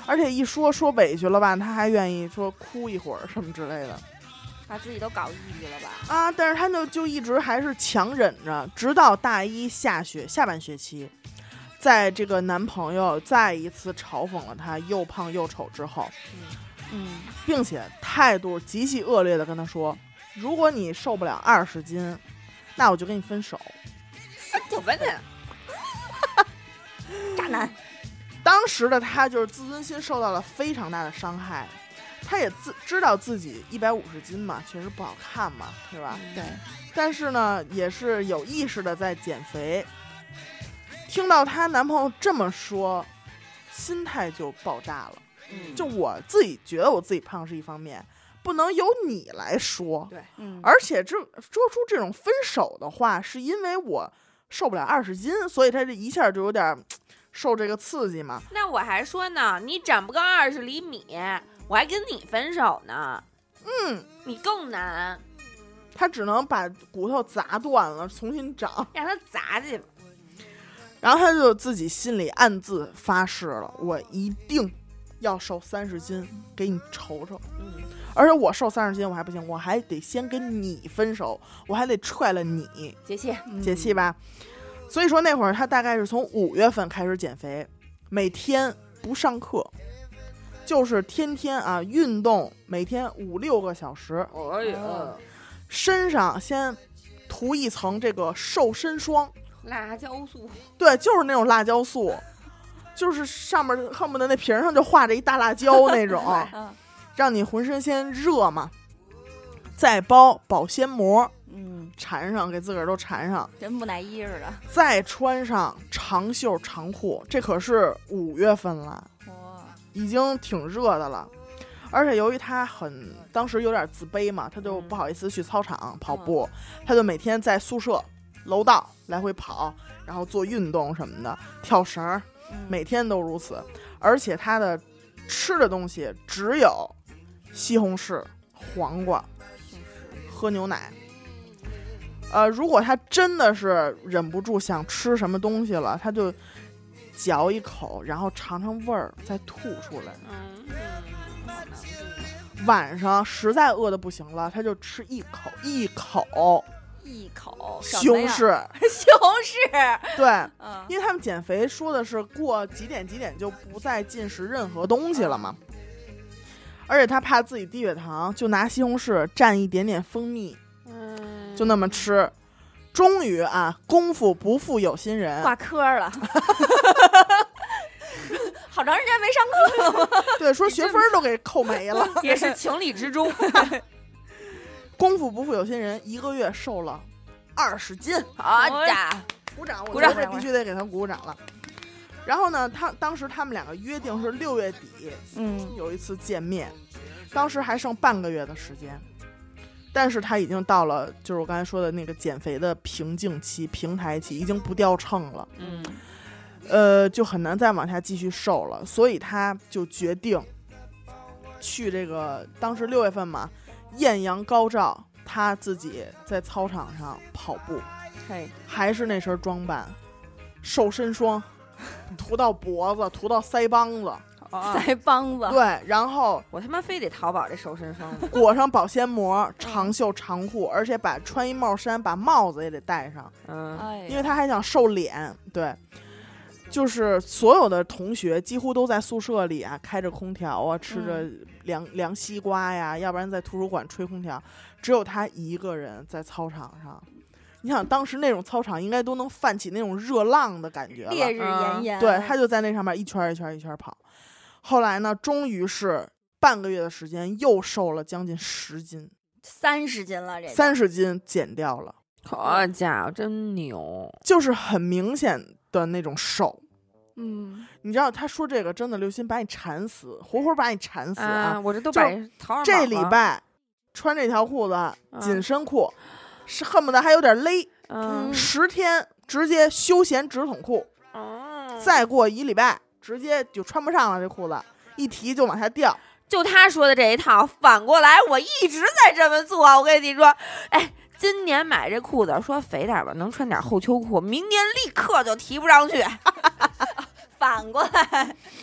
S1: 而且一说说委屈了吧，他还愿意说哭一会儿什么之类的，
S3: 把自己都搞抑郁了吧？
S1: 啊！但是他就就一直还是强忍着，直到大一下学下半学期，在这个男朋友再一次嘲讽了他又胖又丑之后，
S3: 嗯，
S1: 并且态度极其恶劣的跟他说，如果你瘦不了二十斤，那我就跟你分手。
S2: 怎么的？
S3: 渣男。
S1: 当时的他就是自尊心受到了非常大的伤害，他也自知道自己一百五十斤嘛，确实不好看嘛，是吧？
S3: 对。
S1: 但是呢，也是有意识的在减肥。听到她男朋友这么说，心态就爆炸了。
S2: 嗯，
S1: 就我自己觉得我自己胖是一方面，不能由你来说。
S2: 对，
S3: 嗯，
S1: 而且这说出这种分手的话，是因为我瘦不了二十斤，所以他这一下就有点受这个刺激嘛。
S2: 那我还说呢，你长不够二十厘米，我还跟你分手呢。
S1: 嗯，
S2: 你更难，
S1: 他只能把骨头砸断了，重新长，
S2: 让他砸去吧。
S1: 然后他就自己心里暗自发誓了，我一定要瘦三十斤，给你瞅瞅。
S2: 嗯，
S1: 而且我瘦三十斤我还不行，我还得先跟你分手，我还得踹了你，
S2: 解气，
S1: 解气吧。所以说那会儿他大概是从五月份开始减肥，每天不上课，就是天天啊运动，每天五六个小时。
S2: 哎呀，
S1: 身上先涂一层这个瘦身霜，
S2: 辣椒素，
S1: 对，就是那种辣椒素，就是上面恨不得那瓶上就画着一大辣椒那种，让你浑身先热嘛，再包保鲜膜，
S3: 嗯，
S1: 缠上，给自个儿都缠上，
S3: 跟木乃伊似的。
S1: 再穿上长袖长裤，这可是五月份了，
S3: 哇，
S1: 已经挺热的了。而且由于他很当时有点自卑嘛，他就不好意思去操场跑步，他就每天在宿舍楼道来回跑，然后做运动什么的，跳绳，每天都如此。而且他的吃的东西只有西红柿、黄瓜、喝牛奶。呃，如果他真的是忍不住想吃什么东西了，他就嚼一口，然后尝尝味儿，再吐出来。
S2: 嗯，
S1: 晚上实在饿得不行了，他就吃一口一口
S3: 一口
S1: 西红柿，
S3: 西红柿，
S1: 对，
S3: 嗯，
S1: 因为他们减肥说的是过几点几点就不再进食任何东西了嘛。而且他怕自己低血糖，就拿西红柿蘸一点点蜂蜜，
S2: 嗯，
S1: 就那么吃。终于啊，功夫不负有心人，
S3: 挂科了。好长时间没上课了。
S1: 对，说学分都给扣没了，
S2: 也是情理之中。
S1: 功夫不负有心人，一个月瘦了二十斤，
S2: 好家伙，
S1: 鼓掌！
S2: 鼓掌
S1: 我这必须得给他鼓掌了。然后呢，他当时他们两个约定是六月底，
S3: 嗯，
S1: 有一次见面，当时还剩半个月的时间，但是他已经到了就是我刚才说的那个减肥的瓶颈期、平台期，已经不掉秤了，
S2: 嗯，
S1: 呃，就很难再往下继续瘦了，所以他就决定去这个当时六月份嘛，艳阳高照，他自己在操场上跑步，
S3: 嘿，
S1: 还是那身装扮，瘦身霜涂到脖子，涂到腮帮子，
S2: 哦，
S3: 腮帮子，
S1: 对，然后
S2: 我他妈非得淘宝这瘦身霜，
S1: 裹上保鲜膜，长袖长裤，而且把穿一帽衫，把帽子也得戴上，
S2: 嗯，
S3: 哎呀，
S1: 因为他还想瘦脸。对，就是所有的同学几乎都在宿舍里啊，开着空调啊，吃着凉、嗯、凉西瓜呀，要不然在图书馆吹空调，只有他一个人在操场上。你想当时那种操场应该都能泛起那种热浪的感觉了，
S3: 烈日炎炎，
S1: 对，他就在那上面一圈一圈一圈跑。后来呢，终于是半个月的时间又瘦了将近十斤，
S3: 三十斤了，这
S1: 三十斤减掉了。
S2: 好家伙，真牛，
S1: 就是很明显的那种瘦。
S3: 嗯，
S1: 你知道他说这个真的，刘鑫把你馋死，活活把你馋死啊！
S2: 啊我这都把
S1: 这礼拜穿这条裤子，
S2: 嗯、
S1: 紧身裤。是恨不得还有点勒，
S2: 嗯，
S1: 十天直接休闲直筒裤，
S2: 嗯，
S1: 再过一礼拜直接就穿不上了，这裤子一提就往下掉。
S2: 就他说的这一套，反过来我一直在这么做。我跟你说，哎，今年买这裤子说肥点吧，能穿点厚秋裤，明年立刻就提不上去。
S3: 反过来，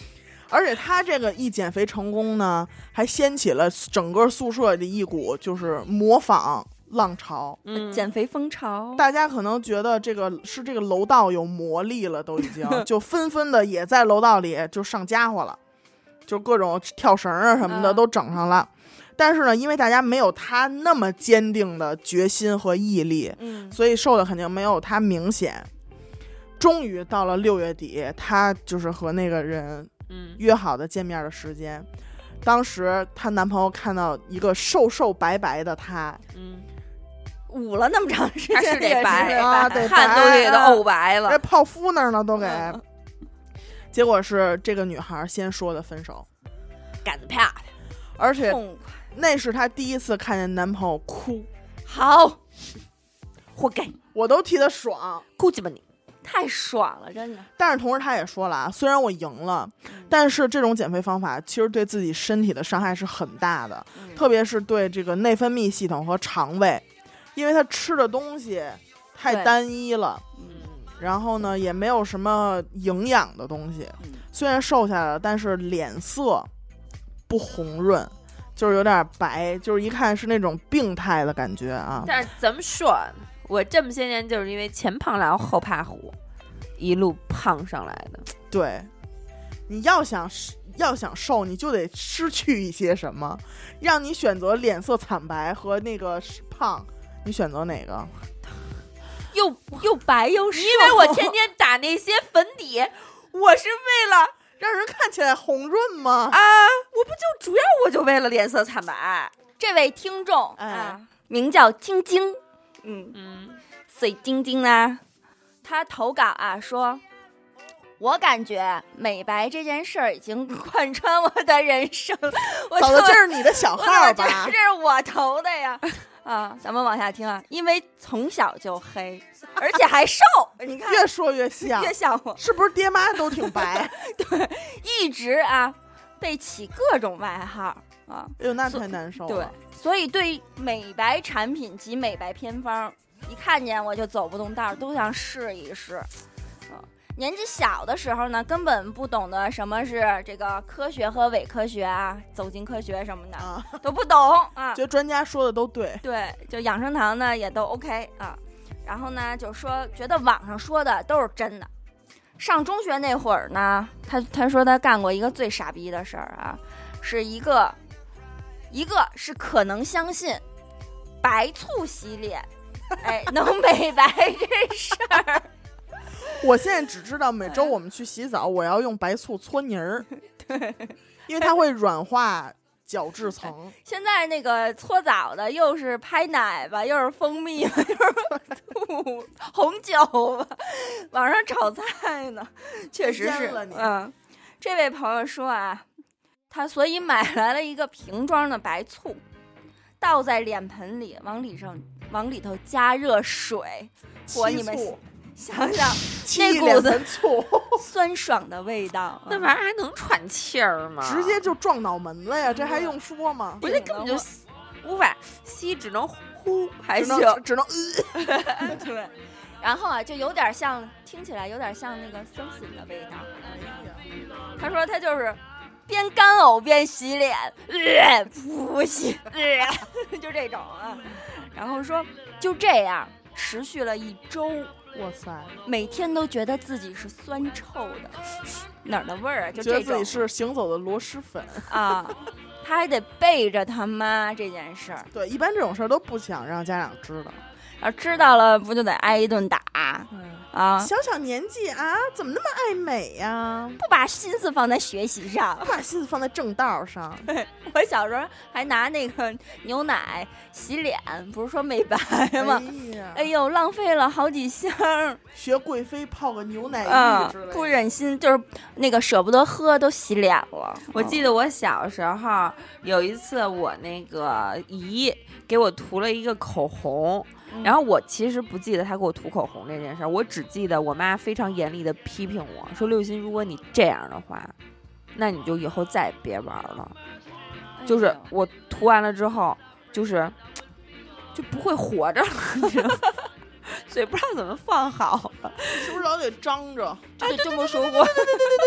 S1: 而且他这个一减肥成功呢，还掀起了整个宿舍的一股就是模仿浪潮，
S2: 嗯，
S3: 减肥风潮，
S1: 大家可能觉得这个是这个楼道有魔力了，都已经就纷纷的也在楼道里就上家伙了，就各种跳绳啊什么的都整上了。嗯、但是呢，因为大家没有他那么坚定的决心和毅力，
S3: 嗯，
S1: 所以瘦的肯定没有他明显。终于到了六月底，他就是和那个人约好的见面的时间。嗯、当时她男朋友看到一个瘦瘦白白的她，
S2: 嗯。
S3: 捂了那么长时间，
S2: 他是得白
S1: 啊，得
S2: 汗都给他沤白了，
S1: 这泡芙那儿呢都给。
S3: 嗯、
S1: 结果是这个女孩先说的分手，
S2: 干得漂亮，
S1: 而且那是她第一次看见男朋友哭，
S3: 好，
S2: 活该，
S1: 我都替他爽，
S2: 哭鸡巴你，
S3: 太爽了，真的。
S1: 但是同时他也说了啊，虽然我赢了，嗯、但是这种减肥方法其实对自己身体的伤害是很大的，嗯、特别是对这个内分泌系统和肠胃。因为他吃的东西太单一了，嗯，然后呢也没有什么营养的东西，嗯、虽然瘦下来了，但是脸色不红润，就是有点白，就是一看是那种病态的感觉啊。
S2: 但是怎么说，我这么些年就是因为前胖狼后怕虎，一路胖上来的。
S1: 对，你要想要想瘦，你就得失去一些什么，让你选择脸色惨白和那个胖。你选择哪个？
S3: 又又白又瘦，
S2: 因为我天天打那些粉底，我是为了
S1: 让人看起来红润吗？
S2: 啊，我不就主要我就为了脸色惨白。
S3: 这位听众、
S1: 哎、
S3: 啊，名叫晶晶，
S2: 嗯嗯，
S3: 水晶晶啊，他投稿啊说，我感觉美白这件事儿已经贯穿我的人生。我
S1: 嫂子，这是你的小号吧？
S3: 这是我投的呀。啊，咱们往下听啊，因为从小就黑，而且还瘦，你看
S1: 越说越像，
S3: 越像我，
S1: 是不是爹妈都挺白？
S3: 对，一直啊被起各种外号啊，
S1: 哎呦，那太难受了。
S3: 对，所以对美白产品及美白偏方，一看见我就走不动道，都想试一试。年纪小的时候呢，根本不懂得什么是这个科学和伪科学啊，走进科学什么的、啊、都不懂啊。
S1: 觉得专家说的都对，
S3: 对，就养生堂呢也都 OK 啊。然后呢，就说觉得网上说的都是真的。上中学那会儿呢，他他说他干过一个最傻逼的事儿啊，是一个一个是可能相信白醋洗脸，哎，能美白这事儿。
S1: 我现在只知道每周我们去洗澡，我要用白醋搓泥儿，
S3: 对，
S1: 因为它会软化角质层。
S3: 现在那个搓澡的又是拍奶吧，又是蜂蜜吧，又是醋红酒吧，网上炒菜呢，确实是。嗯，这位朋友说啊，他所以买来了一个瓶装的白醋，倒在脸盆里，往里上往里头加热水，和你们想想那股子
S1: 醋
S3: 酸爽的味道，
S2: 那玩意儿还能喘气儿吗？
S1: 直接就撞脑门子呀，这还用说吗？
S2: 不是，根本就无法吸，只能呼，还行，
S1: 只能
S3: 呃。对，然后啊，就有点像，听起来有点像那个酸笋的味道。他说他就是边干呕边洗脸，呃、不洗，呃、就这种啊。然后说就这样持续了一周。
S1: 哇塞！
S3: 每天都觉得自己是酸臭的，哪儿的味儿啊？就这种，
S1: 觉得自己是行走的螺蛳粉
S3: 啊！他还得背着他妈这件事儿。
S1: 对，一般这种事儿都不想让家长知道，
S3: 要知道了不就得挨一顿打？
S1: 嗯、
S3: 啊！
S1: 小小年纪啊，怎么那么爱美呀、啊？
S3: 不把心思放在学习上，
S1: 不把心思放在正道上。
S3: 对，我小时候还拿那个牛奶洗脸，不是说美白吗？哎呀，哎呦，浪费了好几箱。
S1: 学贵妃泡个牛奶浴之类的、
S3: 嗯，不忍心，就是那个舍不得喝，都洗脸了。
S2: 我记得我小时候有一次，我那个姨给我涂了一个口红。然后我其实不记得他给我涂口红这件事儿，我只记得我妈非常严厉的批评我说：“六星，如果你这样的话，那你就以后再也别玩了。哎”就是我涂完了之后，就是就不会活着了，所以不知道怎么放好了，
S1: 是不是老得张着？
S3: 就这么说过。
S2: 对对对对对对对。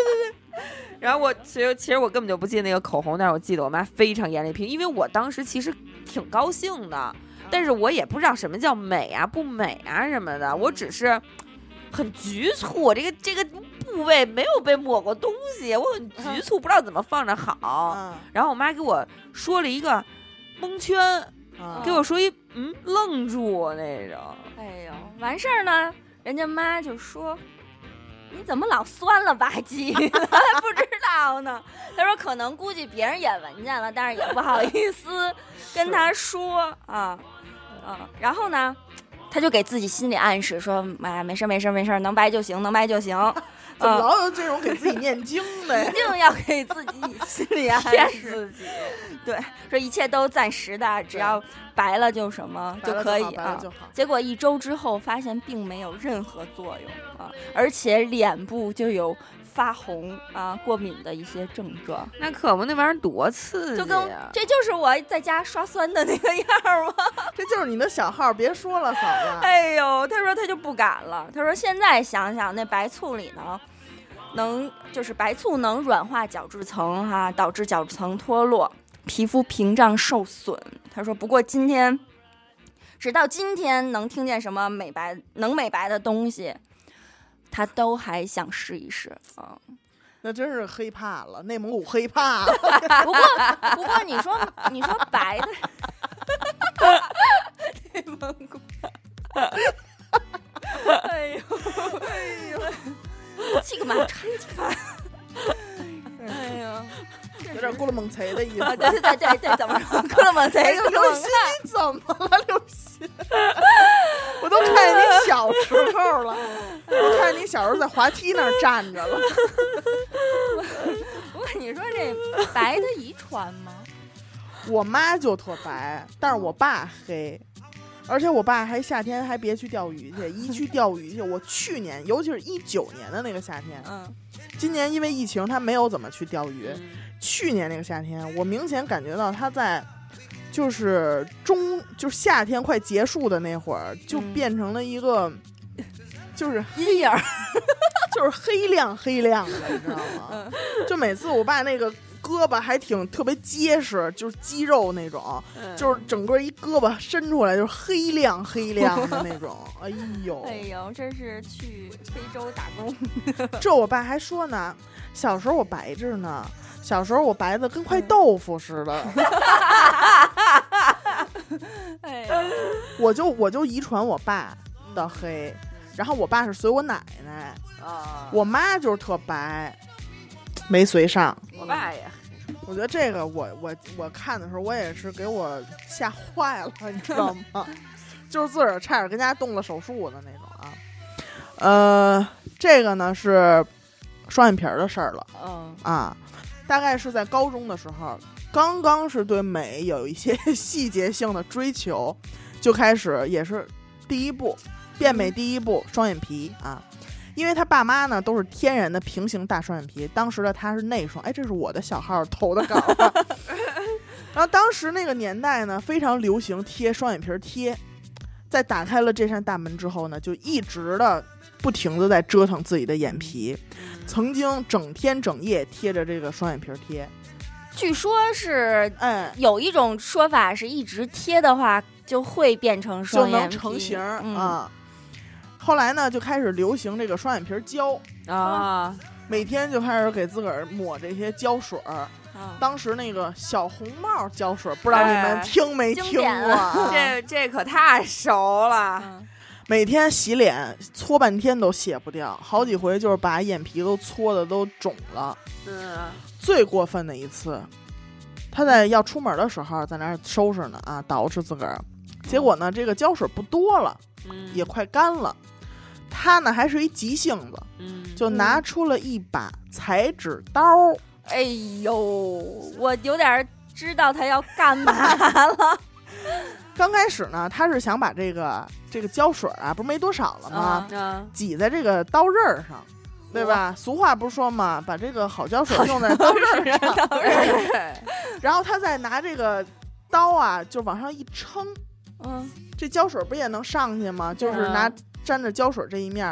S2: 然后我其实其实我根本就不记得那个口红，但是我记得我妈非常严厉批，因为我当时其实挺高兴的，但是我也不知道什么叫美啊不美啊什么的，我只是很局促，我这个这个部位没有被抹过东西，我很局促，不知道怎么放着好。然后我妈给我说了一个蒙圈，给我说一嗯愣住那种。
S3: 哎呦，完事儿呢，人家妈就说。你怎么老酸了吧唧的？还不知道呢。他说可能估计别人也闻见了，但是也不好意思跟他说啊啊。然后呢，他就给自己心理暗示说：“哎，没事没事没事，能白就行，能白就行。”
S1: 怎么老有这种给自己念经的？
S3: 一定要给自己心理暗示
S2: 自己。
S3: 对，说一切都暂时的，只要白了就什么就可以啊。结果一周之后发现并没有任何作用啊，而且脸部就有发红啊、过敏的一些症状。
S2: 那可不，那玩意儿多刺激、啊！
S3: 就跟这就是我在家刷酸的那个样吗？
S1: 这就是你的小号，别说了，嫂子。
S3: 哎呦，他说他就不敢了。他说现在想想，那白醋里呢，能就是白醋能软化角质层哈、啊，导致角质层脱落。皮肤屏障受损，他说。不过今天，直到今天能听见什么美白能美白的东西，他都还想试一试啊。
S1: 那真是黑怕了，内蒙古黑怕了。
S3: 不过，不过你说你说白的，内蒙古，哎呦哎呦，这个蛮差劲吧？哎呀。
S1: 有点咕噜蒙贼的意思、
S3: 啊。对对对对对，怎么说？咕噜蒙贼。
S1: 哎呦，刘鑫，你怎么了，刘鑫？我都看见你小时候了，我看见你小时候在滑梯那儿站着了。
S3: 不过你说这白的遗传吗？
S1: 我妈就特白，但是我爸黑。而且我爸还夏天还别去钓鱼去，一去钓鱼去，我去年尤其是一九年的那个夏天，
S3: 嗯，
S1: 今年因为疫情他没有怎么去钓鱼。
S2: 嗯、
S1: 去年那个夏天，我明显感觉到他在，就是中就是夏天快结束的那会儿，就变成了一个，嗯、就是
S3: 阴影，
S1: 就是黑亮黑亮的，你知道吗？
S3: 嗯、
S1: 就每次我爸那个。胳膊还挺特别结实，就是肌肉那种，
S2: 嗯、
S1: 就是整个一胳膊伸出来就是黑亮黑亮的那种。哎呦，
S3: 哎呦，真是去非洲打工。
S1: 这我爸还说呢，小时候我白着呢，小时候我白的跟块豆腐似的。
S3: 哎呀，
S1: 我就我就遗传我爸的黑，然后我爸是随我奶奶，
S2: 啊，
S1: 我妈就是特白。没随上，
S2: 我爸也。
S1: 我觉得这个我我我看的时候，我也是给我吓坏了，你知道吗？就是自个儿差点跟家动了手术的那种啊。呃，这个呢是双眼皮的事儿了，
S3: 嗯
S1: 啊，大概是在高中的时候，刚刚是对美有一些细节性的追求，就开始也是第一步变美，第一步双眼皮啊。因为他爸妈呢都是天然的平行大双眼皮，当时的他是内双，哎，这是我的小号投的稿。然后当时那个年代呢，非常流行贴双眼皮贴，在打开了这扇大门之后呢，就一直的不停的在折腾自己的眼皮，曾经整天整夜贴着这个双眼皮贴。
S3: 据说是，
S1: 哎，
S3: 有一种说法是一直贴的话就会变成双眼皮，
S1: 就能成型、
S3: 嗯、
S1: 啊。后来呢，就开始流行这个双眼皮胶
S2: 啊，
S1: 每天就开始给自个儿抹这些胶水儿。
S3: 啊、
S1: 当时那个小红帽胶水，不知道你们听没听过？
S3: 啊、
S2: 这这可太熟了。
S3: 嗯、
S1: 每天洗脸搓半天都卸不掉，好几回就是把眼皮都搓的都肿了。
S2: 嗯，
S1: 最过分的一次，他在要出门的时候在那儿收拾呢啊，捯饬自个儿，结果呢这个胶水不多了，
S2: 嗯、
S1: 也快干了。他呢还是一急性子，
S2: 嗯，
S1: 就拿出了一把裁纸刀。
S3: 哎呦，我有点知道他要干嘛了。
S1: 刚开始呢，他是想把这个这个胶水啊，不是没多少了吗？
S2: 嗯、
S1: 挤在这个刀刃上，对吧？俗话不是说嘛，把这个好胶水用在刀刃上。
S3: 刀刃
S1: 然后他再拿这个刀啊，就往上一撑，
S3: 嗯，
S1: 这胶水不也能上去吗？就是拿沾着胶水这一面撑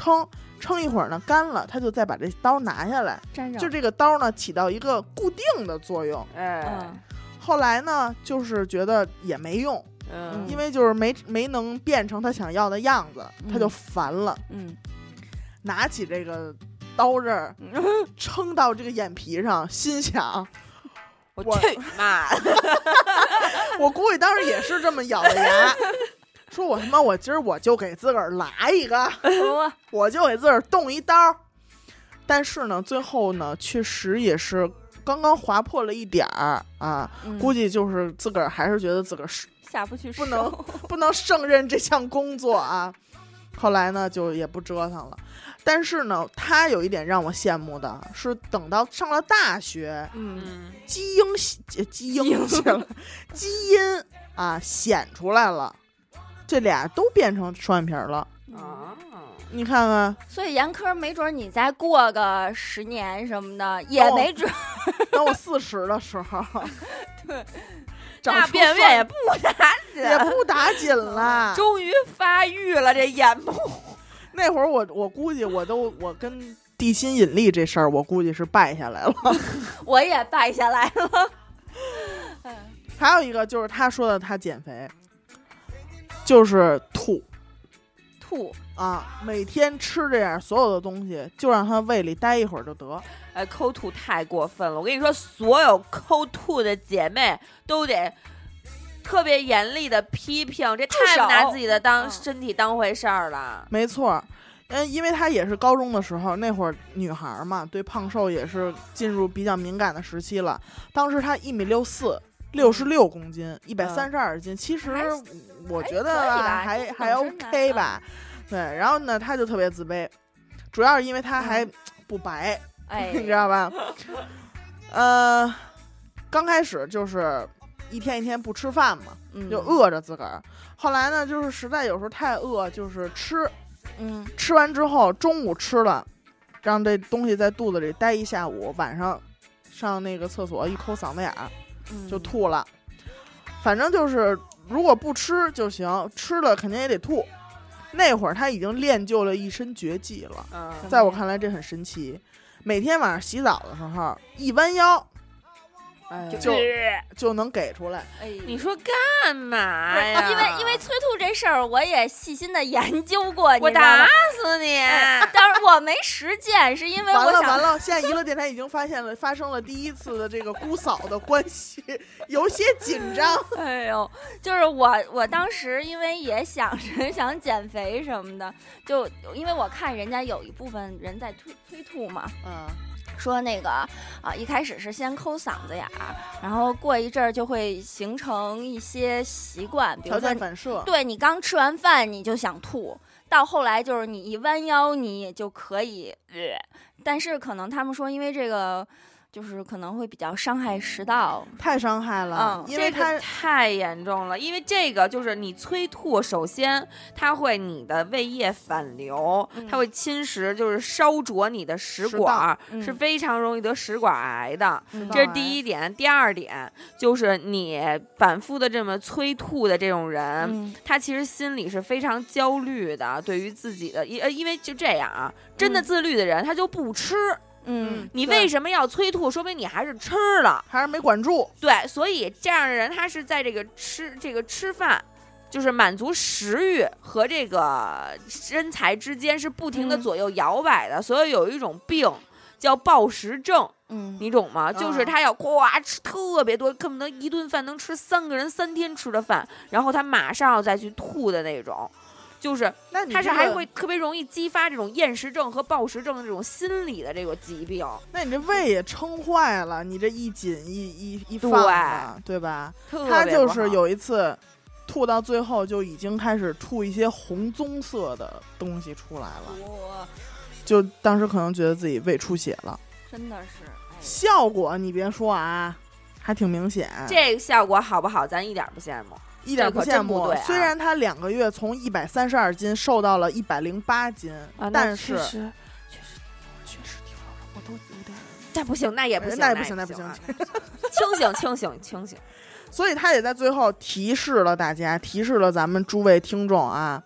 S1: 称称一会儿呢干了，他就再把这刀拿下来，就这个刀呢起到一个固定的作用。
S2: 哎，
S3: 嗯
S1: 后来呢就是觉得也没用，
S2: 嗯，
S1: 因为就是没没能变成他想要的样子，
S3: 嗯
S1: 他就烦了，
S3: 嗯，
S1: 拿起这个刀刃儿撑到这个眼皮上，心想
S2: 我
S1: 我
S2: 去你妈的！
S1: 我估计当时也是这么咬的牙，说我他妈我今儿我就给自个儿来一个，
S3: 我
S1: 我就给自个儿动一刀。但是呢，最后呢，确实也是刚刚划破了一点儿啊，
S3: 嗯
S1: 估计就是自个儿还是觉得自个儿是
S3: 下不去手，
S1: 不能不能胜任这项工作啊。后来呢，就也不折腾了。但是呢，他有一点让我羡慕的是，等到上了大学，
S3: 嗯
S2: 嗯，
S1: 基因基因去了，基因啊显出来了，这俩都变成双眼皮了。
S2: 啊，
S1: 你看看，
S3: 所以严科没准你再过个十年什么的，也没准。
S1: 等我四十的时候，
S3: 对，
S2: 那
S1: 长出
S2: 变变也不打紧，
S1: 也不打紧了。
S2: 终于发育了这眼部。
S1: 那会儿我我估计我都我跟地心引力这事儿，我估计是败下来了。
S3: 我也败下来了。
S1: 还有一个就是他说的，他减肥就是吐
S3: 吐
S1: 啊，每天吃这样所有的东西，就让他胃里待一会儿就得。
S2: 哎，抠吐太过分了！我跟你说，所有抠吐的姐妹都得特别严厉的批评，这太不拿自己的当、嗯、身体当回事儿了。
S1: 没错，嗯，因为他也是高中的时候，那会儿女孩嘛，对胖瘦也是进入比较敏感的时期了。当时他一米六四，六十六公斤，一百三十二斤，其实我觉得吧，还还, 还 OK 吧。对，然后呢，他就特别自卑，主要是因为他还不白，
S3: 哎，
S1: 你知道吧？呃，刚开始就是一天一天不吃饭嘛，
S3: 嗯、
S1: 就饿着自个儿。后来呢，就是实在有时候太饿，就是吃，
S3: 嗯，
S1: 吃完之后中午吃了，让这东西在肚子里待一下午，晚上上那个厕所一抠嗓子眼儿，
S3: 嗯、
S1: 就吐了。反正就是如果不吃就行，吃了肯定也得吐。那会儿他已经练就了一身绝技了，
S2: 嗯、
S1: 在我看来这很神奇。每天晚上洗澡的时候一弯腰，
S2: 哎，
S1: 就就能给出来。
S3: 哎，
S2: 你说干嘛呀？
S3: 因为因为催吐这事儿，我也细心的研究过，
S2: 我打死你！
S3: 但是我没实践，是因为我
S1: 完了
S3: 想
S1: 完了，现在娱乐电台已经发现了发生了第一次的这个姑嫂的关系，有些紧张。
S3: 哎呦，就是我我当时因为也想着想减肥什么的，就因为我看人家有一部分人在催催吐嘛，
S1: 嗯。
S3: 说那个啊，一开始是先抠嗓子眼儿，然后过一阵儿就会形成一些习惯，比如说
S1: 条件反射，
S3: 对你刚吃完饭你就想吐，到后来就是你一弯腰你也就可以，呃、但是可能他们说因为这个就是可能会比较伤害食道，
S1: 太伤害了，
S3: 嗯、
S1: 因为它、
S2: 这个、太严重了。因为这个就是你催吐，首先它会你的胃液反流，
S3: 嗯、
S2: 它会侵蚀，就是烧灼你的食管，
S3: 嗯、
S2: 是非常容易得食管癌的。
S3: 嗯、
S2: 这是第一点。第二点就是你反复的这么催吐的这种人，
S3: 嗯、
S2: 他其实心里是非常焦虑的，对于自己的，因呃，因为就这样啊，真的自律的人、嗯、他就不吃。
S3: 嗯，
S2: 你为什么要催吐？说明你还是吃了，
S1: 还是没管住。
S2: 对，所以这样的人他是在这个吃这个吃饭，就是满足食欲和这个身材之间是不停的左右摇摆的。嗯、所以有一种病叫暴食症，
S3: 嗯，
S2: 你懂吗？就是他要夸吃特别多，恨不得一顿饭能吃三个人三天吃的饭，然后他马上要再去吐的那种。就是，它是还会特别容易激发这种厌食症和暴食症的这种心理的这个疾病。
S1: 那你这胃也撑坏了，你这一紧一一一放啊，对吧？他就是有一次吐到最后就已经开始吐一些红棕色的东西出来了，就当时可能觉得自己胃出血了，
S3: 真的是。哎、
S1: 效果你别说啊，还挺明显。
S2: 这个效果好不好？咱一点不羡慕。
S1: 一点不羡慕，
S2: 啊、
S1: 虽然他两个月从一百三十二斤瘦到了一百零八斤，
S2: 啊、
S1: 但是
S2: 确实确
S1: 实确实挺好的，我都有点。
S2: 那不行，那也不行，
S1: 那也不行，那不行，
S2: 清醒，清醒，清醒。
S1: 所以他也在最后提示了大家，提示了咱们诸位听众啊，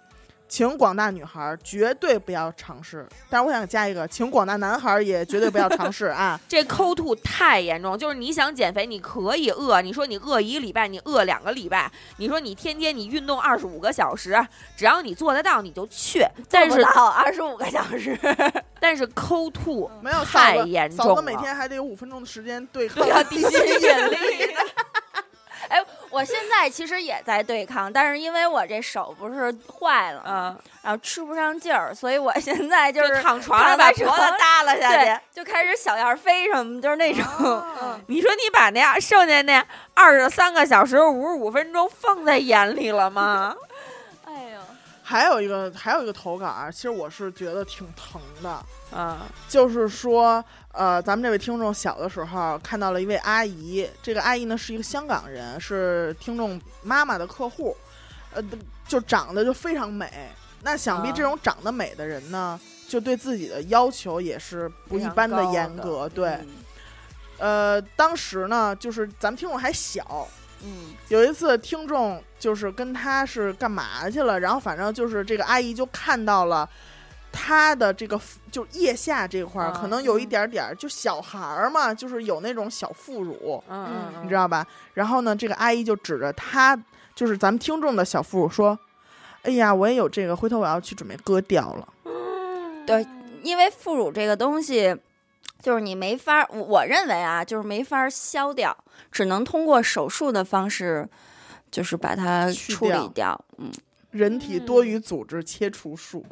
S1: 请广大女孩绝对不要尝试，但是我想加一个，请广大男孩也绝对不要尝试啊！
S2: 这抠吐太严重，就是你想减肥，你可以饿，你说你饿一个礼拜，你饿两个礼拜，你说你天天你运动二十五个小时，只要你做得到你就去，但是
S3: 到二十五个小时，
S2: 但是抠吐
S1: 没有
S2: 太严重了，
S1: 嫂子每天还得有五分钟的时间对抗
S2: 地心引力。
S3: 哎，我现在其实也在对抗，但是因为我这手不是坏了，
S2: 嗯，
S3: 然后吃不上劲儿，所以我现在就
S2: 是躺床上把脖子耷拉下去，
S3: 就开始小燕飞什么，就是那种。
S2: 哦嗯、你说你把那样剩下那二十三个小时五十五分钟放在眼里了吗？
S3: 哎呦，
S1: 还有一个还有一个投稿啊，其实我是觉得挺疼的，
S2: 嗯，
S1: 就是说。呃，咱们这位听众小的时候看到了一位阿姨，这个阿姨呢是一个香港人，是听众妈妈的客户，呃，就长得就非常美。那想必这种长得美的人呢，嗯、就对自己的要求也是不一般的严格。对，嗯、呃，当时呢，就是咱们听众还小，
S3: 嗯，
S1: 有一次听众就是跟他是干嘛去了，然后反正就是这个阿姨就看到了。他的这个就腋下这块儿可能有一点点，就小孩儿嘛，就是有那种小副乳，
S2: 嗯，
S1: 你知道吧？然后呢，这个阿姨就指着他，就是咱们听众的小副乳说：“哎呀，我也有这个，回头我要去准备割掉了。”
S3: 对，因为副乳这个东西，就是你没法，我认为啊，就是没法消掉，只能通过手术的方式，就是把它处理掉。嗯，
S1: 人体多余组织切除术。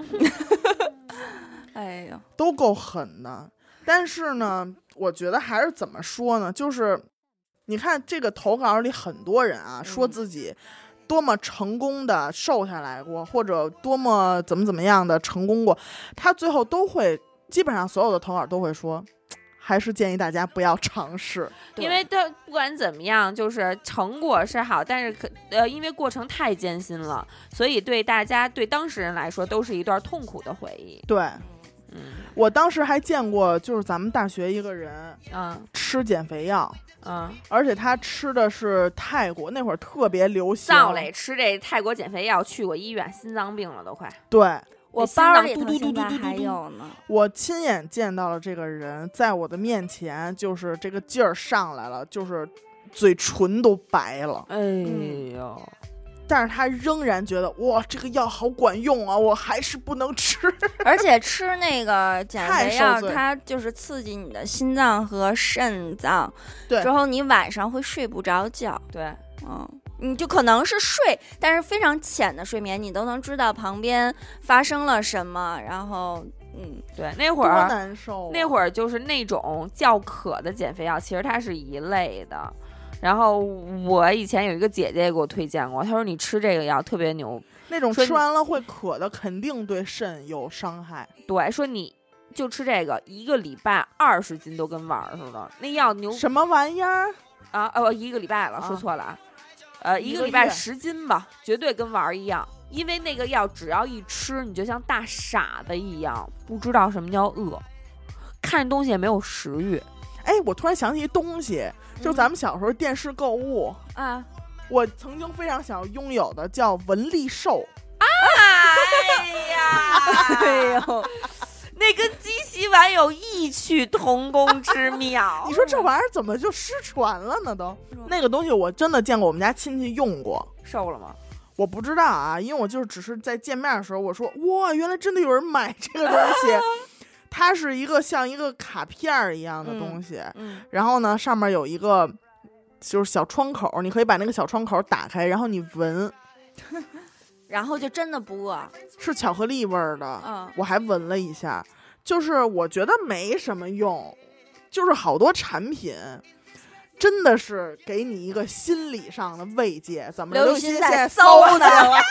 S3: 哎呦，
S1: 都够狠的，但是呢，我觉得还是怎么说呢？就是你看这个投稿里很多人啊，
S3: 嗯、
S1: 说自己多么成功的瘦下来过，或者多么怎么怎么样的成功过，他最后都会，基本上所有的投稿都会说，还是建议大家不要尝试，
S2: 因为他不管怎么样，就是成果是好，但是可呃，因为过程太艰辛了，所以对大家对当事人来说都是一段痛苦的回忆。
S1: 对。
S2: 嗯，
S1: 我当时还见过，就是咱们大学一个人，
S2: 嗯，
S1: 吃减肥药，
S2: 嗯，
S1: 而且他吃的是泰国那会儿特别流行，
S2: 造嘞吃这泰国减肥药，去过医院，心脏病了都快。
S1: 对，
S3: 我包里头现在还有呢。
S1: 我亲眼见到了这个人在我的面前，就是这个劲儿上来了，就是嘴唇都白了。
S2: 哎呦！嗯，
S1: 但是他仍然觉得哇，这个药好管用啊，我还是不能吃。
S3: 而且吃那个减肥药，它就是刺激你的心脏和肾脏，
S1: 对，
S3: 之后你晚上会睡不着觉。
S2: 对，
S3: 嗯，你就可能是睡，但是非常浅的睡眠，你都能知道旁边发生了什么。然后，嗯，
S2: 对，那会儿
S1: 多难受啊，
S2: 那会儿就是那种叫渴的减肥药，其实它是一类的。然后我以前有一个姐姐给我推荐过，她说你吃这个药特别牛，
S1: 那种吃完了会渴的肯定对肾有伤害。
S2: 对，说你就吃这个一个礼拜二十斤都跟玩儿似的，那药牛
S1: 什么玩意儿
S2: 啊？哦，一个礼拜了，说错了啊，呃，一个礼拜十斤吧，绝对跟玩儿一样。因为那个药只要一吃，你就像大傻子一样，不知道什么叫饿，看东西也没有食欲。
S1: 哎，我突然想起一东西。就咱们小时候电视购物
S3: 啊，
S1: 我曾经非常想拥有的叫文丽寿。
S2: 哎呀，
S3: 哎呦，
S2: 那跟鸡洗碗有异曲同工之妙。
S1: 你说这玩意儿怎么就失传了呢？都那个东西我真的见过，我们家亲戚用过，
S2: 瘦了吗？
S1: 我不知道啊，因为我就只是在见面的时候我说哇，原来真的有人买这个东西。它是一个像一个卡片儿一样的东西，
S3: 嗯嗯、
S1: 然后呢，上面有一个就是小窗口，你可以把那个小窗口打开，然后你闻，
S3: 然后就真的不饿，
S1: 是巧克力味儿的。
S3: 嗯，
S1: 我还闻了一下，就是我觉得没什么用，就是好多产品真的是给你一个心理上的慰藉。怎么
S3: 刘
S1: 雨欣在
S3: 搜
S1: 呢？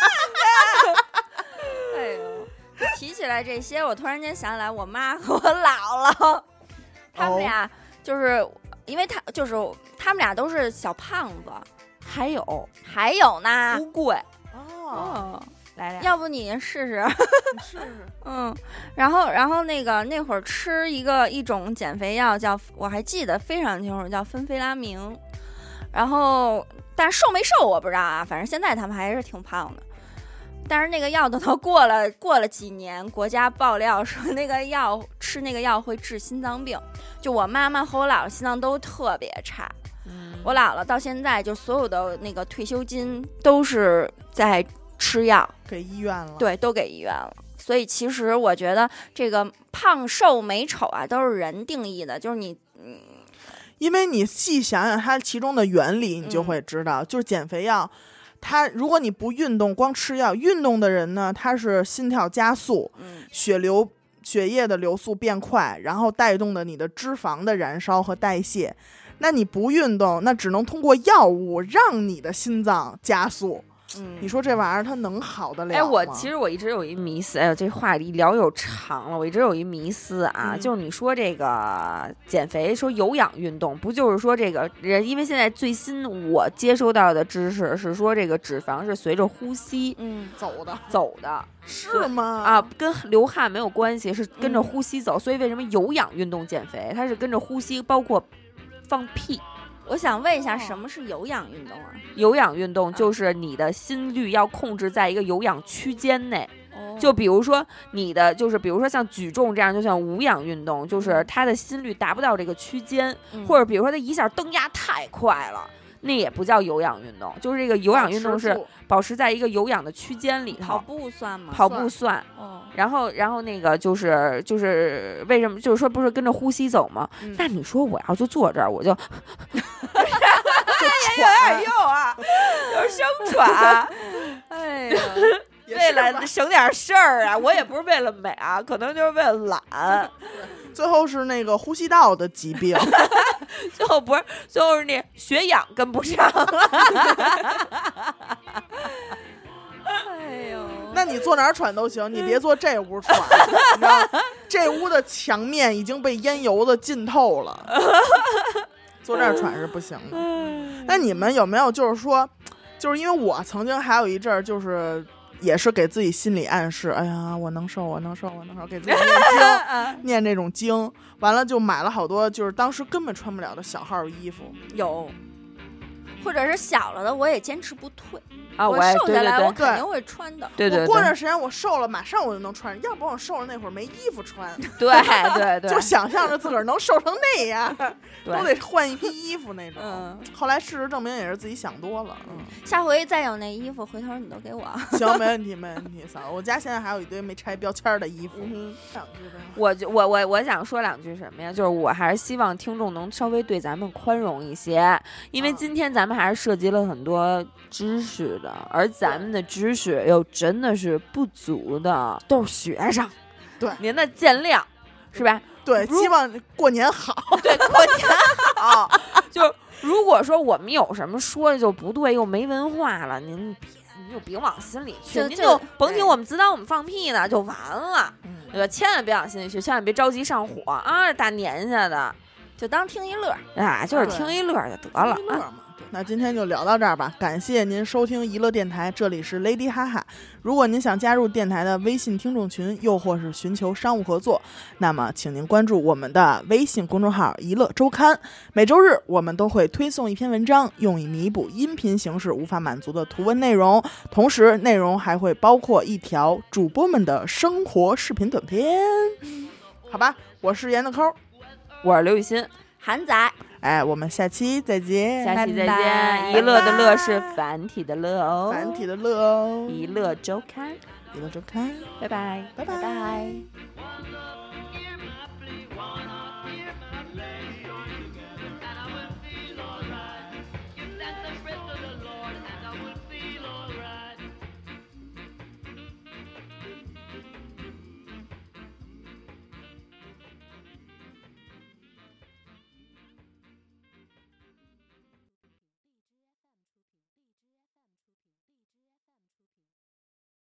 S3: 哎呦。提起来这些，我突然间想起来，我妈和我姥姥，他们俩就是、oh. 因为他就是他们俩都是小胖子，
S2: 还有
S3: 还有呢，
S2: 不贵
S1: 哦，
S3: oh.
S2: 来来，
S3: 要不你试试？
S1: 你试试。
S3: 嗯，然后然后那个那会儿吃一个一种减肥药叫，我还记得非常清楚，叫芬菲拉明。然后但瘦没瘦我不知道啊，反正现在他们还是挺胖的。 但是那个药等到过了过了几年，国家爆料说那个药吃那个药会治心脏病。就我妈妈和我姥姥心脏都特别差，嗯、我姥姥到现在就所有的那个退休金都是在吃药，
S1: 给医院了。
S3: 对，都给医院了。所以其实我觉得这个胖瘦美丑啊，都是人定义的，就是你，嗯，
S1: 因为你细想想它其中的原理，你就会知道，嗯、就是减肥药。它如果你不运动，光吃药，运动的人呢，他是心跳加速，
S3: 嗯、
S1: 血流血液的流速变快，然后带动的你的脂肪的燃烧和代谢。那你不运动，那只能通过药物让你的心脏加速。
S3: 嗯，
S1: 你说这玩意儿它能好得了吗？
S2: 哎，我其实我一直有一迷思，哎呦，这话一聊有长了。我一直有一迷思啊，
S1: 嗯、
S2: 就是你说这个减肥，说有氧运动，不就是说这个人？因为现在最新我接收到的知识是说，这个脂肪是随着呼吸
S3: 嗯
S1: 走的，
S2: 走的，
S1: 是吗？
S2: 啊，跟流汗没有关系，是跟着呼吸走。嗯、所以为什么有氧运动减肥，它是跟着呼吸，包括放屁。
S3: 我想问一下，什么是有氧运动啊？
S2: 有氧运动就是你的心率要控制在一个有氧区间内。
S3: 哦、
S2: 就比如说你的，就是比如说像举重这样，就像无氧运动，就是它的心率达不到这个区间，
S3: 嗯、
S2: 或者比如说它一下蹬压太快了。那也不叫有氧运动，就是这个有氧运动是保持在一个有氧的区间里头。
S3: 跑步算吗？
S2: 跑步算。
S3: 哦。
S2: 然后，然后那个就是就是为什么就是说不是跟着呼吸走吗？
S1: 嗯、
S2: 那你说我要就坐这儿，我就，
S1: 就
S2: 有点用啊，就是生喘。
S3: 哎呀，
S2: 为了省点事儿啊，我也不是为了美啊，可能就是为了懒。
S1: 最后是那个呼吸道的疾病。
S2: 最后不是，最后是那血氧跟不上了。
S3: 哎呦，
S1: 那你坐哪儿喘都行，你别坐这屋喘，你知道，这屋的墙面已经被烟油子浸透了，坐这儿喘是不行的。那你们有没有就是说，就是因为我曾经还有一阵儿就是。也是给自己心理暗示，哎呀，我能瘦，我能瘦，我能瘦，给自己念经，念这种经，完了就买了好多，就是当时根本穿不了的小号衣服，
S3: 有，或者是小了的，我也坚持不退
S2: 啊。
S3: 我瘦下来，
S2: 对对对
S3: 我肯定会穿的。
S2: 对对对，
S1: 我过段时间我瘦了，马上我就能穿，要不然我瘦了那会儿没衣服穿。
S2: 对对对，
S1: 就想象着自个儿能瘦成那样，
S2: 都
S1: 得换一批衣服那种。
S3: 嗯，
S1: 后来事实证明也是自己想多了。嗯，
S3: 下回再有那衣服，回头你都给我。
S1: 行，没问题，没问题，嫂子，我家现在还有一堆没拆标签的衣服。
S3: 嗯，
S2: 我就我我我想说两句什么呀？就是我还是希望听众能稍微对咱们宽容一些，因为今天咱们还是涉及了很多知识的，而咱们的知识又真的是不足的，都是学生。
S1: 对，
S2: 您的见谅，是吧？
S1: 对，希望过年好。
S2: 对，过年好。就如果说我们有什么说的就不对，又没文化了，您别您就别往心里去，
S3: 就
S2: 您就甭听我们指导我们放屁呢，就完了，
S1: 嗯、
S2: 对吧？千万别往心里去，千万别着急上火啊！大年下的，
S3: 就当听一乐
S2: 啊，就是听一乐就得了
S1: 啊。乐嘛。那今天就聊到这儿吧，感谢您收听娱乐电台，这里是 Lady 哈哈。如果您想加入电台的微信听众群，又或是寻求商务合作，那么请您关注我们的微信公众号娱乐周刊，每周日我们都会推送一篇文章，用以弥补音频形式无法满足的图文内容，同时内容还会包括一条主播们的生活视频短片。好吧，我是严的抠，
S2: 我是刘雨欣，
S3: 韩仔。
S1: 哎，我们下期再见，
S2: 下期再见。
S3: 拜拜
S2: 娱乐的乐是繁体的乐哦，
S1: 繁体的乐哦。
S2: 娱乐周刊，
S1: 娱乐周刊，
S2: 拜拜，
S1: 拜拜。
S3: 拜拜。